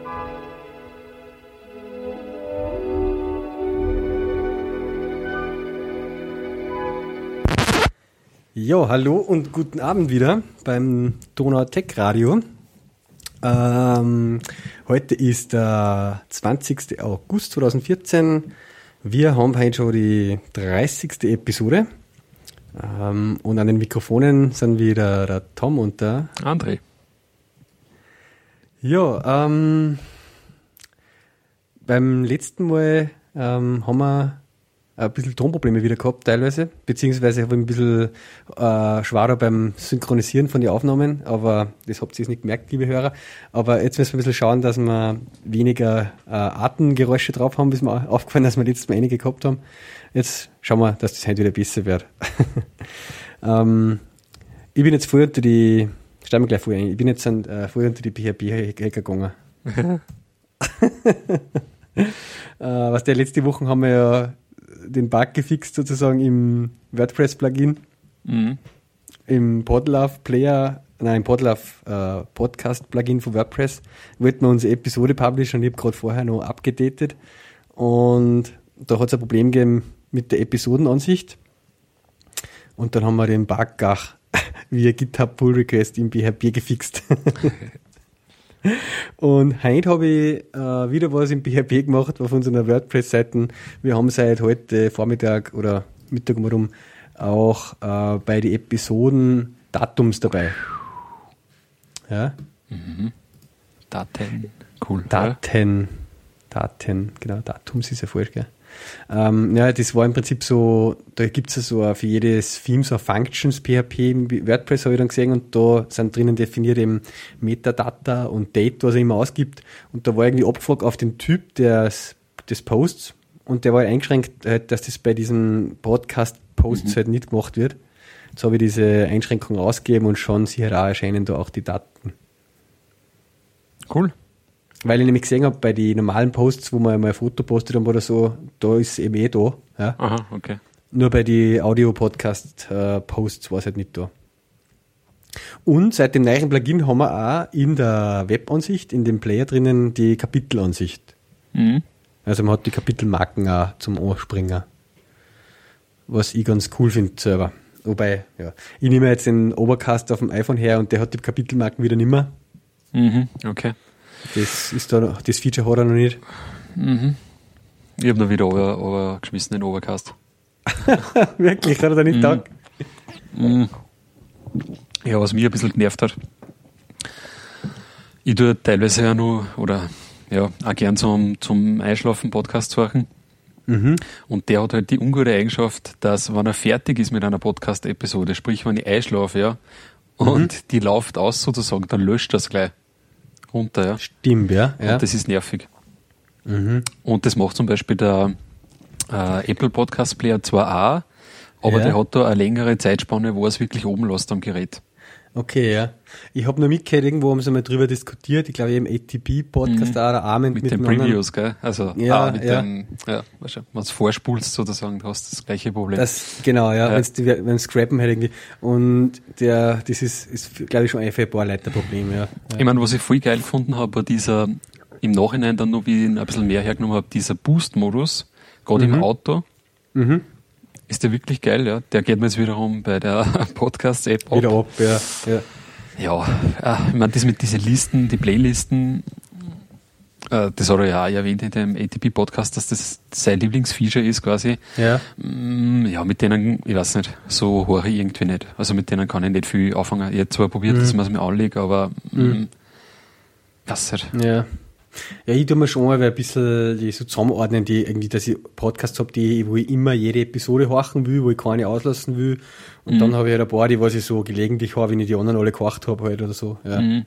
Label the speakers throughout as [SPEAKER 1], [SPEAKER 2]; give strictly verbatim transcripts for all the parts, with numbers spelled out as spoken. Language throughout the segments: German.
[SPEAKER 1] Ja, hallo und guten Abend wieder beim Donau Tech Radio. Ähm, heute ist der zwanzigster August zweitausendvierzehn. Wir haben heute schon die dreißigste Episode. Ähm, und an den Mikrofonen sind wieder der Tom und der
[SPEAKER 2] André.
[SPEAKER 1] Ja, ähm, beim letzten Mal ähm, haben wir ein bisschen Tonprobleme wieder gehabt, teilweise, beziehungsweise habe ich ein bisschen äh, schwerer beim Synchronisieren von den Aufnahmen, aber das habt ihr jetzt nicht gemerkt, liebe Hörer. Aber jetzt müssen wir ein bisschen schauen, dass wir weniger äh, Atemgeräusche drauf haben, bis mir aufgefallen, dass wir letztes Mal einige gehabt haben. Jetzt schauen wir, dass das heute wieder besser wird. ähm, ich bin jetzt voll unter die, steigen wir gleich vor ein, ich bin jetzt an, äh, voll unter die P H P-Hacker gegangen. äh, was der letzte Woche haben wir ja den Bug gefixt sozusagen im WordPress-Plugin, mhm. im Podlove-Player, nein, im Podlove-Podcast-Plugin von WordPress, wollten wir unsere Episode publishen und ich habe gerade vorher noch abgedatet und da hat es ein Problem gegeben mit der Episodenansicht und dann haben wir den Bug auch via GitHub Pull Request im P H P gefixt. Und heute habe ich äh, wieder was im P H P gemacht auf unseren WordPress-Seiten. Wir haben seit heute Vormittag oder Mittag mal rum auch äh, bei den Episoden Datums dabei. Ja?
[SPEAKER 2] Mhm. Daten, cool.
[SPEAKER 1] Daten, ja. Daten, genau, Datums ist ja falsch, gell? Ähm, ja, das war im Prinzip so, da gibt es ja so für jedes Theme so Functions P H P im WordPress, habe ich dann gesehen, und da sind drinnen definiert eben Metadata und Date, was er immer ausgibt, und da war irgendwie abgefragt auf den Typ des, des Posts, und der war eingeschränkt, halt, dass das bei diesen Podcast-Posts mhm. halt nicht gemacht wird. Jetzt habe ich diese Einschränkung ausgegeben und schon sicher auch erscheinen da auch die Daten.
[SPEAKER 2] Cool.
[SPEAKER 1] Weil ich nämlich gesehen habe, bei den normalen Posts, wo man mal ein Foto postet haben oder so, da ist es eben eh da. Ja?
[SPEAKER 2] Aha, okay.
[SPEAKER 1] Nur bei den Audio-Podcast-Posts war es halt nicht da. Und seit dem neuen Plugin haben wir auch in der Webansicht, in dem Player drinnen, die Kapitelansicht. Mhm. Also man hat die Kapitelmarken auch zum Anspringen. Was ich ganz cool finde selber. Wobei, ja, ich nehme jetzt den Overcast auf dem iPhone her und der hat die Kapitelmarken wieder nicht mehr.
[SPEAKER 2] Mhm, okay.
[SPEAKER 1] Das ist da noch, das Feature hat er noch nicht.
[SPEAKER 2] Mhm. Ich habe noch wieder over, over geschmissen, den Overcast.
[SPEAKER 1] Wirklich, hat er da nicht
[SPEAKER 2] mhm.
[SPEAKER 1] taugt?
[SPEAKER 2] Mhm. Ja, was mich ein bisschen genervt hat. Ich tue teilweise ja noch, oder ja, auch gern zum, zum Einschlafen Podcast suchen. Mhm. Und der hat halt die ungute Eigenschaft, dass, wenn er fertig ist mit einer Podcast-Episode, sprich, wenn ich einschlafe, ja, und mhm. die läuft aus sozusagen, dann löscht das gleich runter, ja.
[SPEAKER 1] Stimmt, ja. ja.
[SPEAKER 2] Und das ist nervig.
[SPEAKER 1] Mhm.
[SPEAKER 2] Und das macht zum Beispiel der äh, Apple Podcast Player zwar auch, aber ja. der hat da eine längere Zeitspanne, wo er es wirklich oben lässt am Gerät.
[SPEAKER 1] Okay, ja. Ich habe noch mitgehört, irgendwo haben sie mal drüber diskutiert, ich glaube im A T P-Podcast mhm. auch, der Armin
[SPEAKER 2] mit,
[SPEAKER 1] mit
[SPEAKER 2] den Previews, gell? Also
[SPEAKER 1] ja,
[SPEAKER 2] ah, mit
[SPEAKER 1] ja.
[SPEAKER 2] den, ja, wenn du es vorspulst sozusagen, hast du das gleiche Problem.
[SPEAKER 1] Das, genau, ja, ja. wenn es scrappen halt irgendwie. Und der, das ist, ist glaube ich, schon einfach ein paar Leute ein Problem, ja. ja.
[SPEAKER 2] Ich meine, was ich voll geil gefunden habe, war dieser, im Nachhinein dann noch, wie ich ihn ein bisschen mehr hergenommen habe, dieser Boost-Modus, gerade mhm. im Auto. Mhm. Ist der wirklich geil, ja. Der geht mir jetzt wiederum bei der Podcast-App ab.
[SPEAKER 1] Wieder ab, ja. Ja,
[SPEAKER 2] ja äh, ich meine, das mit diesen Listen, die Playlisten, äh, das hat er ja auch erwähnt in dem A T P-Podcast, dass das sein Lieblingsfeature ist quasi. Ja. Mm, ja, mit denen, ich weiß nicht, so höre ich irgendwie nicht. Also mit denen kann ich nicht viel anfangen. Ich habe zwar probiert, mhm. dass man es mir anlege, aber mhm. ich weiß nicht.
[SPEAKER 1] Ja. Ja, ich tue mir schon mal ein bisschen die so zusammenordnen, die irgendwie, dass ich Podcasts habe, die, wo ich immer jede Episode horchen will, wo ich keine auslassen will. Und mhm. dann habe ich halt ein paar, die was ich so gelegentlich habe, wenn ich die anderen alle gehorcht habe halt oder so. Ja, mhm.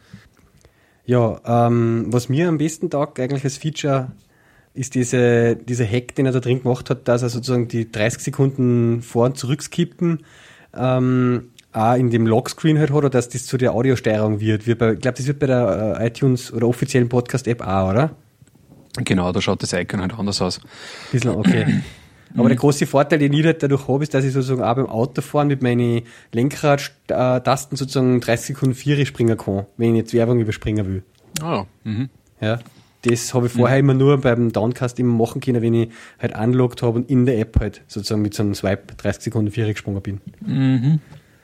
[SPEAKER 1] ja ähm, was mir am besten taugt eigentlich als Feature ist diese, dieser Hack, den er da drin gemacht hat, dass er sozusagen die dreißig Sekunden vor- und zurückskippen ähm, auch in dem Lockscreen halt hat, oder dass das zu der Audiosteuerung wird. Wie bei, ich glaube, das wird bei der äh, iTunes oder offiziellen Podcast-App auch, oder?
[SPEAKER 2] Genau, da schaut das Icon halt anders aus.
[SPEAKER 1] Bisschen, okay. Aber mhm. der große Vorteil, den ich halt dadurch habe, ist, dass ich sozusagen auch beim Autofahren mit meinen Lenkrad-Tasten sozusagen dreißig Sekunden vier springen kann, wenn ich jetzt Werbung überspringen will.
[SPEAKER 2] Ah, mhm.
[SPEAKER 1] Ja. das habe ich vorher mhm. immer nur beim Downcast immer machen können, wenn ich halt unlocked habe und in der App halt sozusagen mit so einem Swipe dreißig Sekunden vier gesprungen bin.
[SPEAKER 2] Mhm.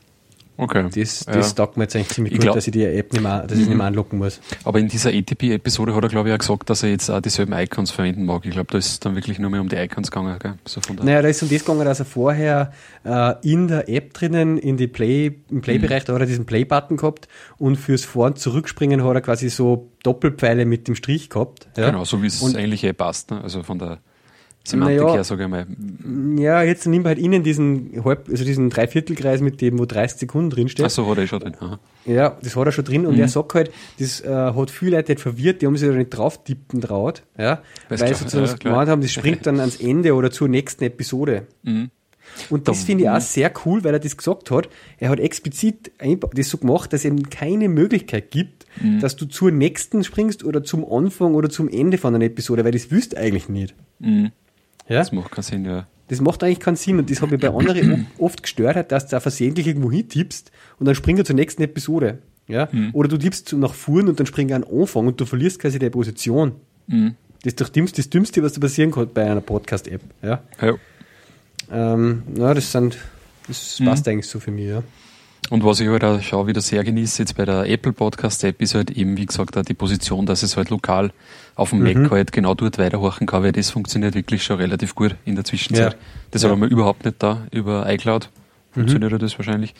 [SPEAKER 2] Okay.
[SPEAKER 1] Das, das ja. taugt mir jetzt eigentlich ziemlich ich gut,
[SPEAKER 2] glaub,
[SPEAKER 1] dass ich die App nicht mehr, dass ich mhm. nicht mehr unlocken muss.
[SPEAKER 2] Aber in dieser A T P-Episode hat er, glaube ich, auch gesagt, dass er jetzt auch dieselben Icons verwenden mag. Ich glaube, da ist dann wirklich nur mehr um die Icons gegangen. Gell? So von
[SPEAKER 1] naja, da ist um das gegangen, dass er vorher äh, in der App drinnen, in die Play, im Play-Bereich, mhm. da hat er diesen Play-Button gehabt und fürs Vor- und Zurückspringen hat er quasi so Doppelpfeile mit dem Strich gehabt. Ja?
[SPEAKER 2] Genau, so wie es eigentlich eh passt. Ne? Also von der Semantik
[SPEAKER 1] naja,
[SPEAKER 2] her, sage ich mal.
[SPEAKER 1] Ja, jetzt nimmt man halt innen diesen halb, also diesen Dreiviertelkreis mit dem, wo dreißig Sekunden drinsteht.
[SPEAKER 2] Ach so, hat er schon drin. Aha.
[SPEAKER 1] Ja, das hat er schon drin und mhm. er sagt halt, das äh, hat viele Leute halt verwirrt, die haben sich da nicht drauf tippen traut, ja,
[SPEAKER 2] Weiß
[SPEAKER 1] weil
[SPEAKER 2] klar,
[SPEAKER 1] sozusagen
[SPEAKER 2] ja,
[SPEAKER 1] das gemeint haben, das springt dann ans Ende oder zur nächsten Episode.
[SPEAKER 2] Mhm.
[SPEAKER 1] Und das finde ich auch sehr cool, weil er das gesagt hat. Er hat explizit das so gemacht, dass es eben keine Möglichkeit gibt, mhm. dass du zur nächsten springst oder zum Anfang oder zum Ende von einer Episode, weil das wüsst eigentlich nicht.
[SPEAKER 2] Mhm.
[SPEAKER 1] Ja?
[SPEAKER 2] Das macht keinen Sinn, ja.
[SPEAKER 1] Das macht eigentlich keinen Sinn und das hat mich bei anderen oft gestört, dass du da versehentlich irgendwo hintippst und dann springt er zur nächsten Episode. Ja? Mhm. Oder du tippst nach vorn und dann springt er an den Anfang und du verlierst quasi deine Position.
[SPEAKER 2] Mhm.
[SPEAKER 1] Das ist doch das Dümmste, was da passieren kann bei einer Podcast-App. Ja?
[SPEAKER 2] Ja.
[SPEAKER 1] Ähm, ja, das sind, das passt mhm. eigentlich so für mich, ja.
[SPEAKER 2] Und was ich halt auch schon wieder sehr genieße jetzt bei der Apple Podcast App ist halt eben, wie gesagt, auch die Position, dass es halt lokal auf dem mhm. Mac halt genau dort weiterhorchen kann, weil das funktioniert wirklich schon relativ gut in der Zwischenzeit. Ja. Das ja. haben wir überhaupt nicht da, über iCloud funktioniert mhm. das wahrscheinlich.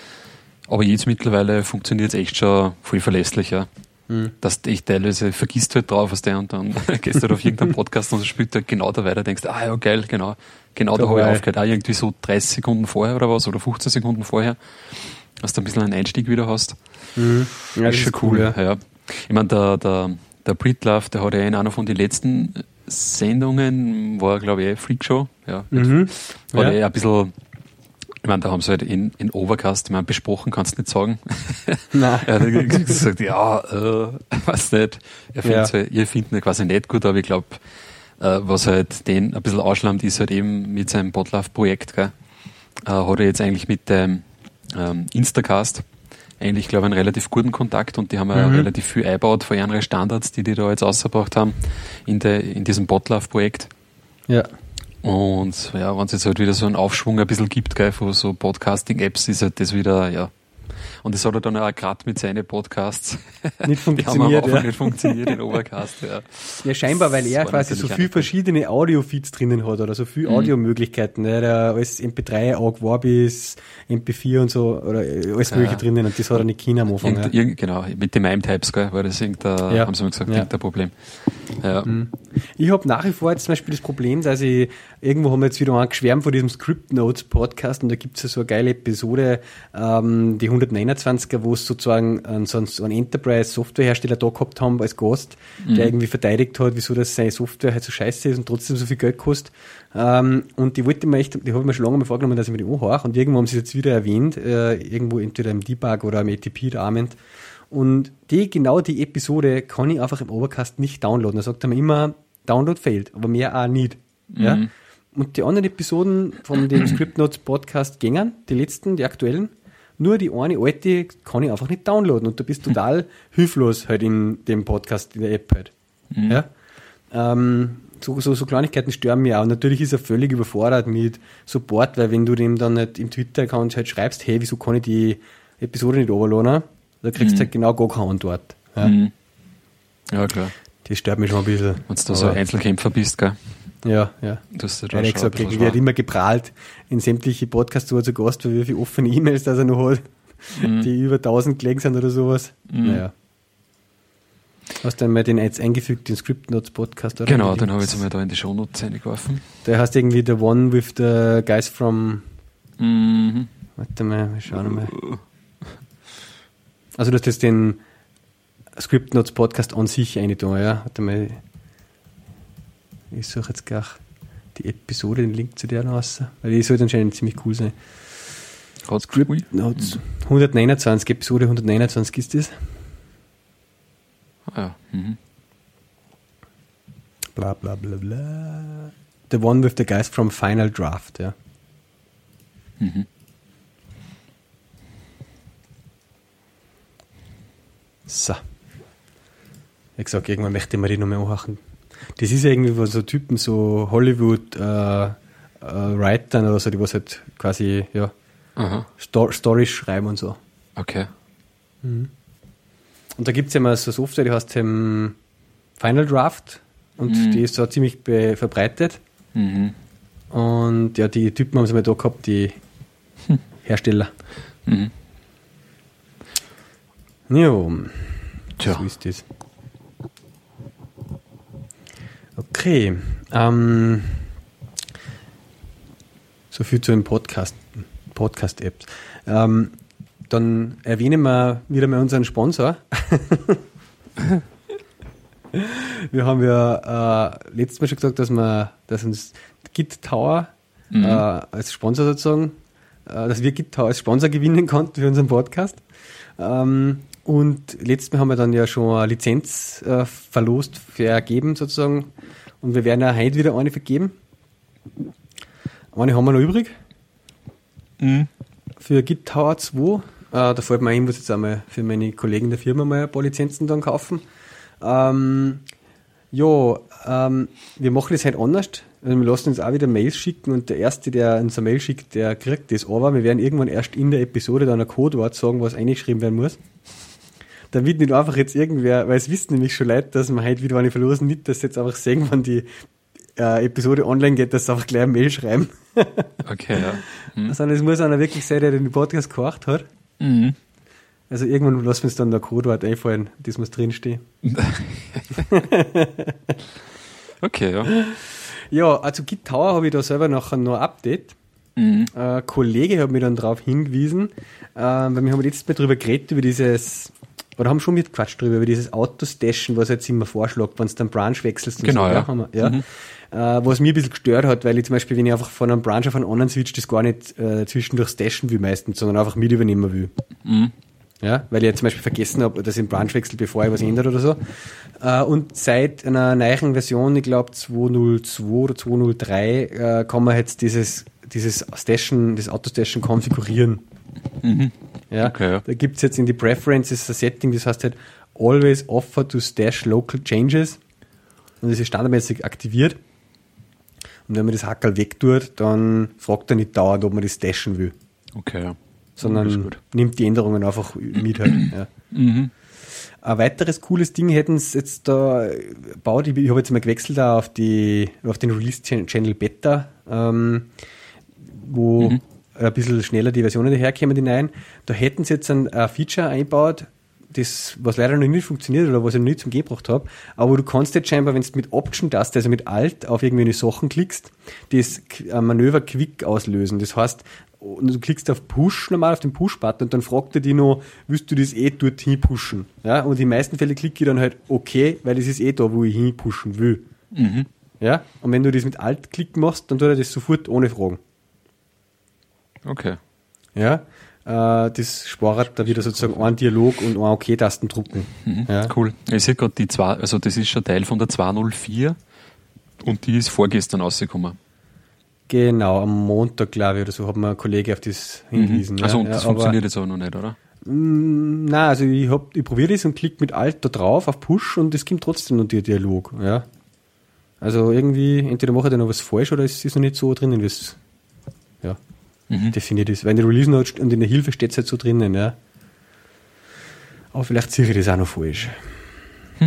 [SPEAKER 2] Aber jetzt mittlerweile funktioniert es echt schon voll verlässlich, ja. Mhm. Dass du echt teilweise vergisst halt drauf, was der und dann gehst du halt auf irgendeinen Podcast und spielt halt genau da weiter, denkst, ah ja, geil, genau, genau da habe ich aufgehört, auch irgendwie so dreißig Sekunden vorher oder was, oder fünfzehn Sekunden vorher, dass du ein bisschen einen Einstieg wieder hast.
[SPEAKER 1] Mhm. Ja,
[SPEAKER 2] das ist schon cool, cool ja. ja. Ich meine, der, der, der Britlove, der hat ja in einer von den letzten Sendungen, war glaube ich Freakshow, ja,
[SPEAKER 1] mhm.
[SPEAKER 2] war
[SPEAKER 1] ja.
[SPEAKER 2] ja ein bisschen. Ich meine, da haben sie halt in, in Overcast, ich meine, besprochen kannst du nicht sagen.
[SPEAKER 1] Nein.
[SPEAKER 2] Er hat gesagt, ja, äh, weiß nicht. Er findet ja. halt, ihr findet ihn quasi nicht gut, aber ich glaube, äh, was halt den ein bisschen ausschlammt, ist halt eben mit seinem Podlove-Projekt, gell, äh, hat er jetzt eigentlich mit dem ähm, Instacast eigentlich, glaube ich, einen relativ guten Kontakt und die haben ja mhm. relativ viel eingebaut von ihren Standards, die die da jetzt ausgebracht haben in, der, in diesem Podlove-Projekt.
[SPEAKER 1] Ja.
[SPEAKER 2] Und ja, wenn es jetzt halt wieder so einen Aufschwung ein bisschen gibt, gell, von so Podcasting-Apps, ist halt das wieder, ja. Und das hat er dann auch gerade mit seinen Podcasts
[SPEAKER 1] nicht funktioniert.
[SPEAKER 2] Die haben am Anfang
[SPEAKER 1] ja.
[SPEAKER 2] nicht funktioniert in Overcast, ja.
[SPEAKER 1] Ja, scheinbar, weil er quasi so viele verschiedene Audio-Feeds drinnen hat oder so viele mhm. Audiomöglichkeiten. Er hat ja alles M P drei, A U G W A bis M P vier und so, oder alles ja. mögliche drinnen und das hat er nicht können am Anfang.
[SPEAKER 2] Irgend,
[SPEAKER 1] ja.
[SPEAKER 2] irgend, genau, mit den Mime-Types, gell, war das irgendein, ja. haben sie mir gesagt,
[SPEAKER 1] ja.
[SPEAKER 2] irgendein Problem. Ja.
[SPEAKER 1] Mhm. Ich habe nach wie vor jetzt zum Beispiel das Problem, dass ich, irgendwo haben wir jetzt wieder mal geschwärmt von diesem Script Notes Podcast und da gibt es ja so eine geile Episode, ähm, die hundertneunundzwanziger, wo es sozusagen einen, so einen Enterprise-Softwarehersteller da gehabt haben als Gast, mhm. der irgendwie verteidigt hat, wieso das seine Software halt so scheiße ist und trotzdem so viel Geld kostet. Ähm, und die wollte mir echt, die habe ich mir schon lange mal vorgenommen, dass ich mir die anhöre und irgendwo haben sie es jetzt wieder erwähnt, äh, irgendwo entweder im Debug oder im A T P-Abend. Und die, genau die Episode kann ich einfach im Overcast nicht downloaden. Da sagt er mir immer, Download failed, aber mehr auch nicht. Mhm. Ja? Und die anderen Episoden von dem Script Notes Podcast gängen, die letzten, die aktuellen, nur die eine alte kann ich einfach nicht downloaden und du bist total mhm. hilflos halt in dem Podcast, in der App halt. Mhm. Ja? Ähm, so, so, so Kleinigkeiten stören mich auch. Und natürlich ist er völlig überfordert mit Support, weil wenn du dem dann nicht im Twitter-Account halt schreibst, hey, wieso kann ich die Episode nicht runterladen, da kriegst du mhm. halt genau gar keine Antwort. Ja.
[SPEAKER 2] Mhm. Ja, klar.
[SPEAKER 1] Das stört mich schon ein bisschen.
[SPEAKER 2] Wenn du da so Einzelkämpfer bist, gell?
[SPEAKER 1] Ja, ja.
[SPEAKER 2] Du hast ja
[SPEAKER 1] da schon gesagt, er wird immer geprahlt in sämtliche Podcasts, wo er zu Gast war, wie viele offene E-Mails das er noch hat, mhm. die über tausend gelegen sind oder sowas. Mhm. Naja. Hast du einmal den jetzt eingefügt, den Script Notes Podcast? Oder?
[SPEAKER 2] Genau, den habe ich jetzt einmal da in die Shownotes reingeworfen.
[SPEAKER 1] Der heißt irgendwie The One with the Guys from...
[SPEAKER 2] Mhm.
[SPEAKER 1] Warte mal, wir schauen mal. Also du hast jetzt den Script Notes Podcast an sich reingetan, ja? Warte mal. Ich suche jetzt gleich die Episode, den Link zu der raus, weil die sollte anscheinend ziemlich cool sein. Script Notes hundertneunundzwanzig, Episode hundertneunundzwanzig ist das.
[SPEAKER 2] Ah ja. Mhm.
[SPEAKER 1] Bla bla bla bla. The One with the Guys from Final Draft, ja.
[SPEAKER 2] Mhm.
[SPEAKER 1] So. Ich gesagt, irgendwann möchte ich mir die nochmal anhören. Das ist ja irgendwie, wo so Typen, so Hollywood äh, äh, Writern oder so, die was halt quasi, ja, Sto- Storys schreiben und so.
[SPEAKER 2] Okay.
[SPEAKER 1] Mhm. Und da gibt es ja mal so eine Software, die heißt ähm, Final Draft und mhm. die ist so ziemlich be- verbreitet. Mhm. Und ja, die Typen haben sie mal da gehabt, die hm. Hersteller. Mhm. Ja,
[SPEAKER 2] Tja.
[SPEAKER 1] so ist das. Okay, ähm, so viel zu den Podcast, Podcast-Apps. Ähm, dann erwähnen wir wieder mal unseren Sponsor. Wir haben ja äh, letztes Mal schon gesagt, dass wir, dass uns Git Tower mhm. äh, als Sponsor sozusagen, äh, dass wir Git Tower als Sponsor gewinnen konnten für unseren Podcast. Ähm, und letztes Mal haben wir dann ja schon eine Lizenz äh, verlost, vergeben sozusagen. Und wir werden ja heute wieder eine vergeben. Eine haben wir noch übrig. Mhm. Für Git Tower zwei. Äh, da fällt mir ein, ich muss jetzt einmal für meine Kollegen der Firma mal ein paar Lizenzen dann kaufen. Ähm, ja, ähm, wir machen das halt anders. Also wir lassen uns auch wieder Mails schicken und der Erste, der uns eine Mail schickt, der kriegt das. Aber wir werden irgendwann erst in der Episode dann ein Codewort sagen, was eingeschrieben werden muss. Damit nicht einfach jetzt irgendwer, weil es wissen nämlich schon Leute, dass wir heute wieder eine verlosen, nicht, dass sie jetzt einfach sehen, wenn die äh, Episode online geht, dass sie einfach gleich eine Mail schreiben.
[SPEAKER 2] Okay, ja. Mhm.
[SPEAKER 1] Sondern es muss einer wirklich sein, der den Podcast gehört hat. Mhm. Also irgendwann lassen wir uns dann der Codewort einfallen, das muss drinstehen.
[SPEAKER 2] Okay, ja.
[SPEAKER 1] Ja, also Git Tower habe ich da selber nachher noch ein Update. Mhm. Ein Kollege hat mich dann darauf hingewiesen, äh, weil wir haben letztes Mal drüber geredet, über dieses, oder haben schon mitgequatscht drüber, über dieses Autostashen, was jetzt immer vorschlägt, wenn du dann Branch wechselst. Und
[SPEAKER 2] genau,
[SPEAKER 1] so,
[SPEAKER 2] ja.
[SPEAKER 1] Haben wir, ja. Mhm. Äh, was mich ein bisschen gestört hat, weil ich zum Beispiel, wenn ich einfach von einem Branch auf einen anderen switch, das gar nicht äh, zwischendurch stashen will meistens, sondern einfach mit übernehmen will. Mhm. Ja, weil ich ja zum Beispiel vergessen habe, dass ich einen Branch wechsel, bevor ich was ändert oder so. Äh, und seit einer neuen Version, ich glaube zwei null zwei oder zwei null drei, äh, kann man jetzt dieses, dieses Stashen, das Autostashen konfigurieren. Mhm. Ja, okay, ja. Da gibt es jetzt in die Preferences ein Setting, das heißt halt Always offer to stash local changes. Und das ist standardmäßig aktiviert. Und wenn man das Hackerl wegtut, dann fragt er nicht dauernd, ob man das stashen will.
[SPEAKER 2] Okay, ja.
[SPEAKER 1] Sondern nimmt die Änderungen einfach mit halt. Ja. Mhm. Ein weiteres cooles Ding hätten sie jetzt da baut, ich habe jetzt mal gewechselt auf die auf den Release-Channel Beta, ähm, wo mhm. ein bisschen schneller die Versionen daherkommen, die neuen. Da hätten sie jetzt ein, ein Feature eingebaut, das, was leider noch nicht funktioniert oder was ich noch nicht zum Gehen gebracht habe, aber du kannst jetzt scheinbar, wenn du mit Option-Taste, also mit Alt auf irgendwelche Sachen klickst, das Manöver Quick auslösen. Das heißt, du klickst auf Push normal, auf den Push-Button und dann fragt er dich noch, willst du das eh dorthin pushen? Ja, und in den meisten Fällen klicke ich dann halt okay, weil das ist eh da, wo ich hin pushen will. Mhm. Ja, und wenn du das mit Alt-Klick machst, dann tut er das sofort ohne Fragen.
[SPEAKER 2] Okay.
[SPEAKER 1] Ja, äh, das spart da wieder sozusagen einen Dialog und einen OK-Tasten drucken.
[SPEAKER 2] Mhm.
[SPEAKER 1] Ja.
[SPEAKER 2] Cool. Ich sehe gerade die zwei, also das ist schon Teil von der zwei null vier und die ist vorgestern rausgekommen.
[SPEAKER 1] Genau, am Montag, glaube ich, oder so, hat mir ein Kollege auf das hingewiesen.
[SPEAKER 2] Mhm. Also
[SPEAKER 1] ja.
[SPEAKER 2] und das
[SPEAKER 1] ja,
[SPEAKER 2] funktioniert aber, jetzt aber noch nicht, oder?
[SPEAKER 1] Mh, nein, also ich, hab, ich probiere das und klicke mit Alt da drauf auf Push und es kommt trotzdem noch der Dialog. Ja. Also irgendwie, entweder mache ich da noch was falsch oder es ist noch nicht so drinnen, wie es ja, mhm. definiert ist. Weil in der Release-Note und in der Hilfe steht es halt so drinnen. Ja. Aber vielleicht sehe ich das auch noch falsch. Hm.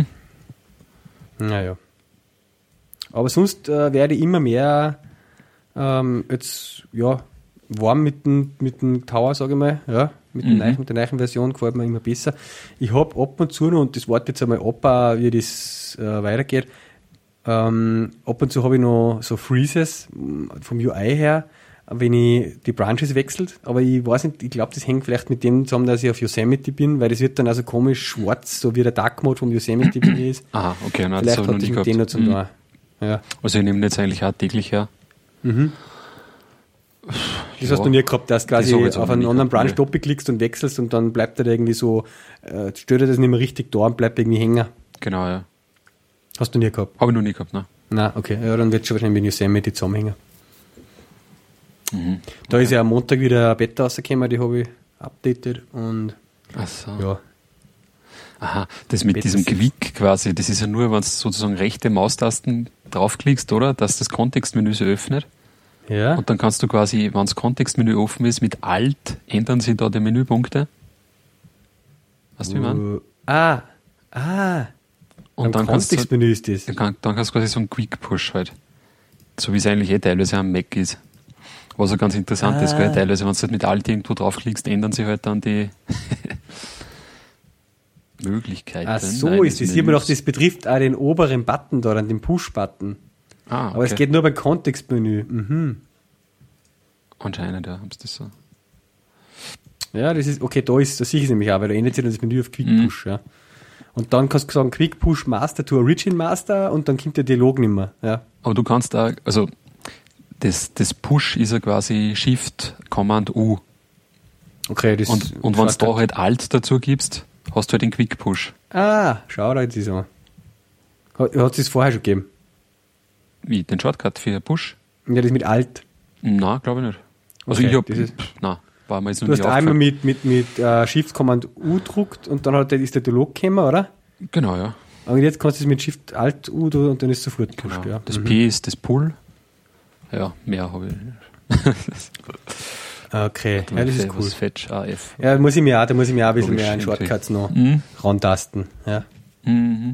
[SPEAKER 1] Naja. Aber sonst äh, werde ich immer mehr Ähm, jetzt, ja, warm mit dem, mit dem Tower, sage ich mal, ja, mit, mhm. neuen, mit der neuen Version gefällt mir immer besser. Ich habe ab und zu noch, und das warte jetzt einmal ab, wie das äh, weitergeht, ähm, ab und zu habe ich noch so Freezes vom U I her, wenn ich die Branches wechselt, aber ich weiß nicht, ich glaube, das hängt vielleicht mit dem zusammen, dass ich auf Yosemite bin, weil das wird dann also komisch schwarz, so wie der Dark Mode vom Yosemite ist.
[SPEAKER 2] Aha, okay, na,
[SPEAKER 1] vielleicht
[SPEAKER 2] das
[SPEAKER 1] hat das mit denen noch zum mhm. da. Ja.
[SPEAKER 2] Also ich nehme jetzt eigentlich auch täglich her.
[SPEAKER 1] Mhm. Das ja, hast du nie gehabt, dass du quasi auf einen anderen Branch doppelt klickst und wechselst und dann bleibt er da irgendwie so, äh, stört er das nicht mehr richtig da und bleibt irgendwie hängen.
[SPEAKER 2] Genau, ja.
[SPEAKER 1] Hast du nie gehabt?
[SPEAKER 2] Habe ich noch nie gehabt, ne?
[SPEAKER 1] Nein, okay. Ja, dann wird es schon wahrscheinlich mit Yosemite zusammenhängen. Mhm. Da okay. ist ja am Montag wieder eine Beta rausgekommen, die habe ich updated und
[SPEAKER 2] ach so.
[SPEAKER 1] ja.
[SPEAKER 2] Aha, das mit diesem Quick quasi, das ist ja nur, wenn du sozusagen rechte Maustasten draufklickst, oder? Dass das Kontextmenü sich öffnet.
[SPEAKER 1] Ja.
[SPEAKER 2] Und dann kannst du quasi, wenn das Kontextmenü offen ist, mit Alt ändern sich da die Menüpunkte. Weißt du, wie ich meine?
[SPEAKER 1] Ah, ah.
[SPEAKER 2] Und dann
[SPEAKER 1] Kontextmenü ist das.
[SPEAKER 2] Dann, kann, dann kannst du quasi so einen Quick-Push halt. So wie es eigentlich eh teilweise am Mac ist. Was auch ganz interessant ah. ist, weil teilweise, wenn du halt mit Alt irgendwo draufklickst, ändern sich halt dann die Möglichkeiten.
[SPEAKER 1] Ach so ist das. Hier noch, das betrifft auch den oberen Button da, den Push-Button. Ah, okay. Aber es geht nur beim Kontextmenü. Mhm.
[SPEAKER 2] Anscheinend, ja, haben sie das so.
[SPEAKER 1] Ja, das ist, okay, da ist, da sehe ich es nämlich auch, weil da ändert sich das Menü auf Quick Push, mhm. ja. Und dann kannst du sagen, Quick Push Master to Origin Master und dann kommt der Dialog nicht mehr, ja.
[SPEAKER 2] Aber du kannst da, also, das, das Push ist ja quasi Shift, Command, U.
[SPEAKER 1] Okay, das
[SPEAKER 2] Und, und wenn du da halt Alt dazu gibst, hast du halt den Quick Push.
[SPEAKER 1] Ah, schau dir das an. Hat es das vorher schon gegeben?
[SPEAKER 2] Wie, den Shortcut für Push?
[SPEAKER 1] Ja, das mit Alt.
[SPEAKER 2] Nein, glaube ich nicht. Also
[SPEAKER 1] okay,
[SPEAKER 2] ich habe, nein, war mir jetzt noch
[SPEAKER 1] du
[SPEAKER 2] nicht
[SPEAKER 1] hast einmal mit, mit, mit uh, Shift Command U gedruckt und dann hat, ist der Dialog gekommen, oder?
[SPEAKER 2] Genau, ja.
[SPEAKER 1] Und jetzt kannst du es mit Shift Alt U und dann ist es sofort
[SPEAKER 2] gepusht,
[SPEAKER 1] genau.
[SPEAKER 2] ja. Das mhm. P ist das Pull. Ja, mehr habe ich nicht.
[SPEAKER 1] Okay, ja, das ist cool.
[SPEAKER 2] Fetch, A F.
[SPEAKER 1] Ja, muss ich mir auch, da muss ich mir auch ein bisschen mehr an Shortcuts noch mhm. rantasten. Ja.
[SPEAKER 2] Mhm.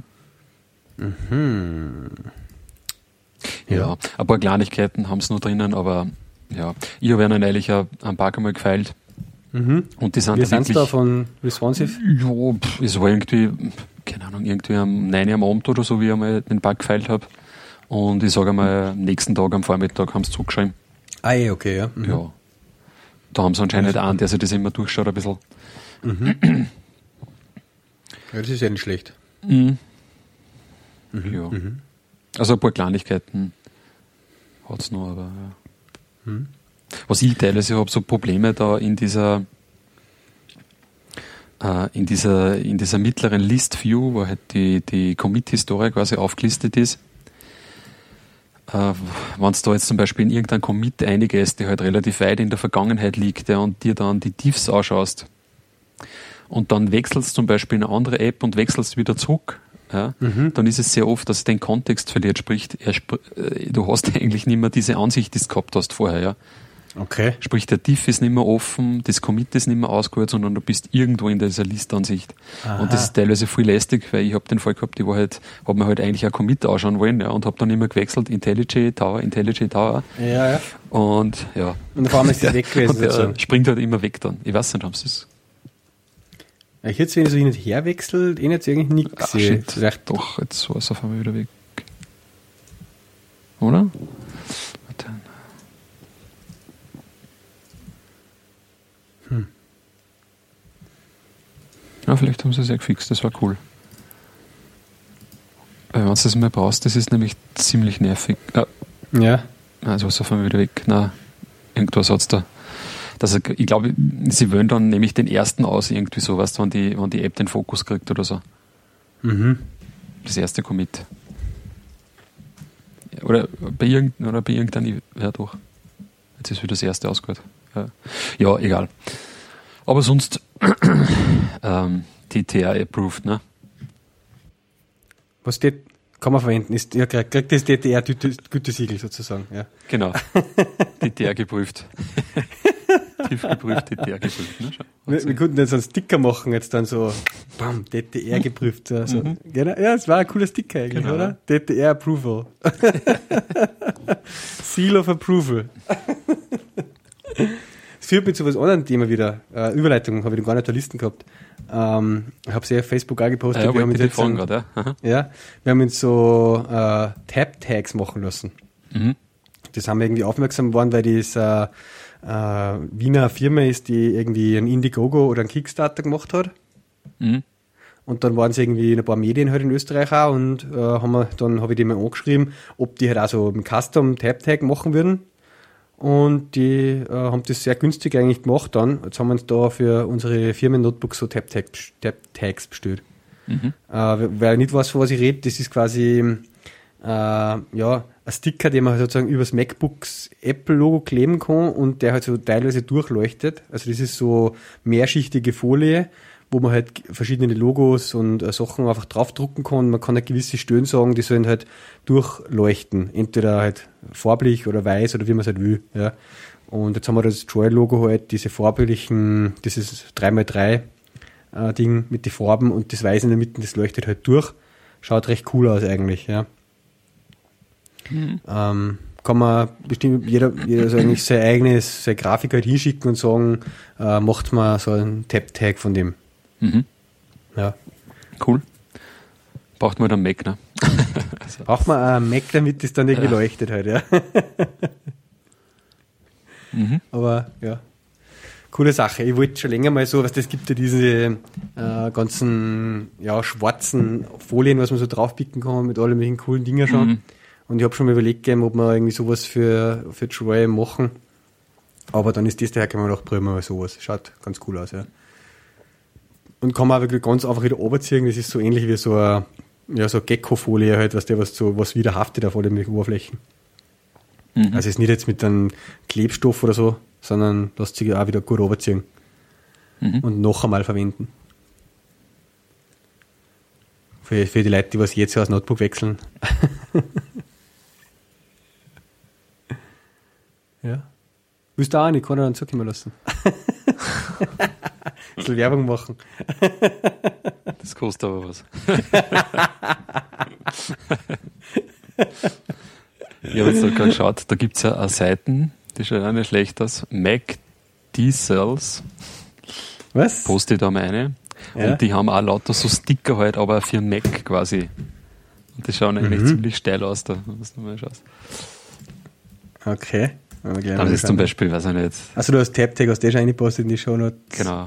[SPEAKER 1] Mhm.
[SPEAKER 2] Ja. ja, ein paar Kleinigkeiten haben es noch drinnen, aber ja, ich habe ihnen eigentlich ein paar Mal gefeilt.
[SPEAKER 1] Mhm.
[SPEAKER 2] Und die sind
[SPEAKER 1] Wie sind da von Responsive?
[SPEAKER 2] Ja, pff, es war irgendwie, keine Ahnung, irgendwie am neun Uhr am Abend oder so, wie ich einmal den Bug gefeilt habe. Und ich sage einmal, am nächsten Tag am Vormittag haben sie zurückgeschrieben.
[SPEAKER 1] Ah, ja, okay, ja. Mhm.
[SPEAKER 2] Ja. Da haben sie anscheinend einen, der sich das immer durchschaut, ein bisschen.
[SPEAKER 1] Mhm. Ja, das ist ja nicht schlecht.
[SPEAKER 2] Mhm.
[SPEAKER 1] Mhm.
[SPEAKER 2] Ja.
[SPEAKER 1] Mhm.
[SPEAKER 2] Also ein paar Kleinigkeiten hat es noch, aber ja.
[SPEAKER 1] Mhm.
[SPEAKER 2] Was ich teilweise habe, so Probleme da in dieser äh, in dieser in dieser mittleren List-View, wo halt die, die Commit-Historie quasi aufgelistet ist. Äh, wenn du da jetzt zum Beispiel in irgendein Commit eingehst, der halt relativ weit in der Vergangenheit liegt, ja, und dir dann die Diffs anschaust und dann wechselst zum Beispiel in eine andere App und wechselst wieder zurück, ja,
[SPEAKER 1] mhm.
[SPEAKER 2] dann ist es sehr oft, dass es den Kontext verliert, sprich, er sp- äh, du hast eigentlich nicht mehr diese Ansicht, die du gehabt hast vorher, ja.
[SPEAKER 1] Okay.
[SPEAKER 2] Sprich, der Diff ist nicht mehr offen, das Commit ist nicht mehr ausgeholt, sondern du bist irgendwo in dieser Listansicht. Aha. Und das ist teilweise viel lästig, weil ich habe den Fall gehabt, ich war halt, habe mir halt eigentlich ein Commit anschauen wollen, ja, und habe dann immer gewechselt, IntelliJ Tower, IntelliJ Tower.
[SPEAKER 1] Ja, ja.
[SPEAKER 2] Und ja.
[SPEAKER 1] Und vor allem ist der weg gewesen.
[SPEAKER 2] Und der sozusagen. Springt halt immer weg dann. Ich weiß nicht, haben sie es.
[SPEAKER 1] Ich jetzt, wenn ich so hin und her wechselt, eh jetzt eigentlich nichts
[SPEAKER 2] ah, gesehen. Shit. Doch, jetzt war es auf einmal wieder weg. Oder? Warte.
[SPEAKER 1] Hm.
[SPEAKER 2] Ja, vielleicht haben sie es ja gefixt, das war cool. Weil wenn du das mal brauchst, das ist nämlich ziemlich nervig. Ah.
[SPEAKER 1] Ja.
[SPEAKER 2] Also ist auf einmal wieder weg. Nein, irgendwas hat es da. Das, ich glaube, sie wollen dann nämlich den ersten aus, irgendwie so, weißt du, wenn die, wenn die App den Fokus kriegt oder so.
[SPEAKER 1] Mhm.
[SPEAKER 2] Das erste Commit. Oder bei, irgend, oder bei irgendeinem, ja doch. Jetzt ist wieder das erste ausgehört. Ja, ja, egal. Aber sonst ähm, T T R approved, ne?
[SPEAKER 1] Was steht, kann man verwenden, ist, ja, kriegt das T T R-Gütesiegel sozusagen, ja.
[SPEAKER 2] Genau. T T R geprüft. Tief geprüft, T T R geprüft, ne?
[SPEAKER 1] Wir, wir konnten jetzt so einen Sticker machen, jetzt dann so, bam, T T R geprüft. So.
[SPEAKER 2] Mhm.
[SPEAKER 1] Genau, ja, es war ein cooler Sticker eigentlich, genau. Oder? T T R Approval. Seal of Approval. Das führt mich zu was anderem Thema wieder. Äh, Überleitung habe ich noch gar nicht auf der Liste gehabt. Ähm, ich habe sie auf Facebook auch gepostet.
[SPEAKER 2] Ah, ja,
[SPEAKER 1] wir haben uns jetzt
[SPEAKER 2] ein,
[SPEAKER 1] grad,
[SPEAKER 2] ja.
[SPEAKER 1] ja, wir haben uns so äh, Tab-Tags machen lassen.
[SPEAKER 2] Mhm.
[SPEAKER 1] Das haben wir irgendwie aufmerksam geworden, weil das äh, äh, Wiener Firma ist, die irgendwie einen Indiegogo oder einen Kickstarter gemacht hat.
[SPEAKER 2] Mhm.
[SPEAKER 1] Und dann waren sie irgendwie in ein paar Medien halt in Österreich auch und äh, haben wir, dann habe ich die mal angeschrieben, ob die halt auch so einen Custom Tab Tag machen würden. Und die äh, haben das sehr günstig eigentlich gemacht dann. Jetzt haben wir uns da für unsere Firmen-Notebooks so Tab Tags bestellt.
[SPEAKER 2] Mhm.
[SPEAKER 1] Äh, wer nicht weiß, von was ich rede, das ist quasi äh, ja, ein Sticker, den man sozusagen übers MacBooks Apple-Logo kleben kann und der halt so teilweise durchleuchtet. Also das ist so mehrschichtige Folie, wo man halt verschiedene Logos und äh, Sachen einfach draufdrucken kann. Man kann halt gewisse Stören sagen, die sollen halt durchleuchten. Entweder halt farblich oder weiß oder wie man es halt will. Ja. Und jetzt haben wir das Joy-Logo halt, diese farblichen, dieses drei mal drei äh, Ding mit den Farben und das Weiß in der Mitte, das leuchtet halt durch. Schaut recht cool aus eigentlich, ja. Mhm. Ähm, kann man bestimmt, jeder, jeder so eigentlich sein eigenes, seine Grafik halt hinschicken und sagen, äh, macht mal so einen Tap-Tag von dem.
[SPEAKER 2] Mhm.
[SPEAKER 1] Ja.
[SPEAKER 2] Cool. Braucht man dann Mac, ne?
[SPEAKER 1] also. Braucht man einen Mac, damit das dann irgendwie ja. leuchtet halt, ja. mhm. Aber, ja. Coole Sache. Ich wollte schon länger mal so, was das gibt ja diese äh, ganzen, ja, schwarzen Folien, was man so draufpicken kann mit allen möglichen coolen Dingen schon. Mhm. Und ich habe schon mal überlegt, ob wir irgendwie sowas für, für Joy machen. Aber dann ist das daher, kann man noch probieren mal sowas. Schaut ganz cool aus, ja. Und kann man auch wirklich ganz einfach wieder runterziehen. Das ist so ähnlich wie so eine, ja, so eine Gecko-Folie halt, was der was so, was wieder haftet auf allen Oberflächen. Mhm. Also ist nicht jetzt mit einem Klebstoff oder so, sondern lässt sich auch wieder gut runterziehen. Mhm. Und noch einmal verwenden. Für, für die Leute, die was jetzt aus Notebook wechseln. Ja. Willst du auch nicht, kann er dann zukommen lassen. Ich soll Werbung machen.
[SPEAKER 2] Das kostet aber was. Ich habe jetzt da gerade geschaut, da gibt es ja auch Seiten, die schauen auch nicht schlecht aus. Mac D-Cells.
[SPEAKER 1] Was?
[SPEAKER 2] Poste ich da mal eine. Ja. Und die haben auch lauter so Sticker halt, aber für Mac quasi. Und die schauen eigentlich mhm. ziemlich steil aus, da, wenn du mal schaust.
[SPEAKER 1] Okay.
[SPEAKER 2] Das ist zum Beispiel, weiß ich nicht.
[SPEAKER 1] Also du hast Tap-Tag, hast du schon reingepostet in die Shownotes.
[SPEAKER 2] Genau.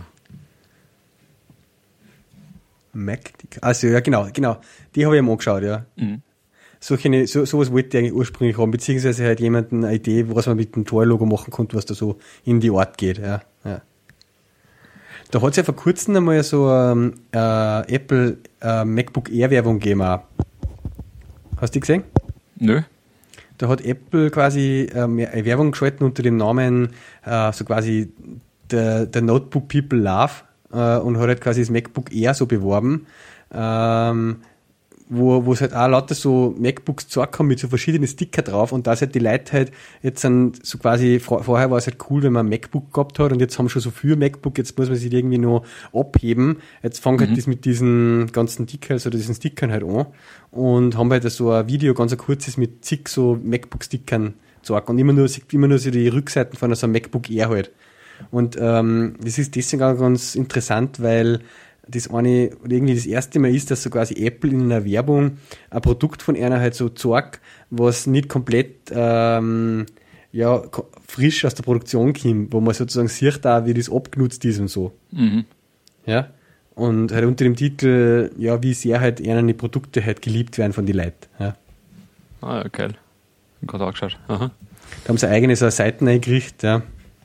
[SPEAKER 1] Mac, also ja, genau, genau. Die habe ich mir angeschaut, ja. Mhm. Solche, so, sowas wollte ich eigentlich ursprünglich haben, beziehungsweise halt jemanden eine Idee, was man mit dem Tor-Logo machen konnte, was da so in die Art geht, ja. ja. Da hat es ja vor kurzem einmal so ähm, äh, Apple äh, MacBook Air Werbung gegeben auch. Hast du die gesehen?
[SPEAKER 2] Nö.
[SPEAKER 1] Da hat Apple quasi ähm, eine Werbung geschalten unter dem Namen äh, so quasi der, der Notebook People Love äh, und hat halt quasi das MacBook Air so beworben, ähm, wo wo es halt auch lauter so MacBooks gezeigt haben mit so verschiedenen Sticker drauf und da halt die Leute halt jetzt sind so quasi, vorher war es halt cool, wenn man ein MacBook gehabt hat und jetzt haben schon so viel MacBook, jetzt muss man sich irgendwie noch abheben. Jetzt fängt mhm. halt das mit diesen ganzen Decals oder diesen Stickern halt an und haben halt so ein Video, ganz ein kurzes mit zig so MacBook-Stickern gezeigt und immer nur, immer nur so die Rückseiten von so einem MacBook Air halt. Und ähm, das ist deswegen auch ganz interessant, weil das eine, irgendwie das erste Mal ist, dass so quasi Apple in einer Werbung ein Produkt von einer halt so zeigt, was nicht komplett ähm, ja, frisch aus der Produktion kommt, wo man sozusagen sieht da, wie das abgenutzt ist und so. Mhm. Ja. Und halt unter dem Titel, ja, wie sehr halt eher die Produkte halt geliebt werden von den Leuten. Ja.
[SPEAKER 2] Ah ja, geil. Ich hab gerade angeschaut. Aha.
[SPEAKER 1] Da haben sie eigene so Seiten eingerichtet, ja.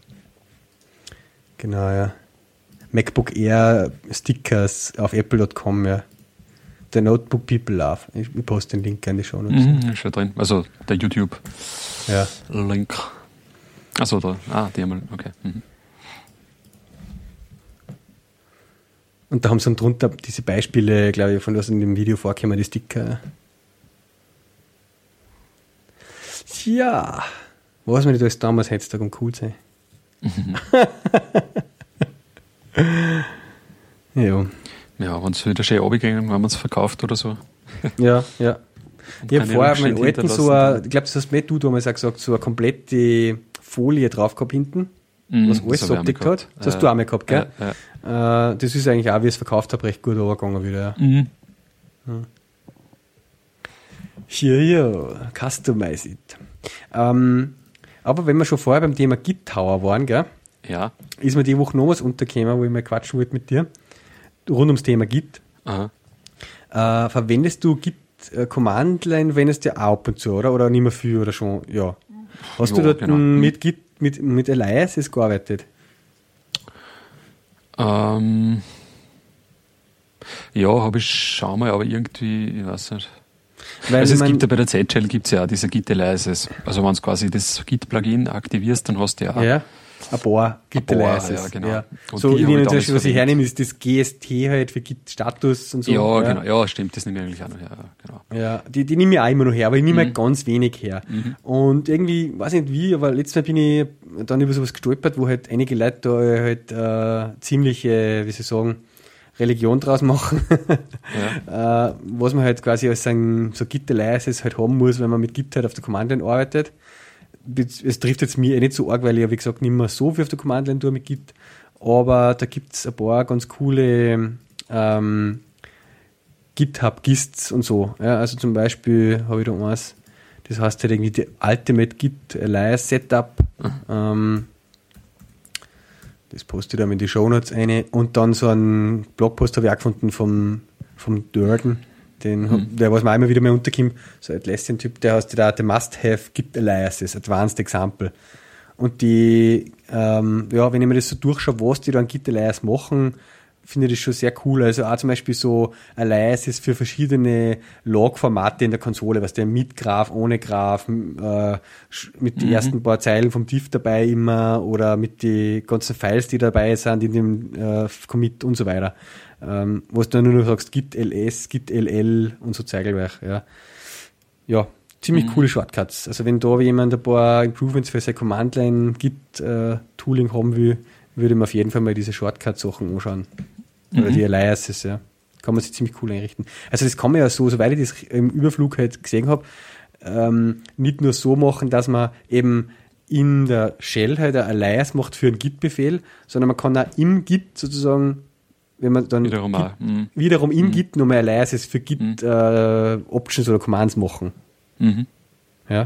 [SPEAKER 1] Genau, ja. MacBook Air Stickers auf apple Punkt com, ja. The Notebook People Love. Ich, ich poste den Link in die Shownotes.
[SPEAKER 2] Mhm, ist schon drin. Also der YouTube
[SPEAKER 1] ja.
[SPEAKER 2] Link. Achso, da. Ah, die haben okay. Mhm.
[SPEAKER 1] Und da haben sie dann drunter diese Beispiele, glaube ich, von was in dem Video vorkommen, die Sticker. Ja. Was man nicht alles damals heutzutage um cool sein. Mhm. Ja.
[SPEAKER 2] Ja, wenn es wieder schön runtergegangen, wenn man es verkauft oder so.
[SPEAKER 1] Ja, ja. Ich habe vorher meinen alten so eine, ich glaube, das hast mir du damals auch gesagt, so eine komplette Folie drauf gehabt hinten, mm, was alles so abdeckt hat. Das hast äh, du auch mal gehabt, gell? Äh, äh. Äh, das ist eigentlich auch, wie ich es verkauft habe, recht gut runtergegangen wieder. Ja. Mhm. Ja, ja, customize it. Ähm, aber wenn wir schon vorher beim Thema Git Tower waren, gell?
[SPEAKER 2] Ja.
[SPEAKER 1] Ist mir die Woche noch was untergekommen, wo ich mal quatschen wollte mit dir, rund ums Thema Git.
[SPEAKER 2] Aha.
[SPEAKER 1] Äh, verwendest du Git äh, Command-Line, wendest du ja auch ab und zu, oder? Oder nicht mehr viel, oder schon? Ja. Hast jo, du dort genau. mit Git, mit, mit Aliases gearbeitet?
[SPEAKER 2] Ähm, ja, habe ich schon mal, aber irgendwie, ich weiß nicht. Weil also es mein, gibt ja bei der Z-Shell gibt es ja auch diese Git Aliases. Also wenn du quasi das Git-Plugin aktivierst, dann hast du ja auch
[SPEAKER 1] ja. ein paar Git-Aliases.
[SPEAKER 2] Ja, genau.
[SPEAKER 1] Ja. So, ich nehme zum Beispiel, was ich hernehme, ist das G S T halt für Git-Status und so.
[SPEAKER 2] Ja, ja, genau. Ja, stimmt, das nehme ich eigentlich auch noch her. Genau.
[SPEAKER 1] Ja, die, die nehme ich auch immer noch her, aber ich nehme mhm. halt ganz wenig her. Mhm. Und irgendwie, weiß nicht wie, aber letztes Mal bin ich dann über sowas gestolpert, wo halt einige Leute da halt äh, ziemliche, wie soll ich sagen, Religion draus machen, ja. äh, was man halt quasi als ein, so Git-Aliases halt haben muss, wenn man mit Git halt auf der Command-Line arbeitet. Es trifft jetzt mir eh nicht so arg, weil ich ja, wie gesagt, nicht mehr so viel auf der Command-Line tue mit Git, aber da gibt es ein paar ganz coole ähm, GitHub-Gists und so. Ja, also zum Beispiel habe ich da eins, das heißt halt irgendwie die Ultimate Git Alias Setup. Mhm. Ähm, das poste ich dann in die Shownotes rein. Und dann so einen Blogpost habe ich auch gefunden vom, vom Durden, den, mhm. der, was mir immer wieder mal unterkommt, so ein Atlassian-Typ, der heißt da The Must-Have Git Aliases, Advanced Example. Und die, ähm, ja, wenn ich mir das so durchschaue, was die da an Git Alias machen, finde ich das schon sehr cool. Also auch zum Beispiel so Aliases für verschiedene Log-Formate in der Konsole, was der mit Graph, ohne Graph, äh, mit den mhm. ersten paar Zeilen vom Diff dabei immer oder mit den ganzen Files, die dabei sind in dem äh, Commit und so weiter. Ähm, wo du nur noch sagst, Git L S, Git L L und so Zeigelwerk, ja. Ja, ziemlich mhm. coole Shortcuts. Also wenn da jemand ein paar Improvements für sein Command-Line-Git-Tooling äh, haben will, würde man auf jeden Fall mal diese Shortcut-Sachen anschauen. Oder mhm. die Aliases, ja. Kann man sich ziemlich cool einrichten. Also das kann man ja so, soweit ich das im Überflug halt gesehen habe, ähm, nicht nur so machen, dass man eben in der Shell halt ein Alias macht für einen Git-Befehl, sondern man kann auch im Git sozusagen, wenn man dann
[SPEAKER 2] wiederum, Git, mhm.
[SPEAKER 1] wiederum im mhm. Git nochmal Aliases für Git mhm. äh, Options oder Commands machen.
[SPEAKER 2] Mhm.
[SPEAKER 1] Ja.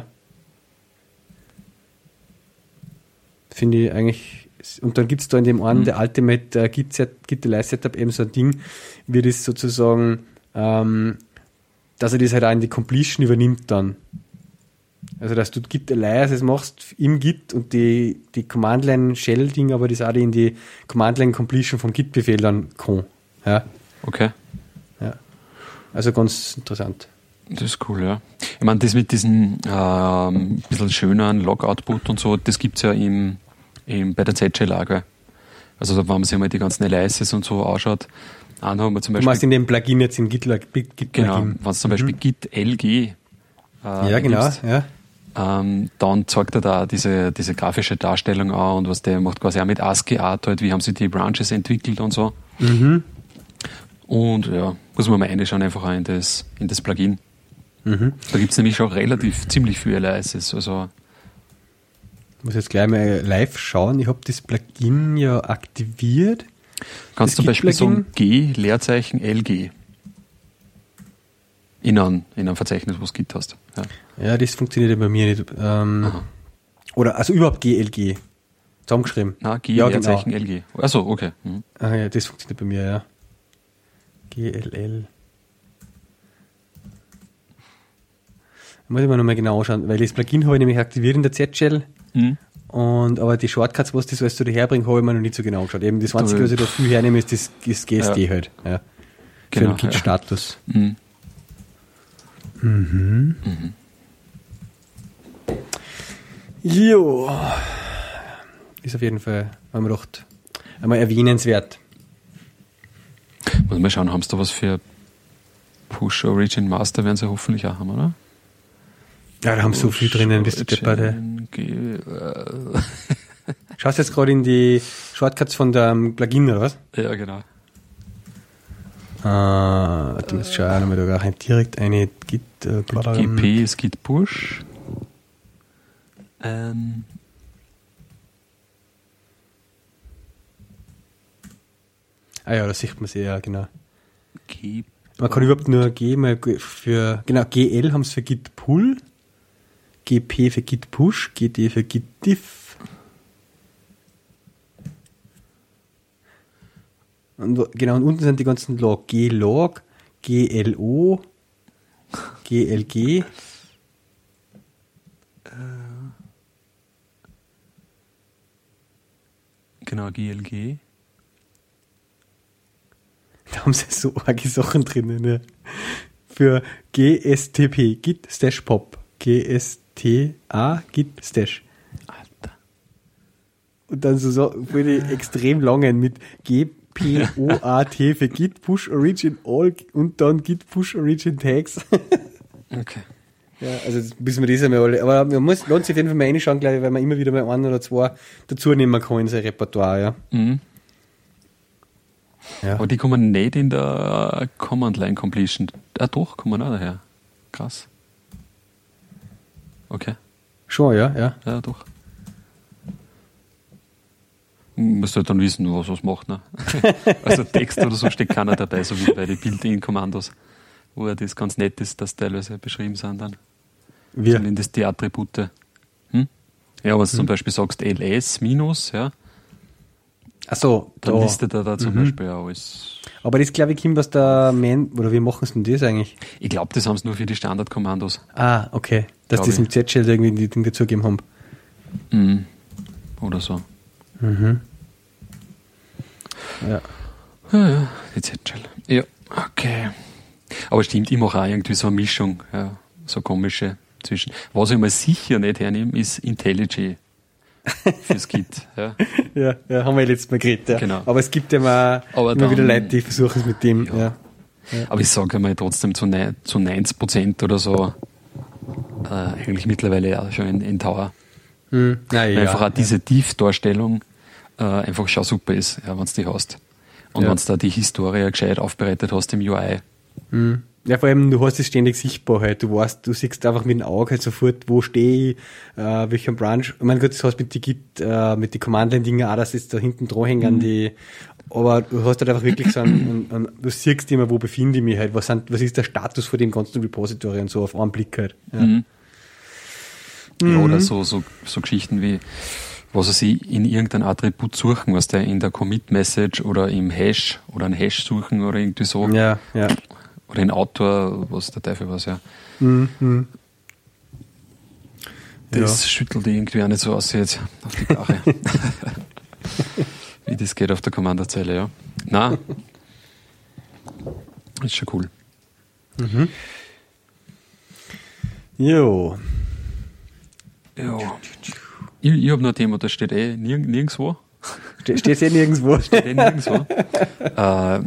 [SPEAKER 1] Finde ich eigentlich. Und dann gibt es da in dem einen, mhm. der Ultimate äh, Git-Alias Setup eben so ein Ding, wie das sozusagen, ähm, dass er das halt auch in die Completion übernimmt dann. Also, dass du Git-Aliases machst im Git und die, die Command-Line-Shell-Ding, aber das auch in die Command-Line-Completion vom Git-Befehl dann kann. Ja.
[SPEAKER 2] Okay.
[SPEAKER 1] Ja. Also ganz interessant.
[SPEAKER 2] Das ist cool, ja. Ich meine, das mit diesem ähm, bisschen schöneren Log-Output und so, das gibt es ja im Eben bei der Z-Shell auch, gell? Also wenn man sich mal die ganzen Aliases und so anschaut, einen haben wir zum Beispiel...
[SPEAKER 1] Du meinst in dem Plugin jetzt im Git-Plugin? Git
[SPEAKER 2] genau, wenn du zum Beispiel mhm. Git L G äh,
[SPEAKER 1] ja, genau, gibst, ja.
[SPEAKER 2] Ähm, dann zeigt er da diese, diese grafische Darstellung an und was der macht quasi auch mit ASCII-Art halt, wie haben sich die Branches entwickelt und so.
[SPEAKER 1] Mhm.
[SPEAKER 2] Und ja, muss man mal reinschauen einfach auch in das, in das Plugin.
[SPEAKER 1] Mhm.
[SPEAKER 2] Da gibt es nämlich schon relativ ziemlich viele Aliases, also...
[SPEAKER 1] Ich muss jetzt gleich mal live schauen. Ich habe das Plugin ja aktiviert.
[SPEAKER 2] Kannst du zum Beispiel sagen G, Leerzeichen, L G. In einem, in einem Verzeichnis, wo es Git hast. Ja.
[SPEAKER 1] ja, das funktioniert bei mir nicht. Ähm, oder, also überhaupt G L G. Zusammengeschrieben.
[SPEAKER 2] Na, G,
[SPEAKER 1] ja,
[SPEAKER 2] Leerzeichen,
[SPEAKER 1] genau.
[SPEAKER 2] L G. Achso, okay. Mhm.
[SPEAKER 1] Ah ja, das funktioniert bei mir, ja. G L L. Muss ich mir nochmal genau anschauen, weil das Plugin habe ich nämlich aktiviert in der Z-Shell.
[SPEAKER 2] Mhm.
[SPEAKER 1] Und, aber die Shortcuts, was das alles so daherbringt, habe ich mir noch nicht so genau angeschaut. Eben das Einzige, was ich da viel hernehme, ist das, das G S T ja. halt. Ja. Für
[SPEAKER 2] genau,
[SPEAKER 1] den Git-Status.
[SPEAKER 2] Ja. Mhm.
[SPEAKER 1] Mhm.
[SPEAKER 2] Mhm.
[SPEAKER 1] Jo. Ist auf jeden Fall, haben wir gedacht, einmal erwähnenswert.
[SPEAKER 2] Muss mal schauen, haben sie da was für Push Origin Master, werden sie hoffentlich auch haben, oder?
[SPEAKER 1] Ja, da haben sie so viel drinnen, bist du deppert. Schaust du jetzt gerade in die Shortcuts von dem Plugin, oder was?
[SPEAKER 2] Ja, genau.
[SPEAKER 1] Ah, warte mal, schauen wir da auch direkt eine Git... Äh,
[SPEAKER 2] G P ist Git Push. Ähm...
[SPEAKER 1] Ah ja, da sieht man sie, ja, genau.
[SPEAKER 2] G
[SPEAKER 1] man kann überhaupt nur G mal für... Genau, G L haben sie für Git Pull, G P für Git Push, G D für Git Diff. Und, genau, und unten sind die ganzen Log. G-Log, G L O, G L G.
[SPEAKER 2] Genau, G L G.
[SPEAKER 1] Da haben sie so arge Sachen drinnen. Ja. Für G S T P, Git Stash Pop. G S T A, Git Stash.
[SPEAKER 2] Alter.
[SPEAKER 1] und dann so, so für die extrem langen mit G P O A T für Git Push Origin All und dann Git Push Origin Tags.
[SPEAKER 2] Okay.
[SPEAKER 1] Ja, also das müssen wir das einmal alle, aber man muss, lohnt sich auf jeden Fall mal reinschauen, glaube ich, weil man immer wieder mal ein oder zwei dazu nehmen kann in sein Repertoire, ja.
[SPEAKER 2] Mhm.
[SPEAKER 1] Ja.
[SPEAKER 2] Aber die kommen nicht in der Command-Line-Completion. Ah, doch, kommen auch daher. Krass. Okay.
[SPEAKER 1] Schon, ja, ja.
[SPEAKER 2] Ja, doch. Musst du halt dann wissen, was was macht, ne? Also Text oder so steht keiner dabei, so wie bei den Built-in-Kommandos, wo das ganz nett ist, dass teilweise beschrieben sind dann.
[SPEAKER 1] Wir.
[SPEAKER 2] Zumindest die Attribute. Hm? Ja, wenn du hm. zum Beispiel sagst L S minus, ja,
[SPEAKER 1] ach so,
[SPEAKER 2] dann
[SPEAKER 1] da.
[SPEAKER 2] listet er da zum
[SPEAKER 1] Mhm.
[SPEAKER 2] Beispiel auch alles.
[SPEAKER 1] Aber das glaube ich kommt aus der Main, oder wie machen sie denn das eigentlich?
[SPEAKER 2] Ich glaube, das haben sie nur für die Standardkommandos.
[SPEAKER 1] Ah, okay. Dass
[SPEAKER 2] Glaub
[SPEAKER 1] die es im Z-Shell irgendwie die Dinge dazugegeben haben.
[SPEAKER 2] Mhm. Oder so.
[SPEAKER 1] Mhm. Ja.
[SPEAKER 2] Ja, ja, die Z-Shell. Ja, okay. Aber stimmt, ich mache auch irgendwie so eine Mischung, ja, so komische zwischen. Was ich mal sicher nicht hernehme, ist IntelliJ fürs Git. Ja.
[SPEAKER 1] Ja, ja, haben wir letztes Mal geredet. Ja.
[SPEAKER 2] Genau.
[SPEAKER 1] Aber es gibt ja mal
[SPEAKER 2] Aber
[SPEAKER 1] immer
[SPEAKER 2] dann-
[SPEAKER 1] wieder Leute, die versuchen es mit dem.
[SPEAKER 2] Ja.
[SPEAKER 1] Ja.
[SPEAKER 2] Aber ich sage einmal trotzdem zu, nein, zu neunzig Prozent oder so äh, eigentlich mittlerweile auch schon in, in Tower.
[SPEAKER 1] Hm. Ja,
[SPEAKER 2] Weil
[SPEAKER 1] ja,
[SPEAKER 2] einfach auch
[SPEAKER 1] ja.
[SPEAKER 2] diese Tiefdarstellung äh, einfach schon super ist, ja, wenn du die hast. Und
[SPEAKER 1] Ja.
[SPEAKER 2] wenn du da die Historie gescheit aufbereitet hast im U I.
[SPEAKER 1] Hm. Ja, vor allem, du hast es ständig sichtbar halt. Du weißt, du siehst einfach mit dem Auge halt sofort, wo stehe ich, äh, welcher Branch. Ich meine, gut, das hast mit die Git, äh, mit die Command-Line-Dinger auch, dass es da hinten dran hängen,
[SPEAKER 2] Mhm.
[SPEAKER 1] die, aber du hast halt einfach wirklich so einen, einen, einen du siehst immer, wo befinde ich mich halt, was sind, was ist der Status vor dem ganzen Repository und so auf einen Blick halt. Ja.
[SPEAKER 2] Mhm. Ja,
[SPEAKER 1] Mhm.
[SPEAKER 2] oder so, so, so Geschichten wie, was sie in irgendein Attribut suchen, was der in der Commit-Message oder im Hash oder ein Hash suchen oder irgendwie so.
[SPEAKER 1] Ja, ja.
[SPEAKER 2] Oder in Autor, was der Teufel was, ja.
[SPEAKER 1] Mhm. Mhm.
[SPEAKER 2] Das
[SPEAKER 1] Ja.
[SPEAKER 2] schüttelt irgendwie auch nicht so aus jetzt auf die Karre. Wie das geht auf der Kommandozeile, ja. Nein. Ist schon cool.
[SPEAKER 1] Mhm. Jo.
[SPEAKER 2] Ja. Ich, ich habe noch ein Thema, das steht eh nirg nirgendwo.
[SPEAKER 1] Ste Steht eh nirgendwo.
[SPEAKER 2] Steht eh nirgendwo. äh,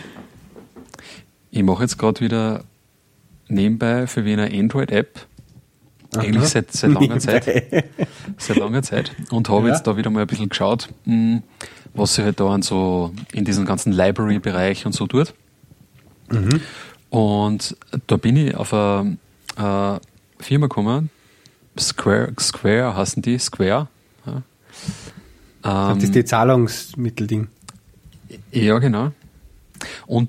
[SPEAKER 2] ich mache jetzt gerade wieder nebenbei für wen eine Android-App. Eigentlich seit, seit langer Zeit. Seit langer Zeit. Und habe
[SPEAKER 1] Ja.
[SPEAKER 2] jetzt da wieder mal ein bisschen geschaut, mh, was sich halt da an so in diesem ganzen Library-Bereich und so tut.
[SPEAKER 1] Mhm.
[SPEAKER 2] Und da bin ich auf eine äh, Firma gekommen, Square, Square heißen die, Square. Ja,
[SPEAKER 1] Das ist
[SPEAKER 2] ähm,
[SPEAKER 1] die Zahlungsmittelding.
[SPEAKER 2] ja genau. Und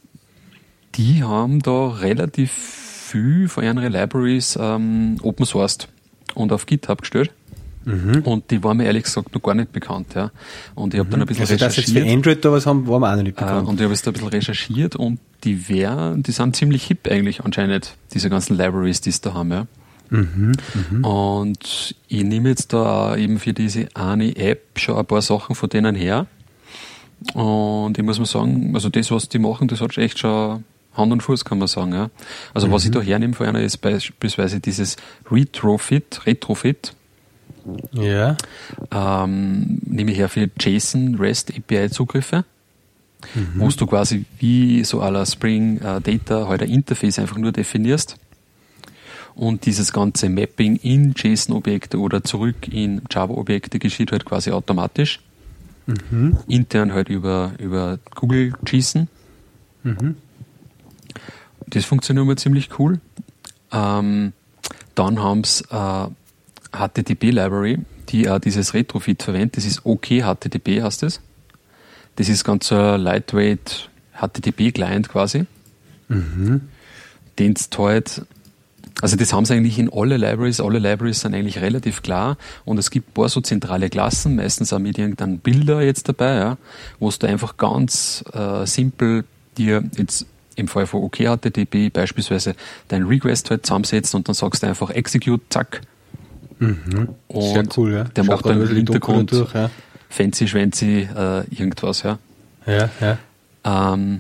[SPEAKER 2] die haben da relativ viel von ihren Libraries ähm, open sourced und auf GitHub gestellt.
[SPEAKER 1] Mhm.
[SPEAKER 2] Und die waren mir ehrlich gesagt noch gar nicht bekannt. Ja. Und ich habe dann ein bisschen
[SPEAKER 1] Also, dass jetzt
[SPEAKER 2] recherchiert.
[SPEAKER 1] für Android da was haben, war mir auch noch nicht
[SPEAKER 2] Äh,
[SPEAKER 1] bekannt.
[SPEAKER 2] und ich habe jetzt da ein bisschen recherchiert und die wären, die sind ziemlich hip eigentlich anscheinend, diese ganzen Libraries, die es da haben, ja.
[SPEAKER 1] Mhm. Mhm.
[SPEAKER 2] Und ich nehme jetzt da auch eben für diese eine App schon ein paar Sachen von denen her. Und ich muss mal sagen, also das, was die machen, das hat echt schon Hand und Fuß, kann man sagen, ja. Also was ich da hernehme von einer ist beispielsweise dieses Retrofit, Retrofit,
[SPEAKER 1] Ja.
[SPEAKER 2] ähm, nehme ich her für JSON REST A P I Zugriffe, wo du quasi wie so à la Spring äh, Data halt ein Interface einfach nur definierst und dieses ganze Mapping in JSON-Objekte oder zurück in Java-Objekte geschieht halt quasi automatisch.
[SPEAKER 1] Mhm.
[SPEAKER 2] Intern halt über, über Google JSON.
[SPEAKER 1] Mhm.
[SPEAKER 2] Das funktioniert immer ziemlich cool. Ähm, dann haben sie äh, H T T P-Library, die auch dieses Retrofit verwendet. Das ist OKHTTP, heißt es. Das ist ganz ein lightweight H T T P-Client quasi.
[SPEAKER 1] Mhm.
[SPEAKER 2] Den du halt, also das haben sie eigentlich in alle Libraries. Alle Libraries sind eigentlich relativ klar. Und es gibt ein paar so zentrale Klassen, meistens auch mit irgendeinem Bilder jetzt dabei, ja, wo du einfach ganz äh, simpel dir jetzt im Fall von OKHTTP beispielsweise dein Request halt zusammensetzt und dann sagst du einfach Execute, zack.
[SPEAKER 1] Mhm.
[SPEAKER 2] Und
[SPEAKER 1] Sehr cool, ja.
[SPEAKER 2] der
[SPEAKER 1] Schaut
[SPEAKER 2] macht
[SPEAKER 1] da
[SPEAKER 2] dann
[SPEAKER 1] ein
[SPEAKER 2] im
[SPEAKER 1] bisschen die Doku
[SPEAKER 2] Hintergrund
[SPEAKER 1] durch, ja.
[SPEAKER 2] fancy schwancy äh, irgendwas, ja.
[SPEAKER 1] Ja, ja.
[SPEAKER 2] Ähm,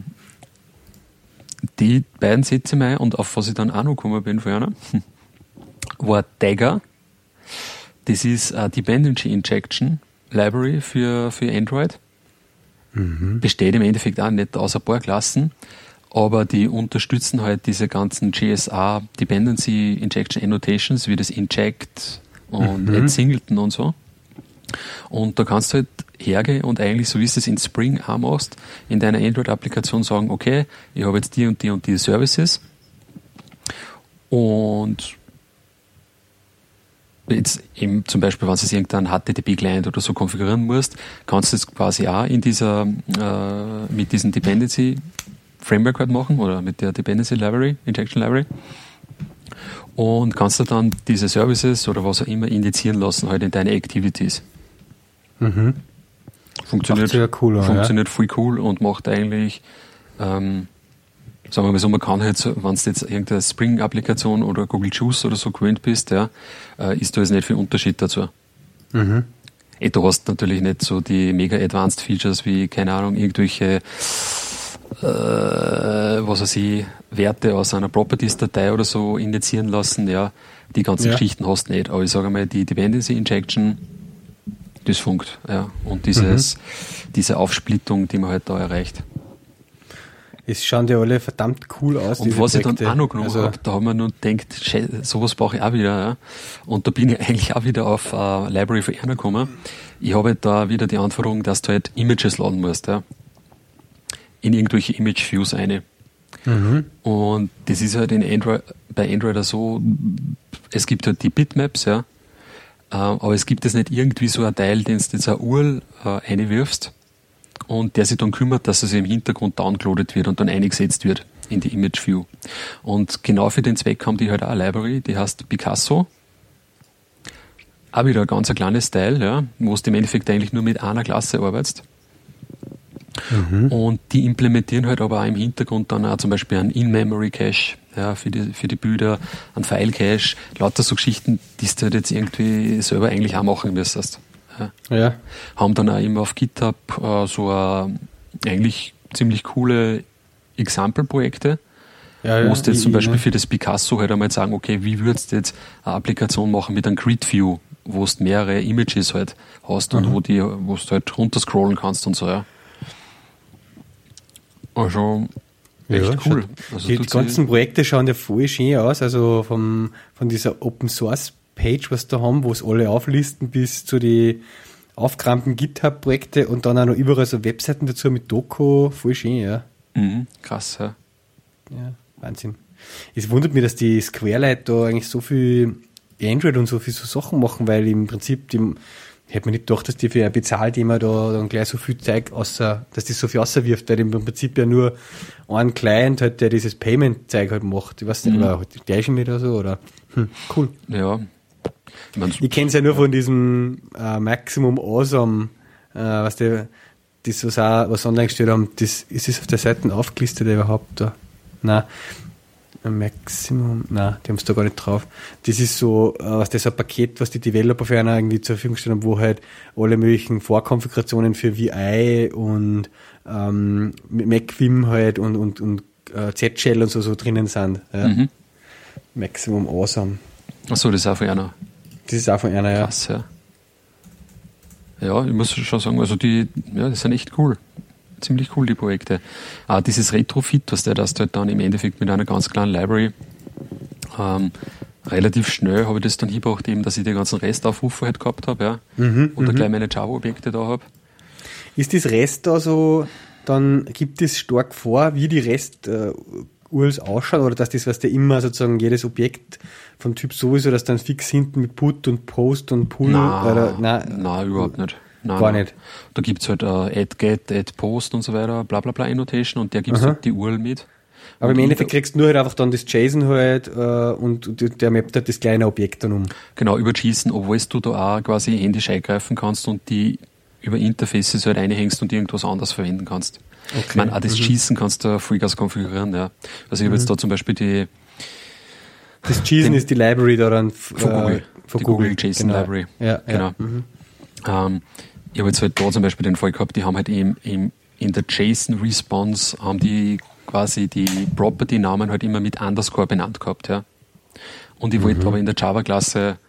[SPEAKER 2] die beiden Sätze mal und auf was ich dann auch noch gekommen bin von einer, war Dagger. Das ist äh, Dependency Injection Library für, für Android. Mhm. Besteht im Endeffekt auch nicht aus ein paar Klassen, aber die unterstützen halt diese ganzen J S A Dependency Injection Annotations, wie das Inject und mhm. Add Singleton und so. Und da kannst du halt hergehen und eigentlich, so wie du es in Spring auch machst, in deiner Android-Applikation sagen, okay, ich habe jetzt die und die und die Services und jetzt eben zum Beispiel, wenn du es irgendeinen H T T P-Client oder so konfigurieren musst, kannst du das quasi auch in dieser, äh, mit diesem Dependency Framework halt machen oder mit der Dependency Library, Injection Library und kannst du dann diese Services oder was auch immer injizieren lassen halt in deine Activities.
[SPEAKER 1] Mhm.
[SPEAKER 2] Funktioniert,
[SPEAKER 1] cool,
[SPEAKER 2] funktioniert
[SPEAKER 1] ja.
[SPEAKER 2] voll cool und macht eigentlich, ähm, sagen wir mal so, man kann halt, wenn du jetzt irgendeine Spring-Applikation oder Google Juice oder so gewöhnt bist, ja, äh, ist da jetzt nicht viel Unterschied dazu.
[SPEAKER 1] Mhm.
[SPEAKER 2] Eh, du hast natürlich nicht so die mega advanced Features wie, keine Ahnung, irgendwelche äh, was weiß ich, Werte aus einer Properties-Datei oder so injizieren lassen, ja, die ganzen ja. Geschichten hast du nicht. Aber ich sage mal, die Dependency Injection, das funkt, ja. Und dieses, mhm. diese Aufsplittung, die man halt da erreicht.
[SPEAKER 1] Es schauen die alle verdammt cool aus.
[SPEAKER 2] Und was
[SPEAKER 1] Projekte.
[SPEAKER 2] ich dann auch noch genommen also, habe, da haben wir nur gedacht, sowas brauche ich auch wieder. Ja. Und da bin ich eigentlich auch wieder auf uh, Library for Erna gekommen. Ich habe halt da wieder die Anforderung, dass du halt Images laden musst. Ja. In irgendwelche Image-Views eine.
[SPEAKER 1] Mhm.
[SPEAKER 2] Und das ist halt in Android, bei Android auch so, es gibt halt die Bitmaps, ja. Aber es gibt jetzt nicht irgendwie so ein Teil, den du jetzt eine U R L äh, einwirfst und der sich dann kümmert, dass es im Hintergrund downloadet wird und dann eingesetzt wird in die Image View. Und genau für den Zweck haben die halt auch eine Library, die heißt Picasso. Auch wieder ein ganz ein kleines Teil, ja, wo du im Endeffekt eigentlich nur mit einer Klasse arbeitest. Mhm. Und die implementieren halt aber auch im Hintergrund dann auch zum Beispiel einen In-Memory-Cache, ja, für die, für die Bilder, einen File-Cache, lauter so Geschichten, die du halt jetzt irgendwie selber eigentlich auch machen müsstest. Ja.
[SPEAKER 1] Ja.
[SPEAKER 2] Haben dann auch immer auf GitHub äh, so äh, eigentlich ziemlich coole Example-Projekte,
[SPEAKER 1] ja, ja,
[SPEAKER 2] wo du jetzt zum Beispiel
[SPEAKER 1] ja.
[SPEAKER 2] für das Picasso halt einmal sagen, okay, wie würdest du jetzt eine Applikation machen mit einem Grid-View, wo du mehrere Images halt hast mhm. und wo die, wo du halt runterscrollen kannst und so, ja. Also, echt
[SPEAKER 1] ja,
[SPEAKER 2] cool. Also
[SPEAKER 1] die ganzen Projekte schauen ja voll schön aus, also vom, von dieser Open Source Page, was da haben, wo es alle auflisten, bis zu die aufgeräumten GitHub-Projekte und dann auch noch überall so Webseiten dazu mit Doku, voll schön, ja.
[SPEAKER 2] Mhm, krass, ja.
[SPEAKER 1] Ja, Wahnsinn. Es wundert mich, dass die Square-Leute da eigentlich so viel Android und so viel so Sachen machen, weil im Prinzip die hätte man nicht gedacht, dass die für ein Bezahlthema da dann gleich so viel Zeug außer, dass die so viel außerwirft, weil im Prinzip ja nur ein Client halt, der dieses Payment-Zeug halt macht. Ich weiß nicht, mhm. oder halt gleich mit oder so, oder, hm, cool.
[SPEAKER 2] Ja.
[SPEAKER 1] Ich, ich kenne es ja nur ja. von diesem äh, Maximum Awesome, äh, was der, das was auch, was online gestellt haben, das, ist es auf der Seite aufgelistet überhaupt da? Nein. Maximum, nein, die haben es da gar nicht drauf. Das ist so, äh, was das ein Paket, was die Developer für einer irgendwie zur Verfügung stellen, wo halt alle möglichen Vorkonfigurationen für V I und ähm, MacVim halt und, und, und äh, Z-Shell und so, so drinnen sind. Ja. Mhm. Maximum Awesome.
[SPEAKER 2] Achso, das ist auch von einer.
[SPEAKER 1] Das ist auch von einer, ja.
[SPEAKER 2] Krass, ja. Ja, ich muss schon sagen, also die, ja, das sind echt cool. Ziemlich cool, die Projekte. Ah, dieses Retrofit, was der das halt dann im Endeffekt mit einer ganz kleinen Library ähm, relativ schnell habe ich das dann hingebracht, eben, dass ich die ganzen Restaufrufe halt gehabt habe, ja. Mhm, und da gleich meine Java-Objekte da habe.
[SPEAKER 1] Ist das Rest da so, dann gibt es stark vor, wie die Rest-U R Ls ausschauen, oder dass das, was der immer sozusagen jedes Objekt vom Typ sowieso, dass dann fix hinten mit Put und Post und Pull
[SPEAKER 2] nein,
[SPEAKER 1] oder nein,
[SPEAKER 2] nein, überhaupt nicht. Nein,
[SPEAKER 1] gar
[SPEAKER 2] nein.
[SPEAKER 1] nicht.
[SPEAKER 2] Da gibt es halt uh, add get, add post und so weiter, bla bla bla Annotation, und der gibt halt die U R L mit.
[SPEAKER 1] Aber und im Endeffekt kriegst du nur halt einfach dann das JSON halt uh, und der mappt halt das kleine Objekt dann um.
[SPEAKER 2] Genau, über JSON, obwohl du da auch quasi händisch eingreifen kannst und die über Interfaces halt reinhängst und irgendwas anderes verwenden kannst. Okay. Ich meine, auch das mhm. JSON kannst du Vollgas konfigurieren, ja. Also ich habe mhm. jetzt da zum Beispiel die
[SPEAKER 1] das JSON ist die Library daran
[SPEAKER 2] von Google, äh, von
[SPEAKER 1] die
[SPEAKER 2] Google, Google JSON
[SPEAKER 1] genau.
[SPEAKER 2] Library.
[SPEAKER 1] Ja,
[SPEAKER 2] genau.
[SPEAKER 1] Ja. Mhm.
[SPEAKER 2] Ähm, ich habe jetzt halt da zum Beispiel den Fall gehabt, die haben halt eben, eben in der JSON-Response haben die quasi die Property-Namen halt immer mit Underscore benannt gehabt, ja. Und ich wollte mhm. aber in der Java-Klasse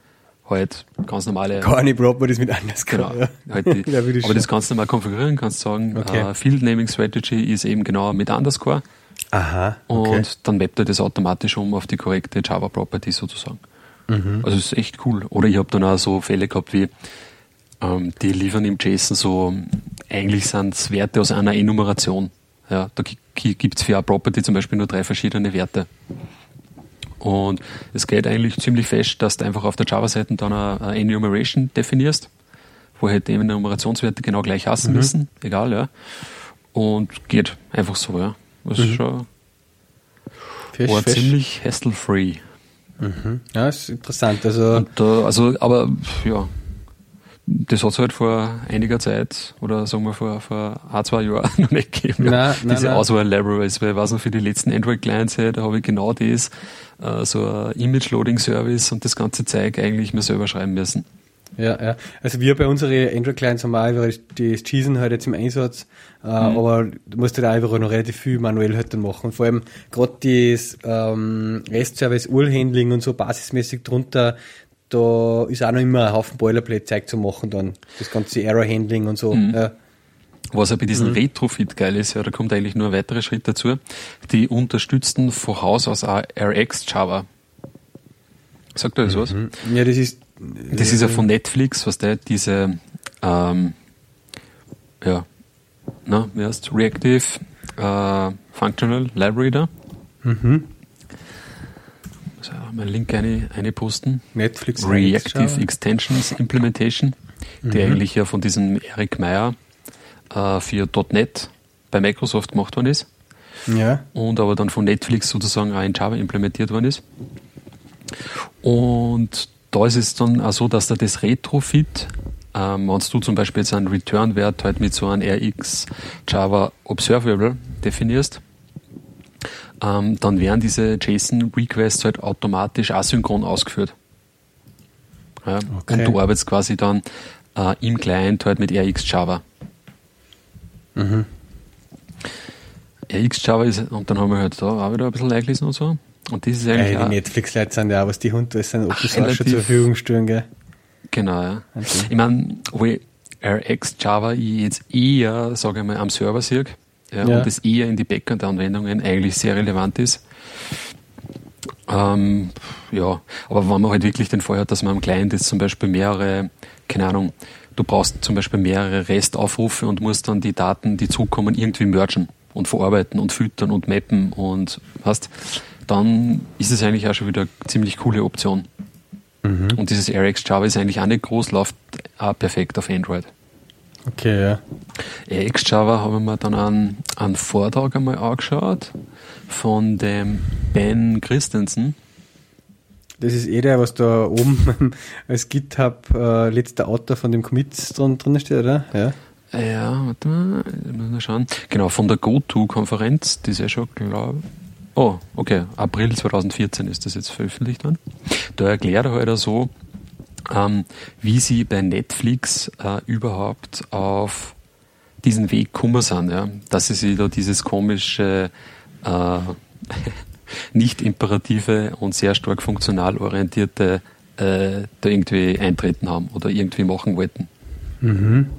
[SPEAKER 2] halt ganz normale...
[SPEAKER 1] Keine Properties mit Underscore.
[SPEAKER 2] Genau. Ja. Halt die, ja, aber das kannst du mal konfigurieren, kannst sagen, okay. uh, Field Naming Strategy ist eben genau mit Underscore.
[SPEAKER 1] Aha, okay.
[SPEAKER 2] Und dann mappt er das automatisch um auf die korrekte Java Property sozusagen.
[SPEAKER 1] Mhm.
[SPEAKER 2] Also es ist echt cool. Oder ich habe dann auch so Fälle gehabt wie, ähm, die liefern im JSON so, eigentlich sind es Werte aus einer Enumeration. Ja, da gibt es für eine Property zum Beispiel nur drei verschiedene Werte. Und es geht eigentlich ziemlich fest, dass du einfach auf der Java-Seite dann eine, eine Enumeration definierst, wo halt die Enumerationswerte genau gleich heißen mhm. müssen, egal, ja. Und geht einfach so, ja. Das mhm. ist schon
[SPEAKER 1] Fisch,
[SPEAKER 2] war
[SPEAKER 1] Fisch.
[SPEAKER 2] ziemlich hassle-free.
[SPEAKER 1] Mhm. Ja, ist interessant. Also,
[SPEAKER 2] Und, äh, also, aber ja, das hat es halt vor einiger Zeit oder sagen wir vor, vor ein, zwei Jahren noch nicht gegeben.
[SPEAKER 1] Nein,
[SPEAKER 2] ja.
[SPEAKER 1] nein,
[SPEAKER 2] Diese
[SPEAKER 1] nein.
[SPEAKER 2] Auswahl-Libraries, weil ich weiß noch, für die letzten Android-Clients, da habe ich genau das, äh, so ein Image-Loading-Service und das ganze Zeug eigentlich mir selber schreiben müssen.
[SPEAKER 1] Ja, ja. Also wir bei unseren Android-Clients haben auch einfach das JSON halt jetzt im Einsatz, äh, mhm. aber du musst halt auch einfach noch relativ viel manuell halt dann machen. Vor allem gerade das ähm, REST-Service-U R L-Handling und so basismäßig drunter, da ist auch noch immer ein Haufen Boilerplate-Zeug zu machen dann. Das ganze Error-Handling und so.
[SPEAKER 2] Mhm.
[SPEAKER 1] Ja.
[SPEAKER 2] Was ja bei diesem
[SPEAKER 1] Mhm.
[SPEAKER 2] Retrofit geil ist, ja, da kommt eigentlich nur ein weiterer Schritt dazu. Die unterstützen von Haus aus auch R X Java. Sagt euch das was?
[SPEAKER 1] Mhm. Ja, das ist
[SPEAKER 2] Das ist ja von Netflix, was der diese ähm, ja, na, wie heißt Reactive äh, Functional Library da.
[SPEAKER 1] Mhm.
[SPEAKER 2] Also meinen Link eine, eine posten.
[SPEAKER 1] Netflix
[SPEAKER 2] Reactive Extensions Implementation,
[SPEAKER 1] Mhm.
[SPEAKER 2] die eigentlich ja von diesem Eric Meyer äh, für .NET bei Microsoft gemacht worden ist.
[SPEAKER 1] Ja.
[SPEAKER 2] Und aber dann von Netflix sozusagen auch in Java implementiert worden ist. Und da ist es dann auch so, dass da das Retrofit, ähm, wenn du zum Beispiel jetzt einen Return-Wert halt mit so einem R X Java Observable definierst, ähm, dann werden diese JSON-Requests halt automatisch asynchron ausgeführt. Ja,
[SPEAKER 1] Okay.
[SPEAKER 2] Und du arbeitest quasi dann äh, im Client halt mit R X Java.
[SPEAKER 1] Mhm.
[SPEAKER 2] R X Java ist, und dann haben wir halt da auch wieder ein bisschen eingelesen und so. Und das ist eigentlich
[SPEAKER 1] Ey, die
[SPEAKER 2] auch
[SPEAKER 1] Netflix-Leute sind ja auch, was die Hunde sind, Open Source schon
[SPEAKER 2] relativ-
[SPEAKER 1] zur Verfügung stellen, gell?
[SPEAKER 2] Genau, ja.
[SPEAKER 1] Okay.
[SPEAKER 2] Ich meine, obwohl R X Java ich jetzt eher, sage ich mal, am Server sehe, ja,
[SPEAKER 1] Ja.
[SPEAKER 2] und das eher in die Backend-Anwendungen eigentlich sehr relevant ist. Ähm, ja, aber wenn man halt wirklich den Fall hat, dass man am Client jetzt zum Beispiel mehrere, keine Ahnung, du brauchst zum Beispiel mehrere REST-Aufrufe und musst dann die Daten, die zukommen, irgendwie mergen und verarbeiten und füttern und mappen und hast, dann ist es eigentlich auch schon wieder eine ziemlich coole Option.
[SPEAKER 1] Mhm.
[SPEAKER 2] Und dieses R X Java ist eigentlich auch nicht groß, läuft auch perfekt auf Android.
[SPEAKER 1] Okay, ja.
[SPEAKER 2] R X Java habe ich mir dann einen, einen Vortrag einmal angeschaut von dem Ben Christensen.
[SPEAKER 1] Das ist eh der, was da oben als GitHub äh, letzter Autor von dem Commit drin, drin steht, oder? Ja.
[SPEAKER 2] Ja, warte mal, ich muss mal schauen. Genau, von der GoTo-Konferenz, die ist ja schon, glaube Oh, okay, April zweitausendvierzehn ist das jetzt veröffentlicht worden. Da erklärt er halt auch so, ähm, wie sie bei Netflix äh, überhaupt auf diesen Weg gekommen sind, ja? Dass sie sich da dieses komische, äh, nicht imperative und sehr stark funktional orientierte äh, da irgendwie eintreten haben oder irgendwie machen wollten.
[SPEAKER 1] Mhm.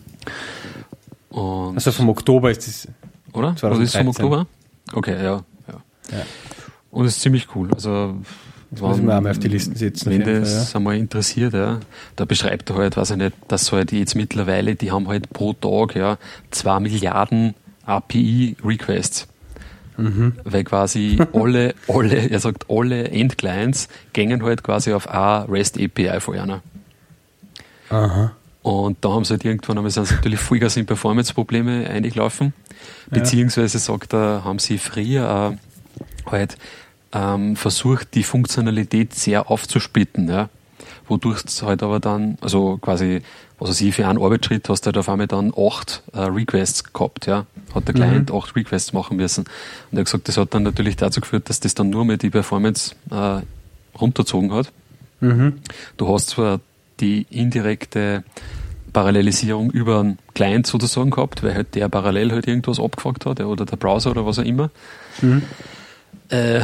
[SPEAKER 2] Und
[SPEAKER 1] Also vom Oktober ist das.
[SPEAKER 2] oder?
[SPEAKER 1] zweitausenddreizehn.
[SPEAKER 2] Was ist vom Oktober? Okay, ja. ja.
[SPEAKER 1] Ja.
[SPEAKER 2] Und es ist ziemlich cool. Also,
[SPEAKER 1] Das muss ich mir auch mal auf die Listen setzen.
[SPEAKER 2] wenn
[SPEAKER 1] auf jeden
[SPEAKER 2] das
[SPEAKER 1] Fall,
[SPEAKER 2] einmal interessiert, ja, da beschreibt er halt, weiß ich nicht, dass halt jetzt mittlerweile, die haben halt pro Tag ja zwei Milliarden A P I-Requests.
[SPEAKER 1] ja. Mhm.
[SPEAKER 2] Weil quasi alle, alle, er sagt, alle Endclients gängen halt quasi auf eine REST-A P I von einer.
[SPEAKER 1] Aha.
[SPEAKER 2] Und da haben sie halt irgendwann einmal, sind sie natürlich Vollgas in Performance-Probleme eingelaufen. Beziehungsweise, sagt er, haben sie früher äh, halt ähm, versucht, die Funktionalität sehr aufzusplitten, ja. Wodurch es halt aber dann, also quasi, was weiß ich, für einen Arbeitsschritt hast du halt auf einmal dann acht äh, Requests gehabt, ja. Hat der Client
[SPEAKER 1] Mhm.
[SPEAKER 2] acht Requests machen müssen. Und er hat gesagt, das hat dann natürlich dazu geführt, dass das dann nur mehr die Performance äh, runterzogen hat.
[SPEAKER 1] Mhm.
[SPEAKER 2] Du hast zwar die indirekte Parallelisierung über einen Client sozusagen gehabt, weil halt der parallel halt irgendwas abgefragt hat, ja, oder der Browser oder was auch immer.
[SPEAKER 1] Mhm.
[SPEAKER 2] Äh,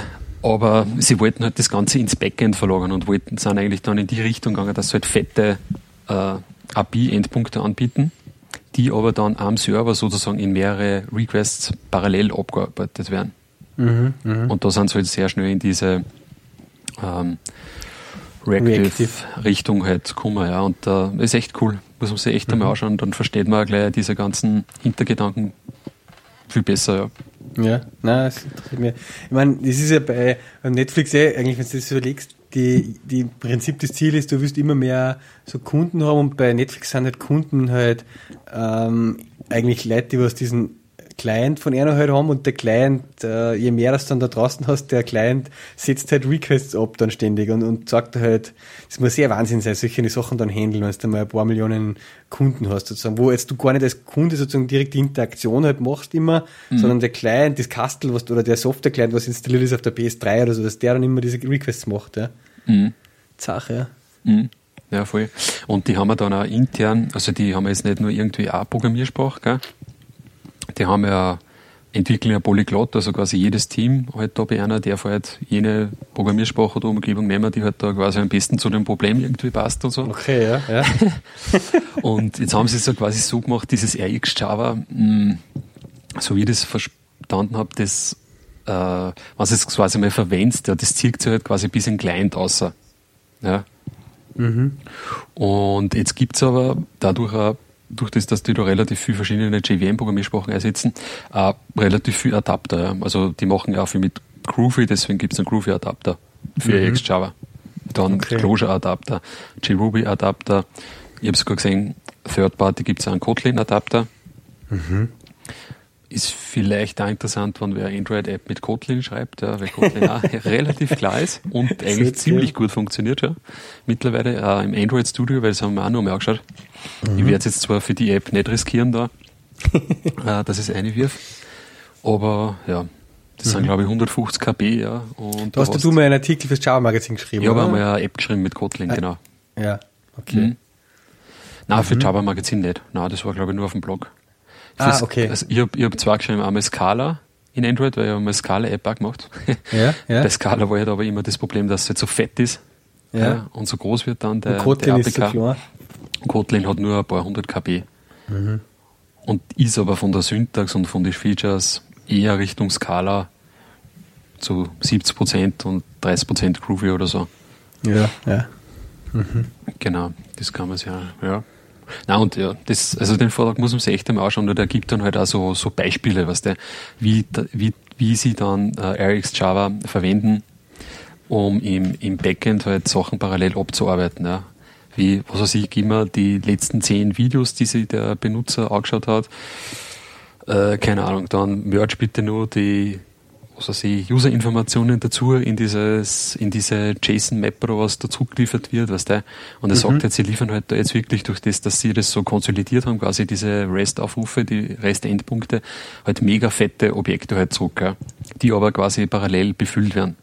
[SPEAKER 2] Aber sie wollten halt das Ganze ins Backend verlagern und wollten, sind eigentlich dann in die Richtung gegangen, dass sie halt fette äh, A P I-Endpunkte anbieten, die aber dann am Server sozusagen in mehrere Requests parallel abgearbeitet werden. Mhm, mh. Und da sind sie halt sehr schnell in diese ähm, Reactive-Richtung halt gekommen. Ja. Und da äh, ist echt cool. Muss man sich echt mhm. einmal anschauen. Und dann versteht man auch gleich diese ganzen Hintergedanken viel besser, ja.
[SPEAKER 1] Ja, nein, das interessiert mich. Ich meine, das ist ja bei Netflix eh, eigentlich, wenn du das überlegst, die, die im Prinzip das Ziel ist, du willst immer mehr so Kunden haben und bei Netflix sind halt Kunden halt ähm, eigentlich Leute, die was diesen Client von einer halt haben und der Client, äh, je mehr das dann da draußen hast, der Client setzt halt Requests ab dann ständig und, und sagt halt, das muss sehr Wahnsinn sein, solche Sachen dann handeln, wenn du mal ein paar Millionen Kunden hast sozusagen, wo jetzt du gar nicht als Kunde sozusagen direkt die Interaktion halt machst immer, mhm. sondern der Client, das Kastel, was oder der Software-Client, was installiert ist auf der P S drei oder so, dass der dann immer diese Requests macht, ja. Mhm. Sache, ja.
[SPEAKER 2] Mhm. Ja, voll. Und die haben wir dann auch intern, also die haben jetzt nicht nur irgendwie eine Programmiersprache, gell? Die haben ja entwickeln ja Polyglot, also quasi jedes Team halt da bei einer, darf halt jene Programmiersprache oder Umgebung nehmen, die halt da quasi am besten zu dem Problem irgendwie passt und so.
[SPEAKER 1] Okay, ja, ja.
[SPEAKER 2] Und jetzt haben sie es ja quasi so gemacht, dieses R X Java, mh, so wie ich das verstanden habe, das, äh, was es quasi mal verwendest, ja, das zieht sich halt quasi bis in Client außer. Ja. Mhm. Und jetzt gibt's aber dadurch auch, durch das, dass die da relativ viel verschiedene J V M-Programmiersprachen einsetzen, äh, relativ viel Adapter. Ja. Also die machen ja auch viel mit Groovy, deswegen gibt es einen Groovy-Adapter für mhm. R X Java. Dann okay. Clojure-Adapter, JRuby-Adapter. Ich habe sogar gesehen, Third Party gibt es auch einen Kotlin-Adapter. Mhm. Ist vielleicht auch interessant, wenn wer eine Android-App mit Kotlin schreibt, ja, weil Kotlin auch relativ klar ist und eigentlich ziemlich gut funktioniert. Ja. Mittlerweile äh, im Android Studio, weil das haben wir auch noch mal angeschaut. Mhm. Ich werde es jetzt zwar für die App nicht riskieren, da, äh, dass ich es reinwirf, aber ja, das mhm. sind glaube ich hundertfünfzig Kilobyte. Ja, und
[SPEAKER 1] da hast du mal einen Artikel fürs Java-Magazin geschrieben,
[SPEAKER 2] Ich habe einmal eine App geschrieben mit Kotlin, ah, genau.
[SPEAKER 1] Ja, okay.
[SPEAKER 2] Mhm. Nein, für mhm. Java-Magazin nicht. Nein, das war glaube ich nur auf dem Blog.
[SPEAKER 1] Ah, okay.
[SPEAKER 2] Also ich habe ich hab zwar geschrieben einmal Scala in Android, weil ich habe mal Scala-App auch gemacht.
[SPEAKER 1] Ja, ja.
[SPEAKER 2] Bei Scala war halt aber immer das Problem, dass es halt so fett ist
[SPEAKER 1] ja.
[SPEAKER 2] Ja, und so groß wird dann der,
[SPEAKER 1] und Kotlin
[SPEAKER 2] der A P K.
[SPEAKER 1] Ist so klar.
[SPEAKER 2] Kotlin hat nur ein paar hundert Kilobyte. Mhm. Und ist aber von der Syntax und von den Features eher Richtung Scala zu siebzig Prozent und dreißig Prozent Groovy oder so.
[SPEAKER 1] Ja, ja. Mhm.
[SPEAKER 2] Genau, das kann man sich ja, ja. Na und ja, das, also den Vortrag muss man sich echt einmal anschauen, und der gibt dann halt auch so, so Beispiele, was der, wie, wie, wie sie dann äh, R X Java verwenden, um im, im Backend halt Sachen parallel abzuarbeiten. Ja. Wie, was weiß ich, immer die letzten zehn Videos, die sich der Benutzer angeschaut hat, äh, keine Ahnung, dann merge bitte nur die, was weiß ich, User-Informationen dazu in dieses, in diese JSON-Map oder was dazu geliefert wird, weißt du? Und er mhm. sagt jetzt, sie liefern halt da jetzt wirklich durch das, dass sie das so konsolidiert haben, quasi diese REST-Aufrufe, die REST-Endpunkte, halt mega fette Objekte halt zurück, ja, die aber quasi parallel befüllt werden.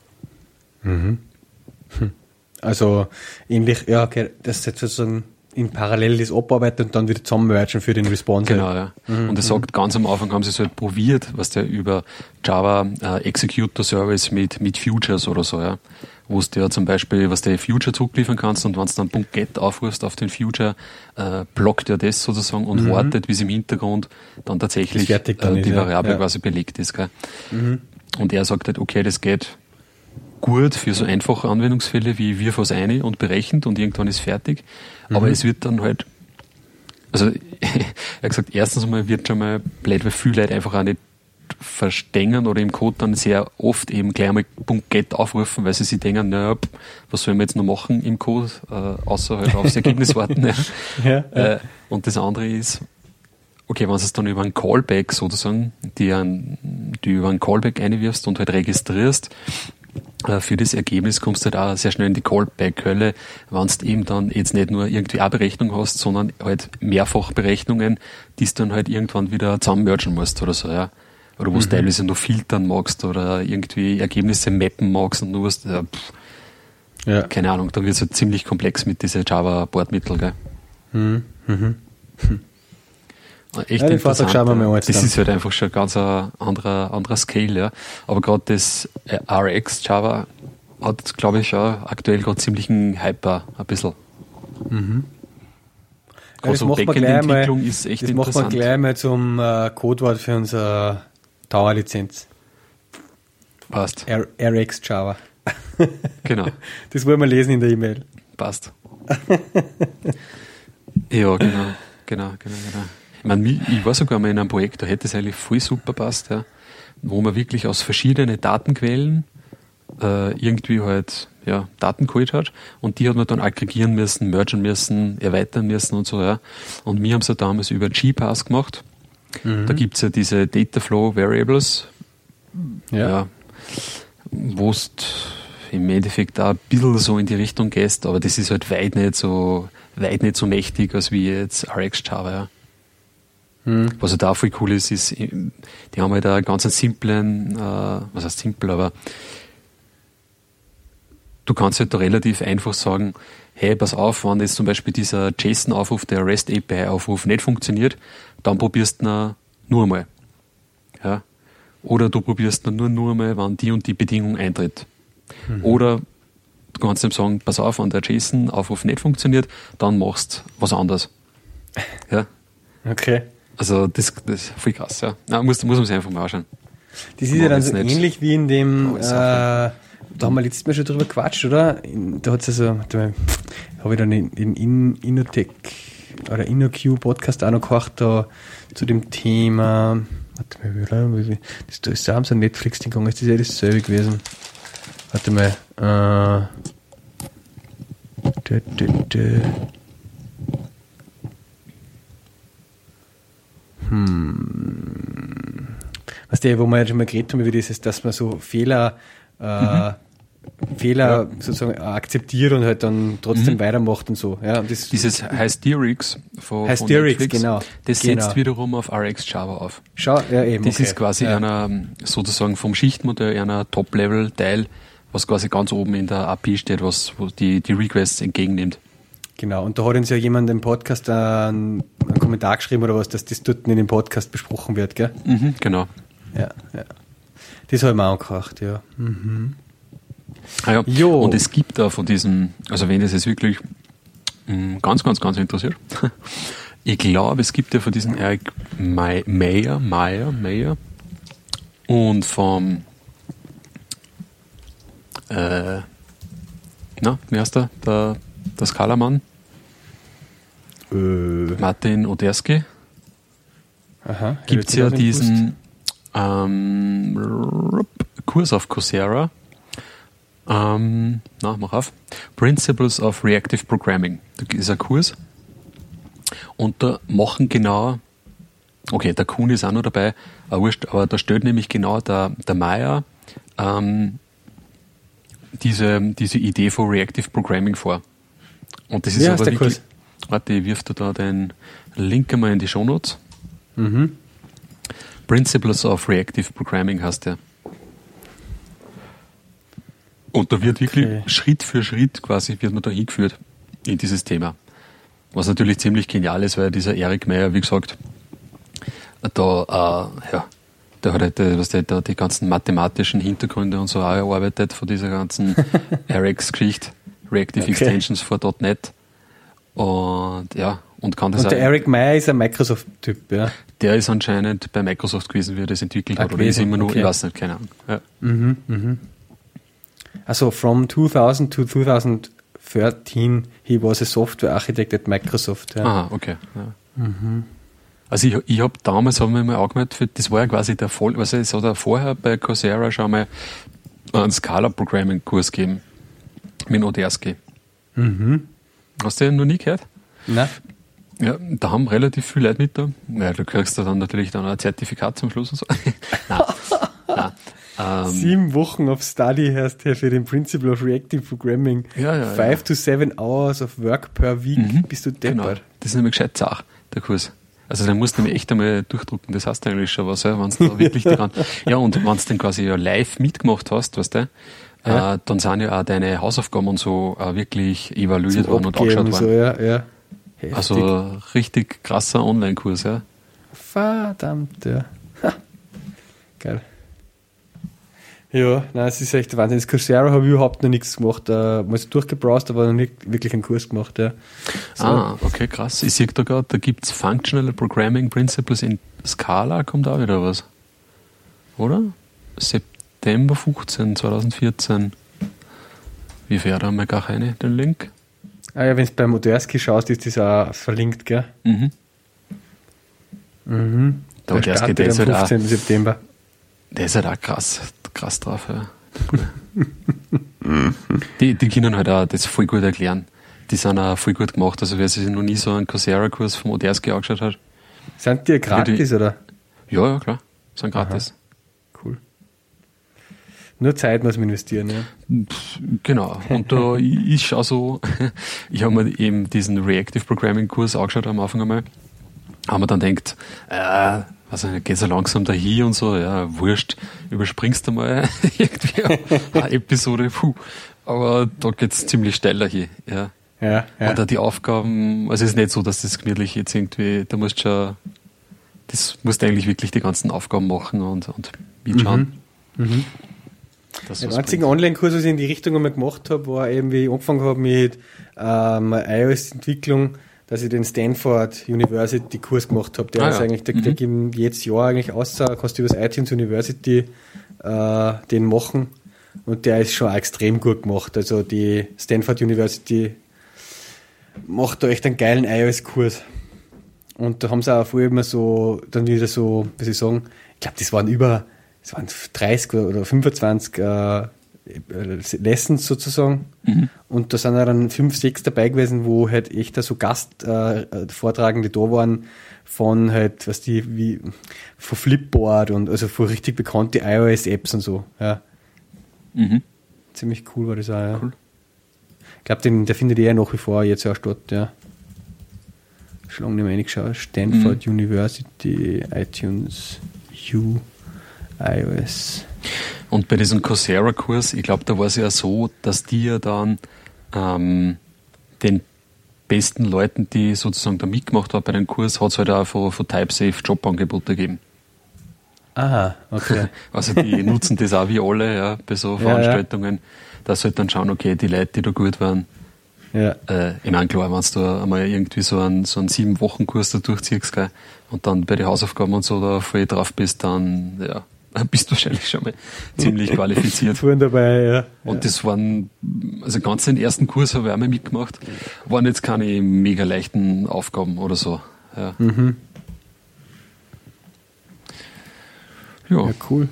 [SPEAKER 1] Mhm. Hm. Also ähnlich, ja, okay, das ist jetzt sozusagen in parallel das abarbeiten und dann wieder zusammenmergen für den Response.
[SPEAKER 2] Genau, ja. Mhm. Und er sagt, ganz am Anfang haben sie es halt probiert, was der über Java äh, Executor Service mit, mit Futures oder so, ja. Wo du ja zum Beispiel, was der Future zurückliefern kannst, und wenn du dann .get aufrufst auf den Future, äh, blockt er das sozusagen und mhm. wartet, bis im Hintergrund dann tatsächlich dann äh, die ist, Variable ja. quasi belegt ist. Gell. Mhm. Und er sagt halt, okay, das geht gut für so einfache Anwendungsfälle wie wirf was ein und berechnet und irgendwann ist fertig. Aber mhm. es wird dann halt, also er hat gesagt, erstens einmal wird schon mal blöd, weil viele Leute einfach auch nicht verstehen oder im Code dann sehr oft eben gleich einmal .get aufrufen, weil sie sich denken, naja, was sollen wir jetzt noch machen im Code, äh, außer halt aufs Ergebnis warten. Ja. Ja, ja. Äh, und das andere ist, okay, wenn du es dann über einen Callback sozusagen, die, ein, die über einen Callback einwirfst und halt registrierst, für das Ergebnis kommst du halt auch sehr schnell in die Callback-Hölle, wenn du eben dann jetzt nicht nur irgendwie eine Berechnung hast, sondern halt mehrfach Berechnungen, die du dann halt irgendwann wieder zusammenmergen musst oder so, ja. Oder wo du mhm. teilweise noch filtern magst oder irgendwie Ergebnisse mappen magst und nur was, ja, pff, ja. keine Ahnung, da wird es halt ziemlich komplex mit diesen Java-Bordmitteln, gell. Mhm. Mhm. echt
[SPEAKER 1] ja,
[SPEAKER 2] interessant.
[SPEAKER 1] Schauen wir mal
[SPEAKER 2] das dann. Ist halt einfach schon ein ganz ein anderer, anderer Scale, ja. Aber gerade das R X Java hat, glaube ich, auch aktuell gerade ziemlichen Hyper, ein bisschen.
[SPEAKER 1] Mhm. Ja,
[SPEAKER 2] also
[SPEAKER 1] das Backend-Entwicklung
[SPEAKER 2] ist echt
[SPEAKER 1] das
[SPEAKER 2] interessant.
[SPEAKER 1] Das machen wir gleich mal zum äh, Codewort für unsere Dauerlizenz.
[SPEAKER 2] Passt.
[SPEAKER 1] R- RX Java.
[SPEAKER 2] Genau.
[SPEAKER 1] Das wollen wir lesen in der E-Mail.
[SPEAKER 2] Passt. Ja, genau, genau, genau, genau. Ich meine, ich war sogar mal in einem Projekt, da hätte es eigentlich voll super passt, ja, wo man wirklich aus verschiedenen Datenquellen äh, irgendwie halt ja, Daten geholt hat und die hat man dann aggregieren müssen, mergen müssen, erweitern müssen und so, ja. Und wir haben es ja damals über G Pass gemacht. Mhm. Da gibt es ja diese Data Flow Variables,
[SPEAKER 1] ja,
[SPEAKER 2] ja wo es im Endeffekt auch ein bisschen so in die Richtung gehst, aber das ist halt weit nicht so, weit nicht so mächtig, als wie jetzt R X Java, ja. Hm. Was halt auch voll cool ist, ist, die haben halt einen ganz simplen, äh, was heißt simpel, aber du kannst halt da relativ einfach sagen, hey, pass auf, wenn jetzt zum Beispiel dieser JSON-Aufruf, der REST-A P I-Aufruf nicht funktioniert, dann probierst du ihn nur einmal. Ja. Oder du probierst ihn nur, nur einmal, wenn die und die Bedingung eintritt. Mhm. Oder du kannst ihm sagen, pass auf, wenn der JSON-Aufruf nicht funktioniert, dann machst du was anderes. Ja.
[SPEAKER 1] Okay.
[SPEAKER 2] Also das, das ist voll krass, ja. Na, muss, muss man sich einfach mal anschauen.
[SPEAKER 1] Das ist ja dann so ähnlich wie in dem, äh, da haben wir letztes Mal schon drüber gequatscht, oder? In, da hat es also, da habe ich dann in, in, in Innotech oder InnoQ Podcast auch noch gehört, da zu dem Thema, warte mal, wie, das, da ist auch so ein Netflix-Ding gegangen, ist das ja dasselbe gewesen. Warte mal, äh, dö, dö, dö. Hm. Weißt du, wo wir ja schon mal geredet haben, wie das ist, dass man so Fehler, äh, mhm. Fehler ja. sozusagen akzeptiert und halt dann trotzdem mhm. weitermacht und so. Ja, und das
[SPEAKER 2] Dieses Hysterix von,
[SPEAKER 1] von Netflix, genau.
[SPEAKER 2] Das
[SPEAKER 1] genau.
[SPEAKER 2] setzt wiederum auf R X Java auf.
[SPEAKER 1] Schau, ja eben.
[SPEAKER 2] Das
[SPEAKER 1] okay.
[SPEAKER 2] ist quasi ja. einer, sozusagen vom Schichtmodell einer Top-Level-Teil, was quasi ganz oben in der A P I steht, was wo die, die Requests entgegennimmt.
[SPEAKER 1] Genau, und da hat uns ja jemand im Podcast einen, einen Kommentar geschrieben oder was, dass das dort in dem Podcast besprochen wird, gell?
[SPEAKER 2] Mhm, genau.
[SPEAKER 1] Ja, ja. Das habe ich mir auch gedacht, ja. Mhm.
[SPEAKER 2] Ah ja. Jo. Und es gibt da von diesem, also wenn das jetzt wirklich mh, ganz, ganz, ganz interessiert, ich glaube, es gibt ja von diesem Eric Meyer, Meyer, Meyer und vom äh, na, wie heißt der? Der, der Skalamann? Äh. Martin Oderski.
[SPEAKER 1] Aha.
[SPEAKER 2] Gibt es ja diesen ähm, Kurs auf Coursera. Ähm, na, mach auf. Principles of Reactive Programming. Das ist ein Kurs. Und da machen genau, okay, der Kuhn ist auch noch dabei, aber wurscht, aber da stellt nämlich genau der, der Meyer ähm, diese, diese Idee von Reactive Programming vor. Und das ist
[SPEAKER 1] ja,
[SPEAKER 2] aber
[SPEAKER 1] ist
[SPEAKER 2] wirklich, warte, ich wirf dir da den Link einmal in die Shownotes.
[SPEAKER 1] Mhm.
[SPEAKER 2] Principles of Reactive Programming heißt der. Und da wird wirklich okay. Schritt für Schritt quasi wird man da hingeführt in dieses Thema. Was natürlich ziemlich genial ist, weil dieser Eric Meyer, wie gesagt, da, äh, ja, der hat halt, was der, da die ganzen mathematischen Hintergründe und so auch erarbeitet von dieser ganzen R X-Geschichte, Reactive okay. Extensions for .NET. Und ja, und kann das
[SPEAKER 1] und der
[SPEAKER 2] auch,
[SPEAKER 1] Eric Meyer ist ein Microsoft-Typ, ja?
[SPEAKER 2] Der ist anscheinend bei Microsoft gewesen, wie er das entwickelt
[SPEAKER 1] ah,
[SPEAKER 2] hat. Oder ist immer nur, okay. Ich weiß nicht, keine Ahnung. Ja.
[SPEAKER 1] Mhm, mhm. Also, from two thousand to twenty thirteen, he was a software architect at Microsoft. Ja.
[SPEAKER 2] Aha, okay. Ja.
[SPEAKER 1] Mhm.
[SPEAKER 2] Also ich, ich habe damals, haben wir mal angemeldet, für, das war ja quasi der Voll, also es hat ja vorher bei Coursera schon mal einen Scala-Programming-Kurs gegeben. Mit Oderski.
[SPEAKER 1] Mhm.
[SPEAKER 2] Hast du den noch nie gehört?
[SPEAKER 1] Nein.
[SPEAKER 2] Ja, da haben relativ viele Leute mit da. Ja, du kriegst da dann natürlich dann ein Zertifikat zum Schluss und so. Nein. Nein. Ähm,
[SPEAKER 1] Sieben Wochen of Study heißt hier für den Principle of Reactive Programming.
[SPEAKER 2] Ja, ja,
[SPEAKER 1] Five
[SPEAKER 2] ja.
[SPEAKER 1] to seven hours of work per week.
[SPEAKER 2] Mhm.
[SPEAKER 1] Bist du deppert.
[SPEAKER 2] Genau. Das ist nämlich gescheit Zach, der Kurs. Also den musst du nämlich echt einmal durchdrucken. Das heißt eigentlich schon was, ja, wenn du da wirklich daran... Ja, und wenn du den quasi ja live mitgemacht hast, weißt du, ja. äh, dann sind ja auch deine Hausaufgaben und so äh, wirklich evaluiert worden und angeschaut worden.
[SPEAKER 1] So, ja, ja.
[SPEAKER 2] Also richtig krasser Online-Kurs, ja.
[SPEAKER 1] Verdammt, ja. Ha. Geil. Ja, nein, es ist echt Wahnsinn. Das Coursera habe ich überhaupt noch nichts gemacht. Äh, mal so durchgebrowst, aber noch nicht wirklich einen Kurs gemacht. Ja. So.
[SPEAKER 2] Ah, okay, krass. Ich sehe da gerade, da gibt es Functional Programming Principles in Scala, kommt auch wieder was. Oder? September fünfzehn, zweitausendvierzehn. Wie fährt da mal gar eine, den Link?
[SPEAKER 1] Ah ja, wenn du bei Moderski schaust, ist das auch verlinkt, gell?
[SPEAKER 2] Mhm.
[SPEAKER 1] Mhm.
[SPEAKER 2] Der Moderski, der ist halt auch,
[SPEAKER 1] fünfzehnten September.
[SPEAKER 2] Der ist halt auch krass, krass drauf, ja. die, die können halt auch das voll gut erklären. Die sind auch voll gut gemacht. Also wer sich noch nie so einen Coursera-Kurs vom Moderski angeschaut hat.
[SPEAKER 1] Sind die gratis,
[SPEAKER 2] die,
[SPEAKER 1] oder?
[SPEAKER 2] Ja, ja, klar. Sind gratis.
[SPEAKER 1] Aha. Cool. Nur Zeit muss man investieren, ja.
[SPEAKER 2] Genau. Und da, ich, ich schaue so, ich habe mir eben diesen Reactive Programming Kurs angeschaut am Anfang einmal. Haben wir dann gedacht, äh, also geht so langsam dahin und so, ja, wurscht, überspringst du mal irgendwie eine Episode, puh. Aber da geht's ziemlich steil dahin, ja.
[SPEAKER 1] Ja, ja.
[SPEAKER 2] Und auch die Aufgaben, also es ist nicht so, dass das gemütlich jetzt irgendwie, da musst schon, das musst du eigentlich wirklich die ganzen Aufgaben machen und, und mitschauen.
[SPEAKER 1] Mhm. Mhm.
[SPEAKER 2] Das
[SPEAKER 1] Den einzigen Online-Kurs, was ich in die Richtung einmal gemacht habe, war eben, wie ich angefangen habe mit ähm, iOS-Entwicklung, dass ich den Stanford University Kurs gemacht habe. Der ah, ist ja. eigentlich, der, mhm. der gibt jedes Jahr eigentlich aus, kannst du über das iTunes University äh, den machen und der ist schon auch extrem gut gemacht. Also die Stanford University macht da echt einen geilen iOS-Kurs. Und da haben sie auch vorher immer so, dann wieder so, wie soll ich sagen, ich glaube, das waren über, das waren dreißig oder fünfundzwanzig äh, Lessons sozusagen. Mhm. Und da sind dann fünf, sechs dabei gewesen, wo halt echt so Gastvortragende äh, da waren von halt, was die, wie, von Flipboard und also von richtig bekannte iOS-Apps und so, ja. Mhm. Ziemlich cool war das auch, ja. Cool. Ich glaube, den, der findet eher nach wie vor jetzt auch statt, ja. Schon lange nicht mehr reingeschaut. Stanford mhm. University, iTunes, U, iOS.
[SPEAKER 2] Und bei diesem Coursera-Kurs, ich glaube, da war es ja so, dass die ja dann ähm, den besten Leuten, die sozusagen da mitgemacht haben bei dem Kurs, hat es halt auch von, von TypeSafe Jobangebote gegeben.
[SPEAKER 1] Aha, okay.
[SPEAKER 2] Also die nutzen das auch wie alle, ja, bei so Veranstaltungen, ja, ja. Dass halt dann schauen, okay, die Leute, die da gut waren, ja. Äh, ich meine, klar, wenn du da einmal irgendwie so einen, so einen sieben-Wochen-Kurs da durchziehst, gell, und dann bei den Hausaufgaben und so da voll drauf bist, dann, ja, bist du wahrscheinlich schon mal ziemlich qualifiziert.
[SPEAKER 1] Vorhin dabei, ja.
[SPEAKER 2] Und
[SPEAKER 1] ja.
[SPEAKER 2] das waren, also ganz den ersten Kurs habe ich auch mal mitgemacht, waren jetzt keine mega leichten Aufgaben oder so. Ja,
[SPEAKER 1] mhm.
[SPEAKER 2] ja.
[SPEAKER 1] ja cool.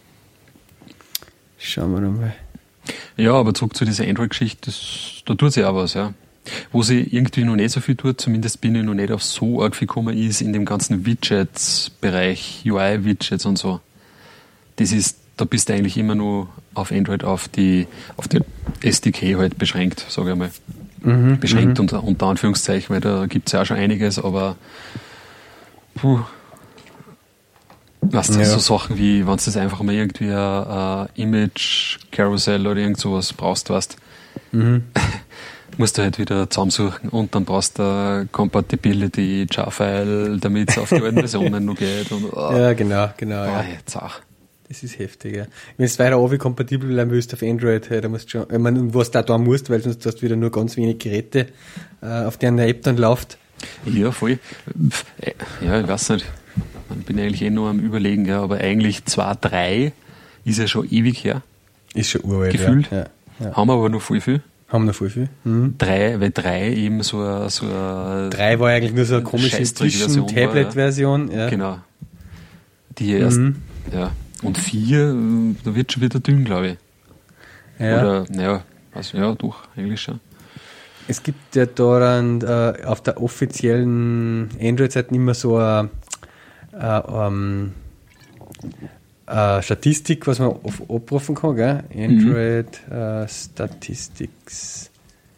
[SPEAKER 1] Schauen wir nochmal.
[SPEAKER 2] Ja, aber zurück zu dieser Android-Geschichte, da tut sich auch was, ja. Wo sie irgendwie noch nicht so viel tut, zumindest bin ich noch nicht auf so arg viel gekommen, ist in dem ganzen Widgets-Bereich, U I-Widgets und so. Das ist, da bist du eigentlich immer nur auf Android, auf die, auf die S D K halt beschränkt, sage ich mal. Mhm, beschränkt unter, unter Anführungszeichen, weil da gibt es ja auch schon einiges, aber puh. Weißt du, ja. So Sachen wie, wenn du das einfach mal irgendwie ein Image Carousel oder irgend sowas brauchst, weißt mhm. musst du halt wieder zusammensuchen und dann brauchst du Compatibility Jar-File, damit es auf die alten Versionen noch geht. Und, oh.
[SPEAKER 1] Ja, genau, genau.
[SPEAKER 2] Oh,
[SPEAKER 1] ja.
[SPEAKER 2] Jetzt auch.
[SPEAKER 1] Das ist heftig, ja. Wenn du weiter auch kompatibel bleiben willst auf Android, hey, da musst du schon, ich meine, was du da tun musst, weil sonst hast du wieder nur ganz wenig Geräte, äh, auf denen eine App dann läuft.
[SPEAKER 2] Ja, voll. Ja, ich weiß nicht. Ich bin eigentlich eh nur am Überlegen, ja, aber eigentlich zwei Punkt drei ist ja schon ewig her.
[SPEAKER 1] Ist schon uralt,
[SPEAKER 2] gefühlt.
[SPEAKER 1] Ja. Ja.
[SPEAKER 2] Haben wir aber noch voll viel.
[SPEAKER 1] Haben wir noch voll viel. Mhm.
[SPEAKER 2] Drei, weil drei eben so eine, so eine
[SPEAKER 1] drei war eigentlich nur so eine komische Zwischen-Tablet-Version. Ja.
[SPEAKER 2] Genau. Die erst, mhm. ja. Und vier, da wird schon wieder dünn, glaube ich.
[SPEAKER 1] Ja.
[SPEAKER 2] Oder, naja, also, ja, doch, eigentlich schon.
[SPEAKER 1] Es gibt ja da dann äh, auf der offiziellen Android-Seite immer so eine äh, um, äh, Statistik, was man auf, abrufen kann, gell? Android mhm. äh, Statistics.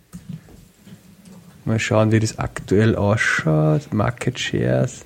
[SPEAKER 1] Mal schauen, wie das aktuell ausschaut. Market Shares.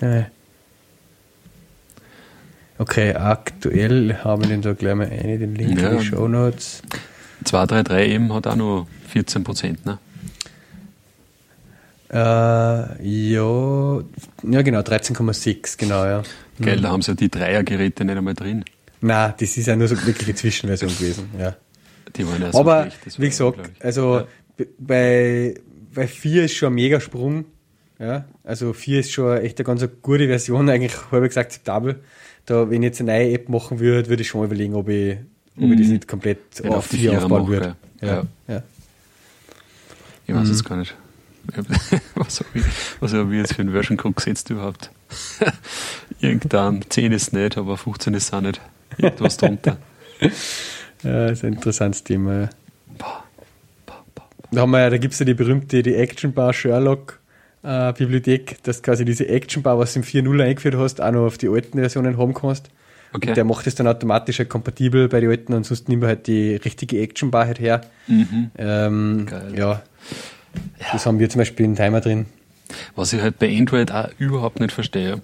[SPEAKER 1] Okay, aktuell haben wir den da gleich mal eine, den Link ja. in die Shownotes.
[SPEAKER 2] zwei drei drei eben hat auch noch vierzehn Prozent, ne?
[SPEAKER 1] Äh, ja, ja genau, dreizehn Komma sechs, genau, ja.
[SPEAKER 2] Geil, mhm. Da haben sie ja die Dreiergeräte nicht einmal drin.
[SPEAKER 1] Nein, das ist ja nur so wirklich eine Zwischenversion gewesen, ja.
[SPEAKER 2] Die waren ja so
[SPEAKER 1] Aber,
[SPEAKER 2] schlecht,
[SPEAKER 1] wie gesagt, also ja. bei, bei vier ist schon ein mega Sprung, ja. Also vier ist schon echt eine ganz eine gute Version, eigentlich halbwegs akzeptabel. Da, wenn ich jetzt eine neue App machen würde, würde ich schon überlegen, ob ich, ob mhm. ich das nicht komplett
[SPEAKER 2] ja, auf die vier aufbauen würde. Ja. Ja. Ja. Ich weiß mhm. jetzt gar nicht. Was habe ich, was hab ich jetzt für einen Version Code gesetzt überhaupt? Irgendein zehn ist nicht, aber fünfzehn ist auch nicht. Irgendwas drunter.
[SPEAKER 1] Ja, das ist ein interessantes Thema. Ja. Da, haben wir ja, da gibt es ja die berühmte die Action Bar Sherlock äh, Bibliothek, dass du quasi diese Action Bar, was du im vier Punkt null eingeführt hast, auch noch auf die alten Versionen haben kannst. Okay. Und der macht es dann automatisch halt kompatibel bei den alten, ansonsten nimmt er halt die richtige Action Bar halt her. Mhm. Ähm, Geil. Ja. Ja. Das haben wir zum Beispiel in Timer drin.
[SPEAKER 2] Was ich halt bei Android auch überhaupt nicht verstehe.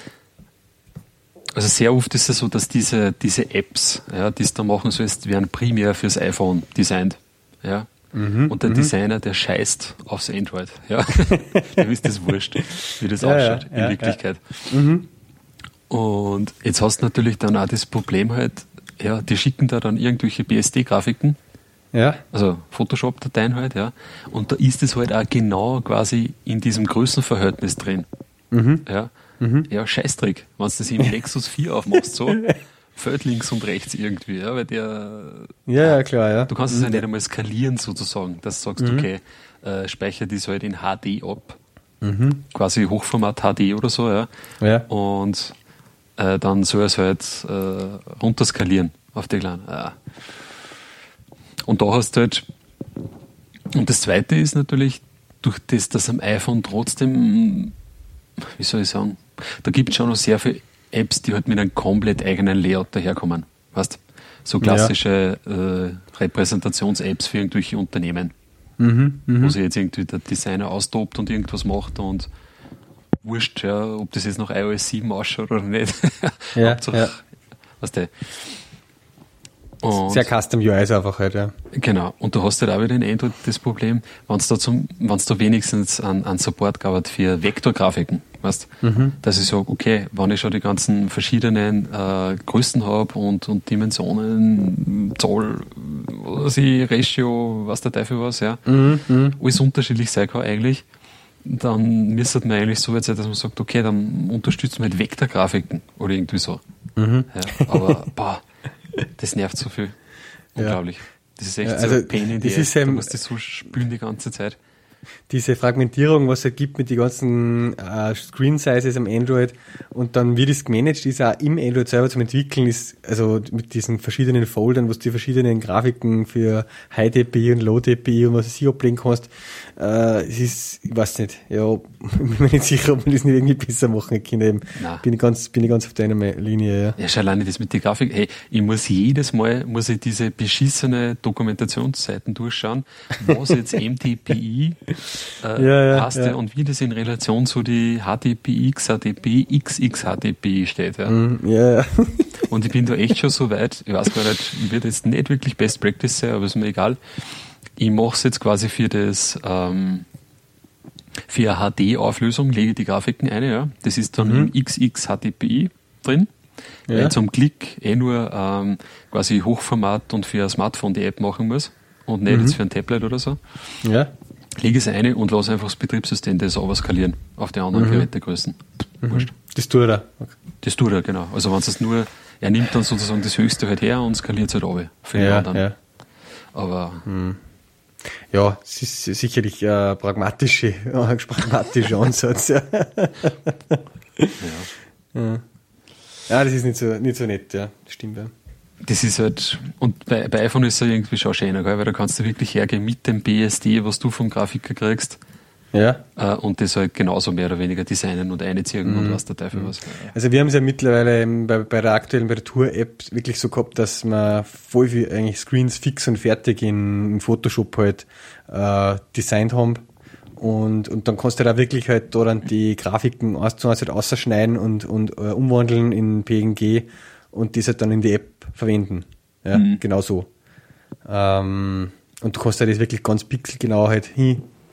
[SPEAKER 2] Also sehr oft ist es so, dass diese, diese Apps, ja, die es da machen sollst, werden primär fürs iPhone designt. Ja. Mhm, und der mhm. Designer, der scheißt aufs Android. Ja. Dem ist das wurscht, wie das ja, ausschaut ja, in ja, Wirklichkeit. Ja. Mhm. Und jetzt hast du natürlich dann auch das Problem halt, ja, die schicken da dann irgendwelche B S D-Grafiken. Ja. Also Photoshop-Dateien halt, ja. Und da ist es halt auch genau quasi in diesem Größenverhältnis drin. Mhm. Ja. Mhm. Ja, Scheißdreck. Wenn du das im Nexus vier aufmachst, so, fällt links und rechts irgendwie, ja, weil der.
[SPEAKER 1] Ja, ja, klar, ja.
[SPEAKER 2] Du kannst es mhm. ja nicht einmal skalieren sozusagen, dass du sagst, mhm. okay, äh, speicher das halt in H D ab. Mhm. Quasi Hochformat H D oder so, ja. ja. Und äh, dann soll es halt äh, runterskalieren auf die kleinen. Ja. Und da hast du halt, und das Zweite ist natürlich, durch das, dass am iPhone trotzdem, wie soll ich sagen, da gibt es schon noch sehr viele Apps, die halt mit einem komplett eigenen Layout daherkommen. Weißt? So klassische ja. äh, Repräsentations-Apps für irgendwelche Unternehmen, mhm, wo sich jetzt irgendwie der Designer austobt und irgendwas macht und wurscht, ja, ob das jetzt nach i O S sieben ausschaut oder nicht.
[SPEAKER 1] Ja, ja.
[SPEAKER 2] Weißt du,
[SPEAKER 1] und sehr Custom U Is einfach halt, ja.
[SPEAKER 2] Genau. Und du hast halt auch wieder in Android das Problem, wenn es da zum, wenn es da wenigstens an, an Support gab für Vektorgrafiken, weißt, mhm. dass ich sage, okay, wenn ich schon die ganzen verschiedenen äh, Größen habe und, und Dimensionen, Zoll, was ich, Ratio, was der Teufel was, ja, mhm. alles unterschiedlich sein kann eigentlich, dann müsste man eigentlich so weit sein, dass man sagt, okay, dann unterstützen wir halt Vektorgrafiken oder irgendwie so. Mhm. Ja, aber, boah, das nervt so viel. Unglaublich. Ja. Das ist echt ja, also so ein Pain in the ass. Du musst das so spülen die ganze Zeit.
[SPEAKER 1] Diese Fragmentierung, was es gibt mit den ganzen äh, Screen-Sizes am Android und dann wie das gemanagt ist, auch im Android selber zum Entwickeln, ist also mit diesen verschiedenen Foldern, wo du die verschiedenen Grafiken für High-D P I und Low-D P I und was du sie ablegen kannst, äh, es ist, ich weiß nicht, ja, ich bin mir nicht sicher, ob man das nicht irgendwie besser machen kann. Eben. Bin ich ganz, bin ich ganz auf deiner Linie, ja.
[SPEAKER 2] Ja, schon alleine das mit der Grafik, hey, ich muss jedes Mal, muss ich diese beschissene Dokumentationsseiten durchschauen, was jetzt M T P I Äh, ja, ja, passt ja. Und wie das in Relation zu die H D P I, X H D P I, X X H D P I steht. Ja. Mm, ja, ja. Und ich bin da echt schon so weit, ich weiß gar nicht, ich werde jetzt nicht wirklich Best Practice sein, aber ist mir egal. Ich mache es jetzt quasi für das ähm, für eine H D-Auflösung, lege die Grafiken ein, ja. Das ist dann mhm. im X X H D P I drin. Ja. Weil ich zum Klick eh nur ähm, quasi Hochformat und für ein Smartphone die App machen muss und nicht mhm. jetzt für ein Tablet oder so. Ja. Lege es ein und lasse einfach das Betriebssystem das overskalieren auf die anderen mhm. Gerätegrößen.
[SPEAKER 1] Mhm. Wurscht. Das tut er. Okay.
[SPEAKER 2] Das tut er, genau. Also wenn es nur, er nimmt dann sozusagen das Höchste halt her und skaliert es halt runter für die
[SPEAKER 1] ja,
[SPEAKER 2] anderen.
[SPEAKER 1] Ja.
[SPEAKER 2] Aber
[SPEAKER 1] mhm. ja, es ist sicherlich ein pragmatischer pragmatische Ansatz. Ja. Ja. Ja. Ja, das ist nicht so, nicht so nett, ja. Das stimmt, ja.
[SPEAKER 2] Das ist halt, und bei, bei iPhone ist es ja irgendwie schon schöner, gell? Weil da kannst du wirklich hergehen mit dem B S D, was du vom Grafiker kriegst. Ja. Äh, und das halt genauso mehr oder weniger designen und einziehen mhm. und was der Teufel was.
[SPEAKER 1] Also wir haben es ja mittlerweile bei, bei der aktuellen, bei der Tour-App wirklich so gehabt, dass man voll viel eigentlich Screens fix und fertig in, in Photoshop halt äh, designt haben. Und, und dann kannst du da wirklich halt da dann die Grafiken eins zu eins halt ausschneiden und, und äh, umwandeln in P N G und das halt dann in die App verwenden. Ja, mhm. genau so. Ähm, und du kannst halt das wirklich ganz pixelgenau halt hin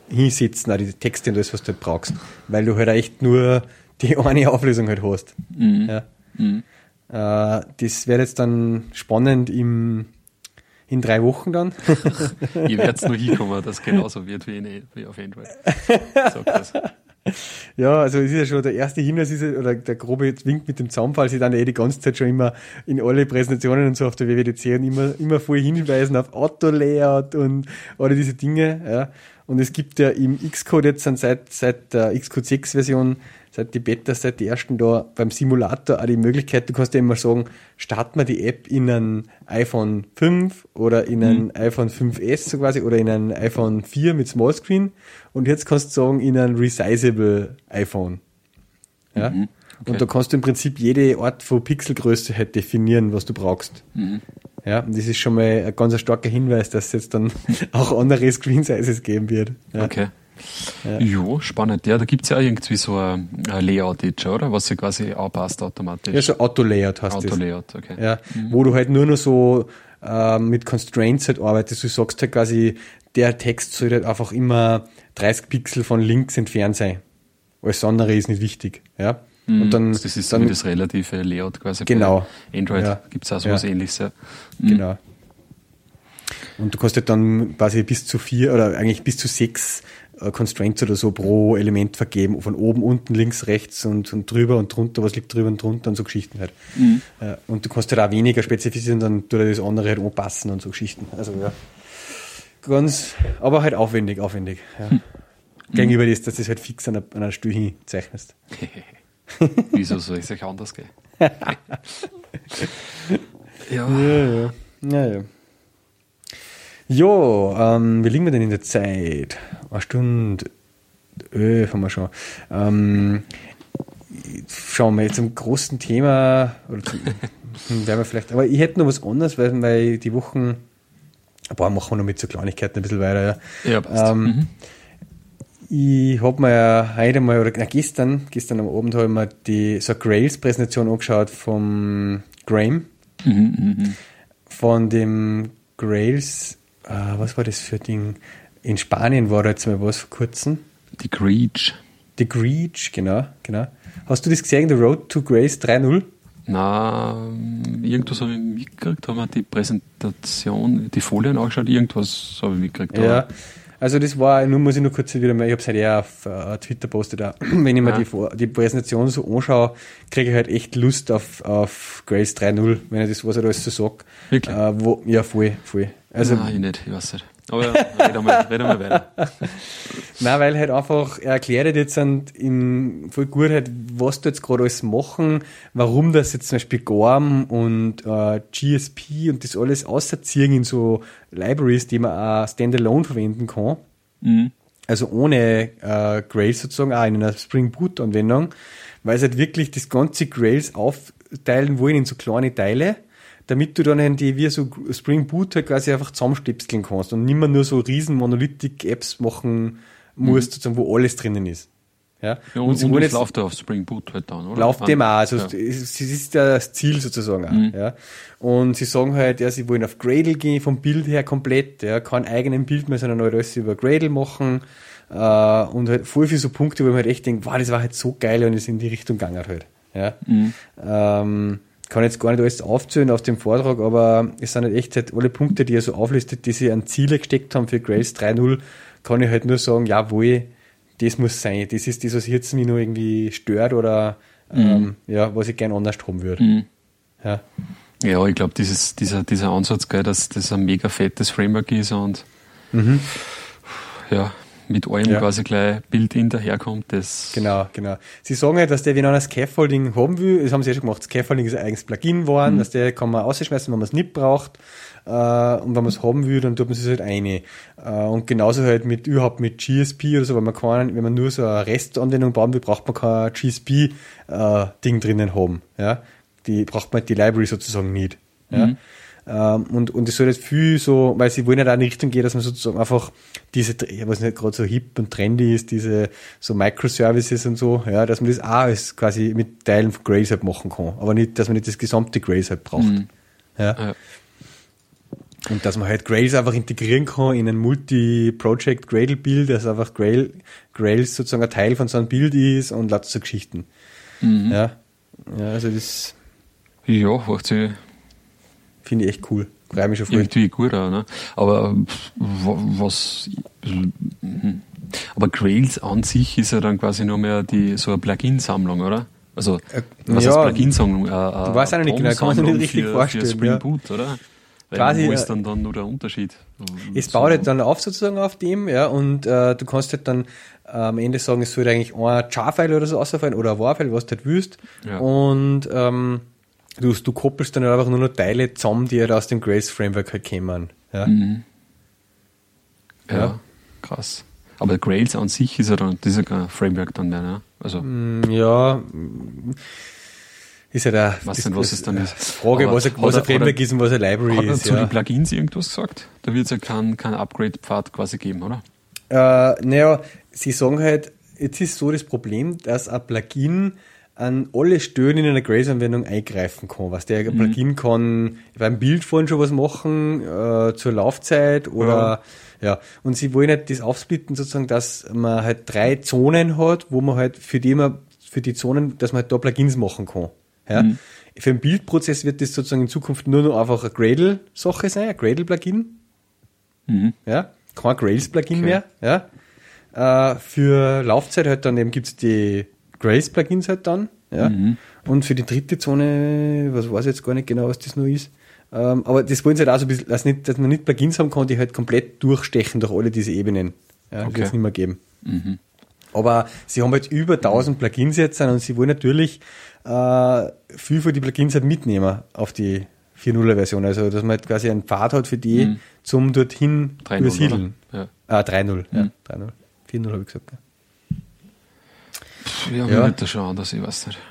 [SPEAKER 1] hinsetzen, auch die Texte und alles, was du halt brauchst. Weil du halt echt nur die eine Auflösung halt hast.
[SPEAKER 2] Mhm.
[SPEAKER 1] Ja.
[SPEAKER 2] Mhm.
[SPEAKER 1] Äh, das wird jetzt dann spannend im, in drei Wochen dann.
[SPEAKER 2] Ihr werdet nur hinkommen, dass es genauso wird wie, in, wie auf Android. Sag das.
[SPEAKER 1] Ja, also es ist ja schon der erste Hinweis, ist ja, oder der grobe Wink mit dem Zaunfall, sie dann eh die ganze Zeit schon immer in alle Präsentationen und so auf der W W D C und immer, immer voll hinweisen auf Auto-Layout und alle diese Dinge, ja. Und es gibt ja im Xcode jetzt seit, seit der Xcode sechs Version, seit die Beta, seit die ersten da beim Simulator auch die Möglichkeit, du kannst ja immer sagen, starten wir die App in ein iPhone fünf oder in ein mhm. iPhone fünf S so quasi oder in ein iPhone vier mit Smallscreen und jetzt kannst du sagen, in ein resizable iPhone. Ja? Mhm. Okay. Und da kannst du im Prinzip jede Art von Pixelgröße halt definieren, was du brauchst. Mhm. Ja, und das ist schon mal ein ganz starker Hinweis, dass es jetzt dann auch andere Screen Sizes geben wird. Ja.
[SPEAKER 2] Okay. Ja. Jo, spannend. Ja, da gibt es ja irgendwie so ein, ein Layout jetzt, oder? Was sich quasi anpasst automatisch.
[SPEAKER 1] Ja, so Auto-Layout hast du.
[SPEAKER 2] Auto-Layout, okay.
[SPEAKER 1] Ja, mhm. Wo du halt nur noch so äh, mit Constraints halt arbeitest. Du sagst halt quasi, der Text soll halt einfach immer dreißig Pixel von links entfernt sein. Alles andere ist nicht wichtig. Ja.
[SPEAKER 2] Und dann, das ist dann, wie das relative Layout quasi.
[SPEAKER 1] Genau.
[SPEAKER 2] Bei Android
[SPEAKER 1] ja.
[SPEAKER 2] gibt es auch so was ja. Ähnliches. Ja. Mhm.
[SPEAKER 1] Genau. Und du kannst halt dann quasi bis zu vier oder eigentlich bis zu sechs äh, Constraints oder so pro Element vergeben. Von oben, unten, links, rechts und, und drüber und drunter, was liegt drüber und drunter und so Geschichten halt. Mhm. Ja. Und du kannst halt auch weniger spezifizieren, dann tut das andere halt anpassen und so Geschichten. Also ja. Ganz, aber halt aufwendig, aufwendig. Ja. Mhm. Gegenüber das, dass du das halt fix an einer, an einer Stuhl hinzeichnest.
[SPEAKER 2] Wieso soll es euch anders gehen?
[SPEAKER 1] ja. Ja, ja. Ja, ja. Jo, ähm, wie liegen wir denn in der Zeit? Eine Stunde, elf haben wir schon. Ähm, schauen wir jetzt zum großen Thema, oder zum, werden wir vielleicht, aber ich hätte noch was anderes, weil, weil die Wochen, boah, machen wir noch mit so Kleinigkeiten ein bisschen weiter. Ja,
[SPEAKER 2] ja passt. Ähm, mhm.
[SPEAKER 1] Ich habe mir ja heute mal, oder na, gestern, gestern am Abend habe ich mir die, so eine Grails-Präsentation angeschaut vom Graham.
[SPEAKER 2] Mhm, mh.
[SPEAKER 1] Von dem Grails, äh, was war das für ein Ding? In Spanien war da jetzt mal was vor kurzem.
[SPEAKER 2] Die Greach.
[SPEAKER 1] Die Greach, genau, genau. Hast du das gesehen, The Road to Grails drei Punkt null?
[SPEAKER 2] Na, irgendwas habe ich mitgekriegt, haben wir die Präsentation, die Folien angeschaut, irgendwas habe ich mitgekriegt.
[SPEAKER 1] Ja. Also das war, nur muss ich nur kurz wieder mal, ich habe es halt eher auf uh, Twitter postet auch. Wenn ich mir ja. die, die Präsentation so anschaue, kriege ich halt echt Lust auf, auf Grails drei Punkt null, wenn ich das, was er da alles so sagt.
[SPEAKER 2] Wirklich?
[SPEAKER 1] Uh, wo, ja, voll, voll. Also,
[SPEAKER 2] Nein, ich nicht, ich weiß nicht. Aber ja, red einmal, red einmal weiter.
[SPEAKER 1] Nein, weil halt einfach, er erklärt jetzt in voll gut halt, was du jetzt gerade alles machen, warum das jetzt zum Beispiel G O R M und äh, G S P und das alles auserziehen in so Libraries, die man auch standalone verwenden kann.
[SPEAKER 2] Mhm.
[SPEAKER 1] Also ohne äh, Grails sozusagen, auch in einer Spring Boot Anwendung, weil sie halt wirklich das ganze Grails aufteilen wollen in so kleine Teile, damit du dann die wie so Spring Boot halt quasi einfach zusammenstöpseln kannst und nicht mehr nur so riesen Monolithic-Apps machen musst, mhm. sozusagen, wo alles drinnen ist. Ja,
[SPEAKER 2] ja und, und, und es läuft da auf Spring Boot halt dann, oder?
[SPEAKER 1] Läuft dem auch, also ja. es ist das Ziel sozusagen auch. Mhm. Ja. Und sie sagen halt, ja, sie wollen auf Gradle gehen, vom Bild her komplett, ja, kein eigenen Bild mehr, sondern halt alles über Gradle machen äh, und halt voll viele so Punkte, wo man halt echt denkt, wow, das war halt so geil und es in die Richtung gegangen halt. Ja.
[SPEAKER 2] Mhm.
[SPEAKER 1] Ähm, kann jetzt gar nicht alles aufzählen auf dem Vortrag, aber es sind halt echt halt alle Punkte, die er so auflistet, die sie an Ziele gesteckt haben für Grails drei Punkt null, kann ich halt nur sagen, jawohl, das muss sein. Das ist das, was jetzt mich nur irgendwie stört oder mhm. ähm, ja, was ich gerne anders haben würde.
[SPEAKER 2] Mhm.
[SPEAKER 1] Ja.
[SPEAKER 2] ja, ich glaube, dieses, dieser, dieser Ansatz, gell, dass das ein mega fettes Framework ist und
[SPEAKER 1] mhm.
[SPEAKER 2] ja, mit allem
[SPEAKER 1] ja.
[SPEAKER 2] quasi gleich Build-in daherkommt. Das
[SPEAKER 1] genau, genau. Sie sagen halt, dass der, wenn einer Scaffolding haben will, das haben sie ja schon gemacht, Scaffolding ist ein eigenes Plugin geworden, mhm. dass der kann man ausschmeißen, wenn man es nicht braucht. Äh, und wenn man es haben will, dann tut man es halt eine. Äh, und genauso halt mit überhaupt mit G S P oder so, weil man kann, wenn man nur so eine Restanwendung bauen will, braucht man kein G S P-Ding äh, drinnen haben. Ja? Die braucht man die Library sozusagen nicht. Ja?
[SPEAKER 2] Mhm.
[SPEAKER 1] Ähm, und, und es soll jetzt viel so, weil sie wollen ja da in die Richtung gehen, dass man sozusagen einfach diese, was nicht gerade so hip und trendy ist, diese so Microservices und so, ja, dass man das auch als quasi mit Teilen von Grails halt machen kann. Aber nicht, dass man nicht das gesamte Grails halt braucht.
[SPEAKER 2] Mhm.
[SPEAKER 1] Ja.
[SPEAKER 2] ja.
[SPEAKER 1] Und dass man halt Grails einfach integrieren kann in ein Multi-Project Gradle-Build, dass einfach Grail, Grails sozusagen ein Teil von so einem Build ist und lauter so Geschichten. Mhm. Ja. Ja, also das.
[SPEAKER 2] Ja, macht sich.
[SPEAKER 1] Finde ich echt cool. Freue mich schon voll.
[SPEAKER 2] Irgendwie gut auch, ne? Aber was. Aber Grails an sich ist ja dann quasi nur mehr die, so eine Plugin-Sammlung, oder? Also, was
[SPEAKER 1] ja,
[SPEAKER 2] heißt Plugin-Sammlung? Äh,
[SPEAKER 1] du weißt auch nicht genau, kann man sich nicht richtig
[SPEAKER 2] für,
[SPEAKER 1] vorstellen.
[SPEAKER 2] Für Spring
[SPEAKER 1] ja.
[SPEAKER 2] Boot, oder? Weil
[SPEAKER 1] quasi,
[SPEAKER 2] wo ist dann, dann nur der Unterschied?
[SPEAKER 1] Es
[SPEAKER 2] so.
[SPEAKER 1] baut halt dann auf sozusagen auf dem, ja, und äh, du kannst halt dann äh, am Ende sagen, es soll eigentlich ein Jar-File oder so ausfallen oder ein War-File, was du halt willst. Ja. Und ähm, du, du koppelst dann halt einfach nur noch Teile zusammen, die halt aus dem Grails Framework halt kommen. Ja.
[SPEAKER 2] Mhm. Ja, ja, krass. Aber Grails an sich ist ja dann, das ist ja kein Framework dann mehr, ne? Also.
[SPEAKER 1] Ja, ist ja der.
[SPEAKER 2] Was denn, was es dann ist?
[SPEAKER 1] Frage, aber was, ein, was ein Framework ist und was eine Library
[SPEAKER 2] hat
[SPEAKER 1] ist.
[SPEAKER 2] Hat zu
[SPEAKER 1] ja.
[SPEAKER 2] den Plugins irgendwas gesagt? Da wird es ja keinen kein Upgrade-Pfad quasi geben, oder?
[SPEAKER 1] Äh, naja, sie sagen halt, jetzt ist so das Problem, dass ein Plugin an alle Stellen in einer Grails-Anwendung eingreifen kann. Was der mhm. Plugin kann beim Bild vorhin schon was machen, äh, zur Laufzeit oder ja. ja. Und sie wollen halt das aufsplitten sozusagen, dass man halt drei Zonen hat, wo man halt für die man, für die Zonen, dass man halt da Plugins machen kann. Ja. Mhm. Für den Bildprozess wird das sozusagen in Zukunft nur noch einfach eine Gradle-Sache sein, ein Gradle-Plugin. Mhm. Ja. Kein Grails-Plugin okay. mehr. Ja. Äh, für Laufzeit halt dann eben gibt's die Grails-Plugins halt dann. Ja. Mhm. Und für die dritte Zone, was weiß ich jetzt gar nicht genau, was das noch ist. Ähm, aber das wollen sie halt auch so ein bisschen, dass, nicht, dass man nicht Plugins haben kann, die halt komplett durchstechen durch alle diese Ebenen. Ja, das okay. wird es nicht mehr geben. Mhm. Aber sie haben halt über tausend Plugins jetzt und sie wollen natürlich äh, viel von die Plugins halt mitnehmen auf die vier Punkt null-Version. Also, dass man halt quasi einen Pfad hat für die, mhm. zum dorthin übersiedeln.
[SPEAKER 2] Ja.
[SPEAKER 1] Ah, drei Punkt null. Mhm. Ja, drei Punkt null. vier Punkt null habe ich gesagt.
[SPEAKER 2] Ja, ja. Wird das schon anders, ich weiß nicht.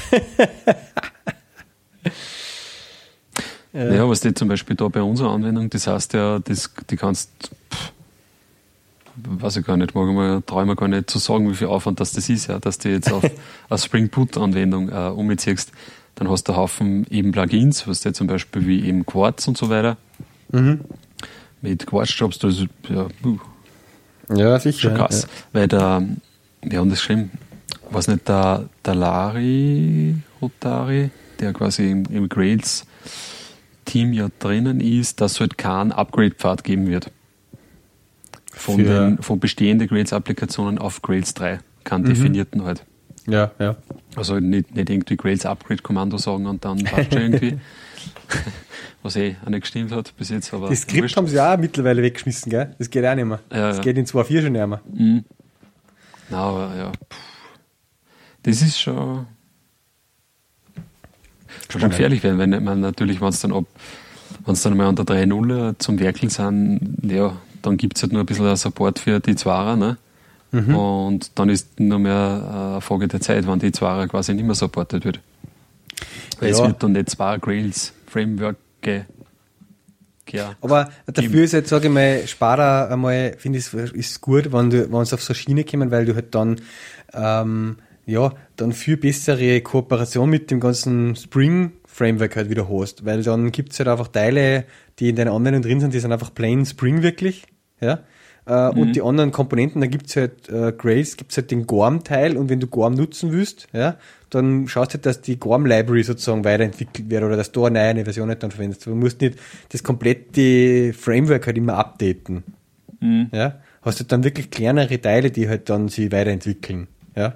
[SPEAKER 2] ja. ja, was steht zum Beispiel da bei unserer Anwendung, das heißt ja, das, die kannst, pff, weiß ich gar nicht, mag ich mal, traue ich mir gar nicht zu sagen, wie viel Aufwand das, das ist, ja, dass du jetzt auf eine Spring Boot-Anwendung äh, umziehst, dann hast du einen Haufen eben Plugins, was du zum Beispiel wie eben Quartz und so weiter. Mhm. Mit Quartz-Jobs, das ist ja, uh,
[SPEAKER 1] ja sicher.
[SPEAKER 2] Schon krass, ja. Weil der, wir haben das geschrieben, was nicht, der, der Lari Rotari, der quasi im, im Grails-Team ja drinnen ist, dass es halt keinen Upgrade-Pfad geben wird. Von, den, von bestehenden Grails-Applikationen auf Grails drei. Keinen mhm. definierten halt.
[SPEAKER 1] Ja, ja.
[SPEAKER 2] Also nicht, nicht irgendwie Grails Upgrade-Kommando sagen und dann passt schon irgendwie. Was eh auch nicht gestimmt hat bis jetzt. Aber
[SPEAKER 1] das Skript haben sie auch mittlerweile weggeschmissen, gell? Das geht auch nicht mehr. Ja, das ja. geht in zwei Punkt vier schon nicht mehr.
[SPEAKER 2] Mhm. Na, aber ja. Puh. Das ist schon, schon, schon gefährlich, weil wenn man natürlich, wenn es dann ab, wenn es dann mal unter drei Punkt null zum Werkeln sind, ja, dann gibt es halt nur ein bisschen Support für die Zwarer, ne? Mhm. Und dann ist nur mehr eine Frage der Zeit, wann die Zwarer quasi nicht mehr supportet wird. Weil ja. es wird dann nicht zwei Grails Framework ge Ja.
[SPEAKER 1] Aber dafür ist jetzt, sage ich mal, Sparer einmal, finde ich, ist gut, wenn du, wenn es auf so eine Schiene kommen, weil du halt dann, ähm, ja, dann viel bessere Kooperation mit dem ganzen Spring-Framework halt wieder hast, weil dann gibt es halt einfach Teile, die in deinen Anwendungen drin sind, die sind einfach plain Spring wirklich, ja, äh, mhm. und die anderen Komponenten, da gibt es halt äh, Grails, gibt es halt den Gorm-Teil und wenn du Gorm nutzen willst, ja, dann schaust du halt, dass die Gorm-Library sozusagen weiterentwickelt wird oder dass du eine neue Version halt dann verwendest. Du musst nicht das komplette Framework halt immer updaten. Mhm. Ja? Hast du halt dann wirklich kleinere Teile, die halt dann sich weiterentwickeln. Ja.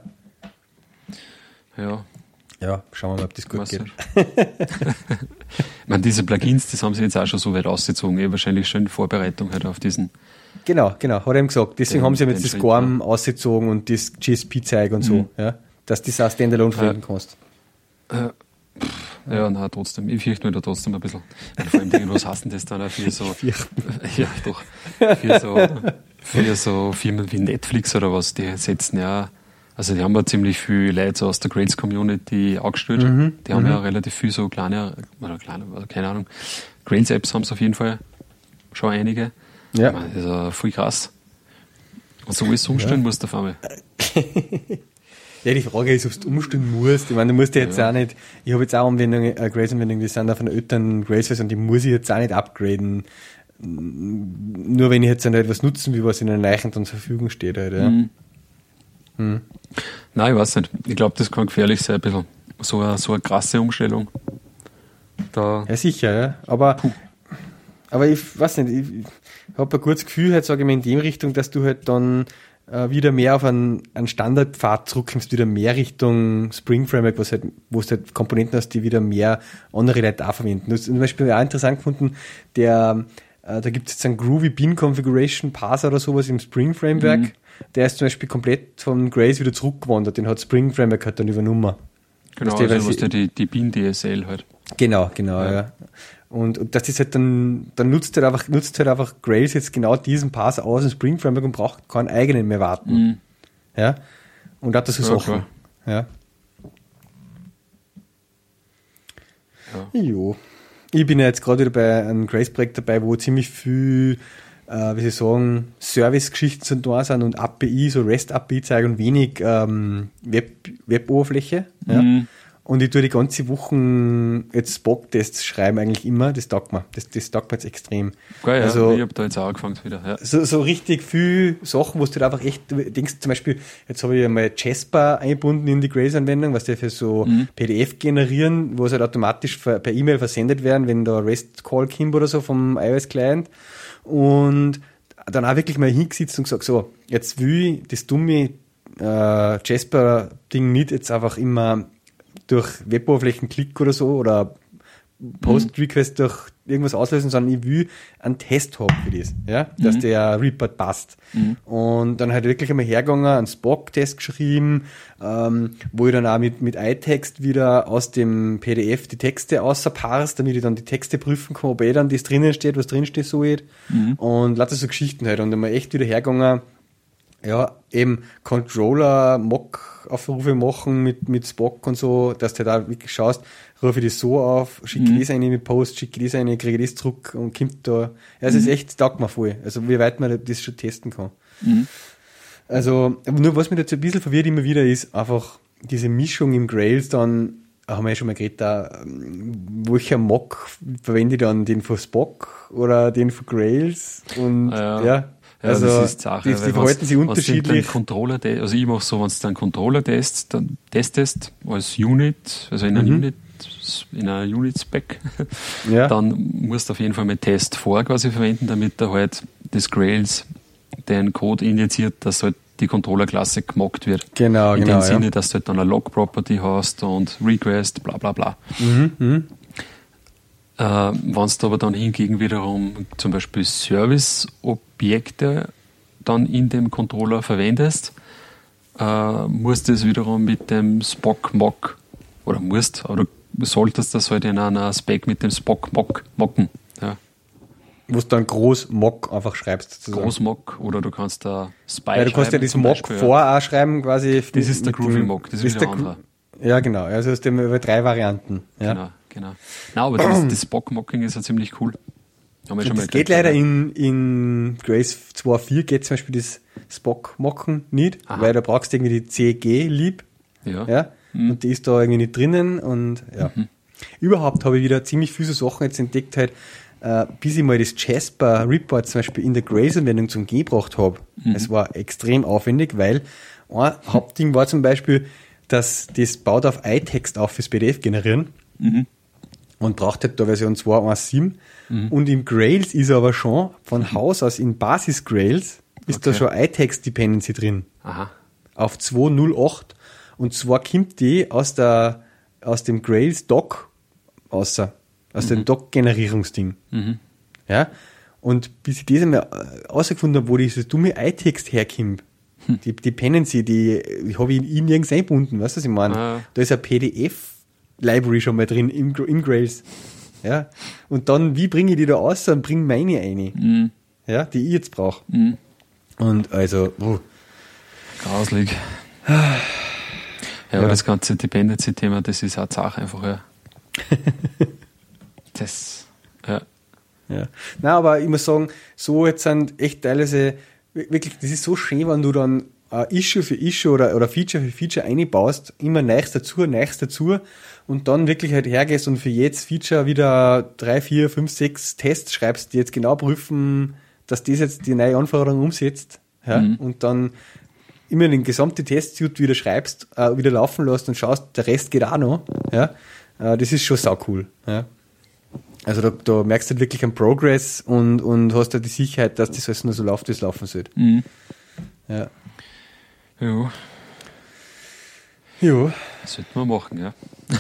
[SPEAKER 2] Ja.
[SPEAKER 1] Ja, schauen wir mal, ob das gut Was geht.
[SPEAKER 2] Ich meine, diese Plugins, das haben sie jetzt auch schon so weit ausgezogen. Eh, wahrscheinlich schon in Vorbereitung halt auf diesen.
[SPEAKER 1] Genau, genau, hat er ihm gesagt. Deswegen den, haben sie jetzt das Gorm ja. ausgezogen und das G S P-Zeug und so. Mhm. Ja. Dass du das auch standalone verwenden ja. kannst.
[SPEAKER 2] Äh, ja, nein, trotzdem. Ich fürchte mich da trotzdem ein bisschen. Weil vor allem irgendwas hassen das dann auch für so. Ja, doch. Für so, für so Firmen wie Netflix oder was, die setzen ja. Also, die haben ja ziemlich viele Leute so aus der Grails-Community angestellt. Mhm. Die haben mhm. ja relativ viel so kleine, oder kleine, also keine Ahnung. Grails-Apps haben es auf jeden Fall schon einige. Ja. Ich meine, das ist ja voll krass. Und so alles umstellen ja. musst du auf einmal.
[SPEAKER 1] Ja, die Frage ist, ob du umstellen musst. Ich meine, du musst ja jetzt
[SPEAKER 2] ja.
[SPEAKER 1] auch nicht, ich habe jetzt auch Anwendungen, äh, Grace-Anwendungen, die sind auf einer älteren Grace-Version, die muss ich jetzt auch nicht upgraden. Nur wenn ich jetzt nicht etwas nutzen will, was in einer Leichen dann zur Verfügung steht. Halt, ja. Mhm.
[SPEAKER 2] Hm. Nein, ich weiß nicht. Ich glaube, das kann gefährlich sein, ein bisschen. So eine, so eine krasse Umstellung. Da
[SPEAKER 1] ja, sicher, ja. Aber, aber ich weiß nicht, ich, ich habe ein gutes Gefühl, halt, sage ich mal, in die Richtung, dass du halt dann äh, wieder mehr auf einen, einen Standardpfad zurückkommst, wieder mehr Richtung Spring Framework, was halt, wo es halt Komponenten hast, die wieder mehr andere Leute auch verwenden. Das ist zum Beispiel auch interessant gefunden, der, äh, da gibt es jetzt einen Groovy Bean Configuration Parser oder sowas im Spring Framework. Mhm. Der ist zum Beispiel komplett von Grace wieder zurückgewandert, den hat Spring Framework halt dann übernommen.
[SPEAKER 2] Genau, also was der die, die Bean D S L halt.
[SPEAKER 1] Genau, genau, ja. ja. Und, und das ist halt dann, dann nutzt halt einfach, nutzt halt einfach Grace jetzt genau diesen Parser aus im Spring Framework und braucht keinen eigenen mehr warten. Mhm. Ja. Und hat das so ja, Sachen. Ja. ja. Jo. Ich bin ja jetzt gerade wieder bei einem Grace-Projekt dabei, wo ziemlich viel, äh, wie soll ich sagen, Service-Geschichten sind da sind und A P I, so REST-A P I zeigen und wenig ähm, Web, Web-Oberfläche. Ja. Mhm. Und ich tue die ganze Woche jetzt Spock-Tests schreiben eigentlich immer, das taugt mir. Das, das taugt mir jetzt extrem.
[SPEAKER 2] Geil, ja,
[SPEAKER 1] also,
[SPEAKER 2] ich habe da jetzt auch angefangen wieder. Ja.
[SPEAKER 1] So, so richtig viel Sachen, wo du halt einfach echt denkst, zum Beispiel, jetzt habe ich einmal Jasper eingebunden in die Grace-Anwendung, was der für so mhm. P D F generieren, wo es halt automatisch per E-Mail versendet werden, wenn da REST-Call kommt oder so vom iOS-Client. Und dann auch wirklich mal hingesetzt und gesagt, so, jetzt will ich das dumme äh, Jasper-Ding nicht jetzt einfach immer durch Web-Oberflächen-Klick oder so oder Post-Request durch irgendwas auslösen, sondern ich will einen Test haben für das, ja, dass mhm. der Report passt. Mhm. Und dann halt wirklich einmal hergegangen, einen Spock-Test geschrieben, ähm, wo ich dann auch mit, mit iText wieder aus dem P D F die Texte außerparse, damit ich dann die Texte prüfen kann, ob eh dann das drinnen steht, was drin steht, so geht. Mhm. Und lauter so Geschichten halt. Und dann mal echt wieder hergegangen, ja, eben Controller-Mock-Aufrufe machen mit, mit Spock und so, dass du da wirklich schaust, rufe ich das so auf, schicke mhm. das eine mit Post, schicke das eine, kriege das zurück und kommt da. Ja, es mhm. ist echt, taugt mir voll. Also, wie weit man das schon testen kann. Mhm. Also, nur was mich jetzt ein bisschen verwirrt immer wieder ist, einfach diese Mischung im Grails dann, haben wir ja schon mal geredet, da, welcher Mock verwende ich dann, den für Spock oder den für Grails und,
[SPEAKER 2] ja.
[SPEAKER 1] ja.
[SPEAKER 2] Ja,
[SPEAKER 1] also,
[SPEAKER 2] das ist Sache,
[SPEAKER 1] die, die verhalten sich unterschiedlich.
[SPEAKER 2] Controller, also ich mache so, wenn du dann Controller-Test, dann testest als Unit, also in einer mhm. Unit, in einer Unit-Spec, ja. dann musst du auf jeden Fall mit Test vor quasi verwenden, damit da halt das Grails den Code injiziert, dass halt die Controller-Klasse gemockt wird.
[SPEAKER 1] Genau,
[SPEAKER 2] in
[SPEAKER 1] genau.
[SPEAKER 2] In dem Sinne,
[SPEAKER 1] ja.
[SPEAKER 2] dass du halt dann eine Log-Property hast und Request, bla bla bla.
[SPEAKER 1] Mhm, mhm.
[SPEAKER 2] Äh, wenn du aber dann hingegen wiederum zum Beispiel Service-Objekte dann in dem Controller verwendest, äh, musst du es wiederum mit dem Spock-Mock, oder musst, oder du solltest das halt in einer Spec mit dem Spock-Mock mocken. Ja.
[SPEAKER 1] Wo du dann Groß-Mock einfach schreibst.
[SPEAKER 2] Groß-Mock, oder du kannst da Spy
[SPEAKER 1] ja, du kannst ja das Mock Beispiel, vor ja. auch schreiben quasi.
[SPEAKER 2] Das ist der Groovy-Mock, das ist wieder andere.
[SPEAKER 1] Ja, genau, also hast du über drei Varianten. Ja.
[SPEAKER 2] Genau. Genau. Nein, aber das, das Spock-Mocking ist ja ziemlich cool.
[SPEAKER 1] Haben wir schon das mal geht leider in, in Grace zwei Punkt vier geht zum Beispiel das Spock-Mocken nicht, aha. weil da brauchst du irgendwie die C G-Lib.
[SPEAKER 2] Ja.
[SPEAKER 1] ja? Mhm. Und die ist da irgendwie nicht drinnen und ja. Mhm. Überhaupt habe ich wieder ziemlich viele so Sachen jetzt entdeckt halt, äh, bis ich mal das Jasper Report zum Beispiel in der Grace-Anwendung zum G gebracht habe. Mhm. Es war extrem aufwendig, weil ein Hauptding war zum Beispiel, dass das baut auf iText auf fürs P D F generieren. Mhm. Und braucht halt da Version zwei Punkt eins Punkt sieben. Mhm. Und im Grails ist aber schon von mhm. Haus aus in Basis Grails ist okay. da schon iText Dependency drin.
[SPEAKER 2] Aha.
[SPEAKER 1] Auf zwei Punkt null acht. Und zwar kommt die aus der, aus dem Grails Doc, außer, aus mhm. dem Doc-Generierungsding. Mhm. Ja. Und bis ich das einmal rausgefunden habe, wo dieses dumme iText herkommt, hm. die Dependency, die, die habe ich in nirgends eingebunden, weißt du, was ich meine? Ah. Da ist ein P D F Library schon mal drin im, im Grails. Ja. Und dann, wie bringe ich die da raus und bringe meine eine? Mhm. Ja, die ich jetzt brauche. Mhm. Und also, uh.
[SPEAKER 2] grauslig. Ja, ja, aber das ganze Dependency-Thema, das ist auch Sache einfach, ja. das, ja.
[SPEAKER 1] Ja. Nein, aber ich muss sagen, so jetzt sind echt teilweise, wirklich, das ist so schön, wenn du dann uh, Issue für Issue oder, oder Feature für Feature einbaust, immer Neues dazu, Neues dazu und dann wirklich halt hergehst und für jedes Feature wieder drei, vier, fünf, sechs Tests schreibst, die jetzt genau prüfen, dass das jetzt die neue Anforderung umsetzt, ja, mhm. und dann immer den gesamten Testsuite wieder schreibst, äh, wieder laufen lässt und schaust, der Rest geht auch noch, ja, äh, das ist schon sau cool, ja. Also da, da merkst du halt wirklich einen Progress und, und hast halt die Sicherheit, dass das alles nur so läuft, wie es laufen sollte.
[SPEAKER 2] Mhm.
[SPEAKER 1] Ja.
[SPEAKER 2] Jo.
[SPEAKER 1] Jo.
[SPEAKER 2] Das sollte man machen, ja.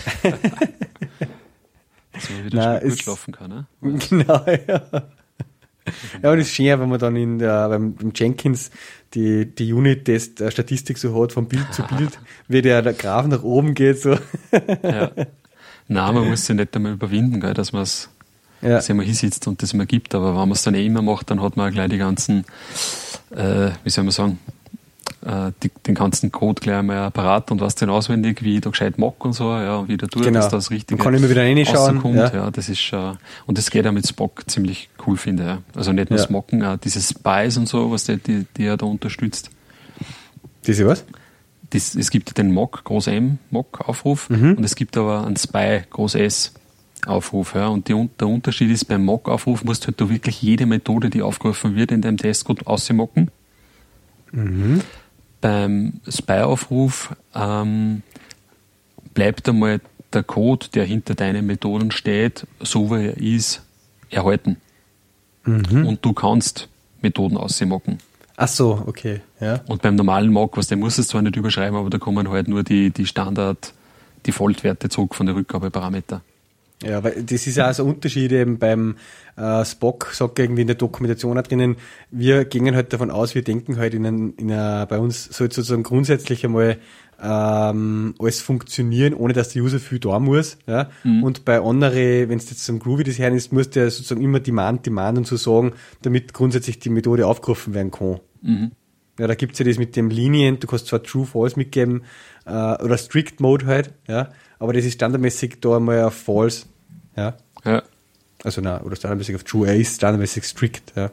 [SPEAKER 2] Dass man wieder
[SPEAKER 1] Nein,
[SPEAKER 2] gut
[SPEAKER 1] es,
[SPEAKER 2] schlafen kann, ne?
[SPEAKER 1] Genau, ja. Ja, und es ist schön, wenn man dann in der, beim, beim Jenkins die, die Unit-Test-Statistik so hat, von Bild zu Bild, wie der, der Graph nach oben geht, so.
[SPEAKER 2] Ja. Nein, man muss sich nicht einmal überwinden, gell, dass man es ja. sich einmal hinsitzt und das mal gibt, aber wenn man es dann eh immer macht, dann hat man auch gleich die ganzen, äh, wie soll man sagen, äh, die, den ganzen Code gleich einmal parat und was denn auswendig, wie ich da gescheit mag und so, ja, und wie der tut,
[SPEAKER 1] genau.
[SPEAKER 2] dass das richtig
[SPEAKER 1] kann immer wieder reinschauen.
[SPEAKER 2] Ja. ja, das ist, äh, und das geht auch mit Spock ziemlich cool, finde ich. Ja. Also nicht nur ja. Smocken, auch diese Spies und so, was die, die, die er da unterstützt.
[SPEAKER 1] Diese was?
[SPEAKER 2] Das, es gibt den Mock, Groß M, Mock-Aufruf, mhm. und es gibt aber einen Spy, Groß S, Aufruf. Ja. Und die, der Unterschied ist, beim Mock-Aufruf musst du halt da wirklich jede Methode, die aufgerufen wird, in deinem Testcode ausmocken.
[SPEAKER 1] Mhm.
[SPEAKER 2] Beim Spy-Aufruf ähm, bleibt einmal der Code, der hinter deinen Methoden steht, so wie er ist, erhalten.
[SPEAKER 1] Mhm.
[SPEAKER 2] Und du kannst Methoden ausmocken.
[SPEAKER 1] Ach so, okay. Ja.
[SPEAKER 2] Und beim normalen Mock, was der muss es zwar nicht überschreiben, aber da kommen halt nur die, die Standard-Default-Werte zurück von den Rückgabeparameter.
[SPEAKER 1] Ja, weil das ist ja auch so ein Unterschied eben beim äh, Spock, sagt irgendwie in der Dokumentation auch drinnen, wir gehen halt davon aus, wir denken halt in einer, in einer bei uns soll sozusagen grundsätzlich einmal ähm, alles funktionieren, ohne dass der User viel da muss. Ja? Mhm. Und bei anderen, wenn es jetzt zum Groovy das her ist, muss der sozusagen immer Demand, Demand und so sagen, damit grundsätzlich die Methode aufgerufen werden kann.
[SPEAKER 2] Mhm.
[SPEAKER 1] Ja, da gibt's ja das mit dem Lenient, du kannst zwar True, False mitgeben, äh, oder Strict Mode halt, ja, aber das ist standardmäßig da einmal auf False, ja.
[SPEAKER 2] Ja.
[SPEAKER 1] Also na, oder standardmäßig auf True, er ist standardmäßig Strict, ja.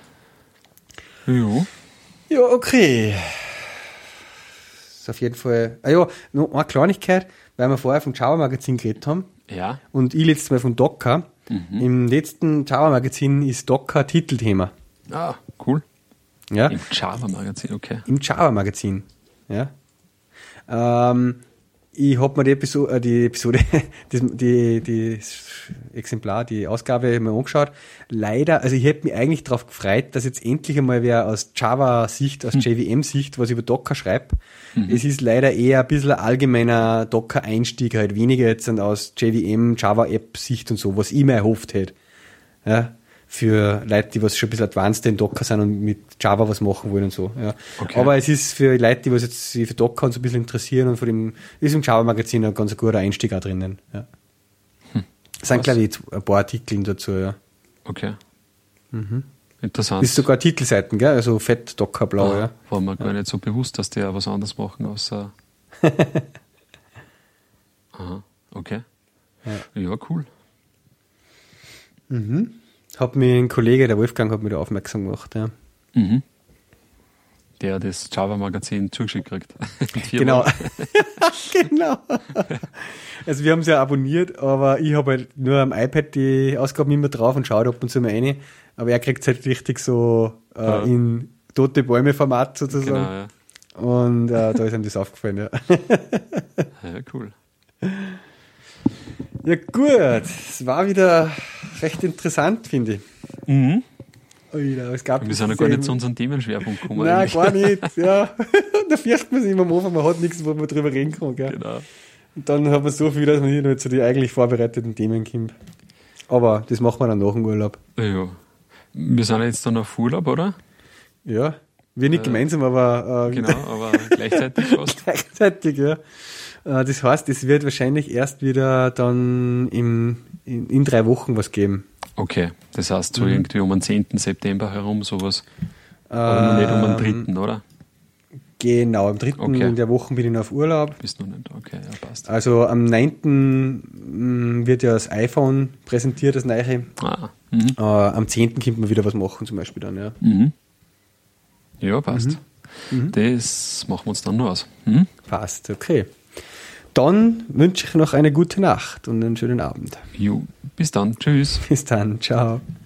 [SPEAKER 2] Jo.
[SPEAKER 1] Ja, okay. Ist auf jeden Fall, ah ja, noch eine Kleinigkeit, weil wir vorher vom Java-Magazin geredet haben.
[SPEAKER 2] Ja.
[SPEAKER 1] Und ich letztes Mal von Docker. Mhm. Im letzten Java-Magazin ist Docker Titelthema.
[SPEAKER 2] Ah, cool.
[SPEAKER 1] Ja.
[SPEAKER 2] Im Java-Magazin, okay.
[SPEAKER 1] Im Java-Magazin, ja. Ähm, ich habe mir die Episode, äh, die, Episode das, die, die Exemplar, die Ausgabe mal angeschaut. Leider, also ich hätte mich eigentlich darauf gefreut, dass jetzt endlich einmal wer aus Java-Sicht, aus hm. J V M-Sicht was über Docker schreibt. Mhm. Es ist leider eher ein bisschen ein allgemeiner Docker-Einstieg, halt weniger jetzt aus J V M, Java-App-Sicht und so, was ich mir erhofft hätte. Ja. Für Leute, die was schon ein bisschen advanced in Docker sind und mit Java was machen wollen und so. Ja. Okay. Aber es ist für Leute, die was jetzt sich für Docker und so ein bisschen interessieren und von dem ist im Java-Magazin ein ganz guter Einstieg auch drinnen. Ja. Hm. Es sind, glaube ich, ein paar Artikel dazu, ja.
[SPEAKER 2] Okay.
[SPEAKER 1] Mhm.
[SPEAKER 2] Interessant.
[SPEAKER 1] Das ist sogar Titelseiten, gell? Also fett Docker blau, ah, ja.
[SPEAKER 2] War mir ja. gar nicht so bewusst, dass die auch was anderes machen, außer. Aha, okay. Ja, ja cool.
[SPEAKER 1] Mhm. Hat mir ein Kollege, der Wolfgang, hat mir da aufmerksam gemacht, ja.
[SPEAKER 2] Mhm. Der das Java-Magazin zugeschickt kriegt.
[SPEAKER 1] Genau. Genau. Also wir haben es ja abonniert, aber ich habe halt nur am iPad die Ausgaben immer drauf und schaue ab und zu mal rein. Aber er kriegt es halt richtig so äh, ja. in tote Bäume-Format sozusagen. Genau, ja. Und äh, da ist ihm das aufgefallen, ja.
[SPEAKER 2] Ja, cool.
[SPEAKER 1] Ja gut, es war wieder recht interessant, finde ich.
[SPEAKER 2] Mhm.
[SPEAKER 1] Alter, es gab
[SPEAKER 2] wir sind ja gar nicht zu unseren Themenschwerpunkt gekommen.
[SPEAKER 1] Nein, eigentlich. Gar nicht, ja. Da fürchtet man sich immer am Anfang, man hat nichts, wo man drüber reden kann. Gell?
[SPEAKER 2] Genau.
[SPEAKER 1] Und dann hat man so viel, dass man hier noch zu den eigentlich vorbereiteten Themen kommt. Aber das machen wir dann nach dem Urlaub.
[SPEAKER 2] Ja. Wir sind jetzt dann auf Urlaub, oder?
[SPEAKER 1] Ja, wir nicht äh, gemeinsam, aber... Äh,
[SPEAKER 2] genau, aber gleichzeitig fast.
[SPEAKER 1] Gleichzeitig, ja. Das heißt, es wird wahrscheinlich erst wieder dann im, in, in drei Wochen was geben.
[SPEAKER 2] Okay, das heißt so mhm. irgendwie um den zehnten September herum sowas. Aber ähm, noch nicht um den dritten, oder?
[SPEAKER 1] Genau, am dritten Okay. in der Woche bin ich noch auf Urlaub.
[SPEAKER 2] Bist noch nicht, okay, ja, passt.
[SPEAKER 1] Also am neunten wird ja das iPhone präsentiert, das neue.
[SPEAKER 2] Ah, mhm.
[SPEAKER 1] äh, am zehnten könnte man wieder was machen zum Beispiel dann, ja.
[SPEAKER 2] Mhm. Ja, passt. Mhm. Mhm. Das machen wir uns dann noch aus. Mhm.
[SPEAKER 1] Passt, okay. Dann wünsche ich noch eine gute Nacht und einen schönen Abend.
[SPEAKER 2] Jo, bis dann. Tschüss.
[SPEAKER 1] Bis dann. Ciao.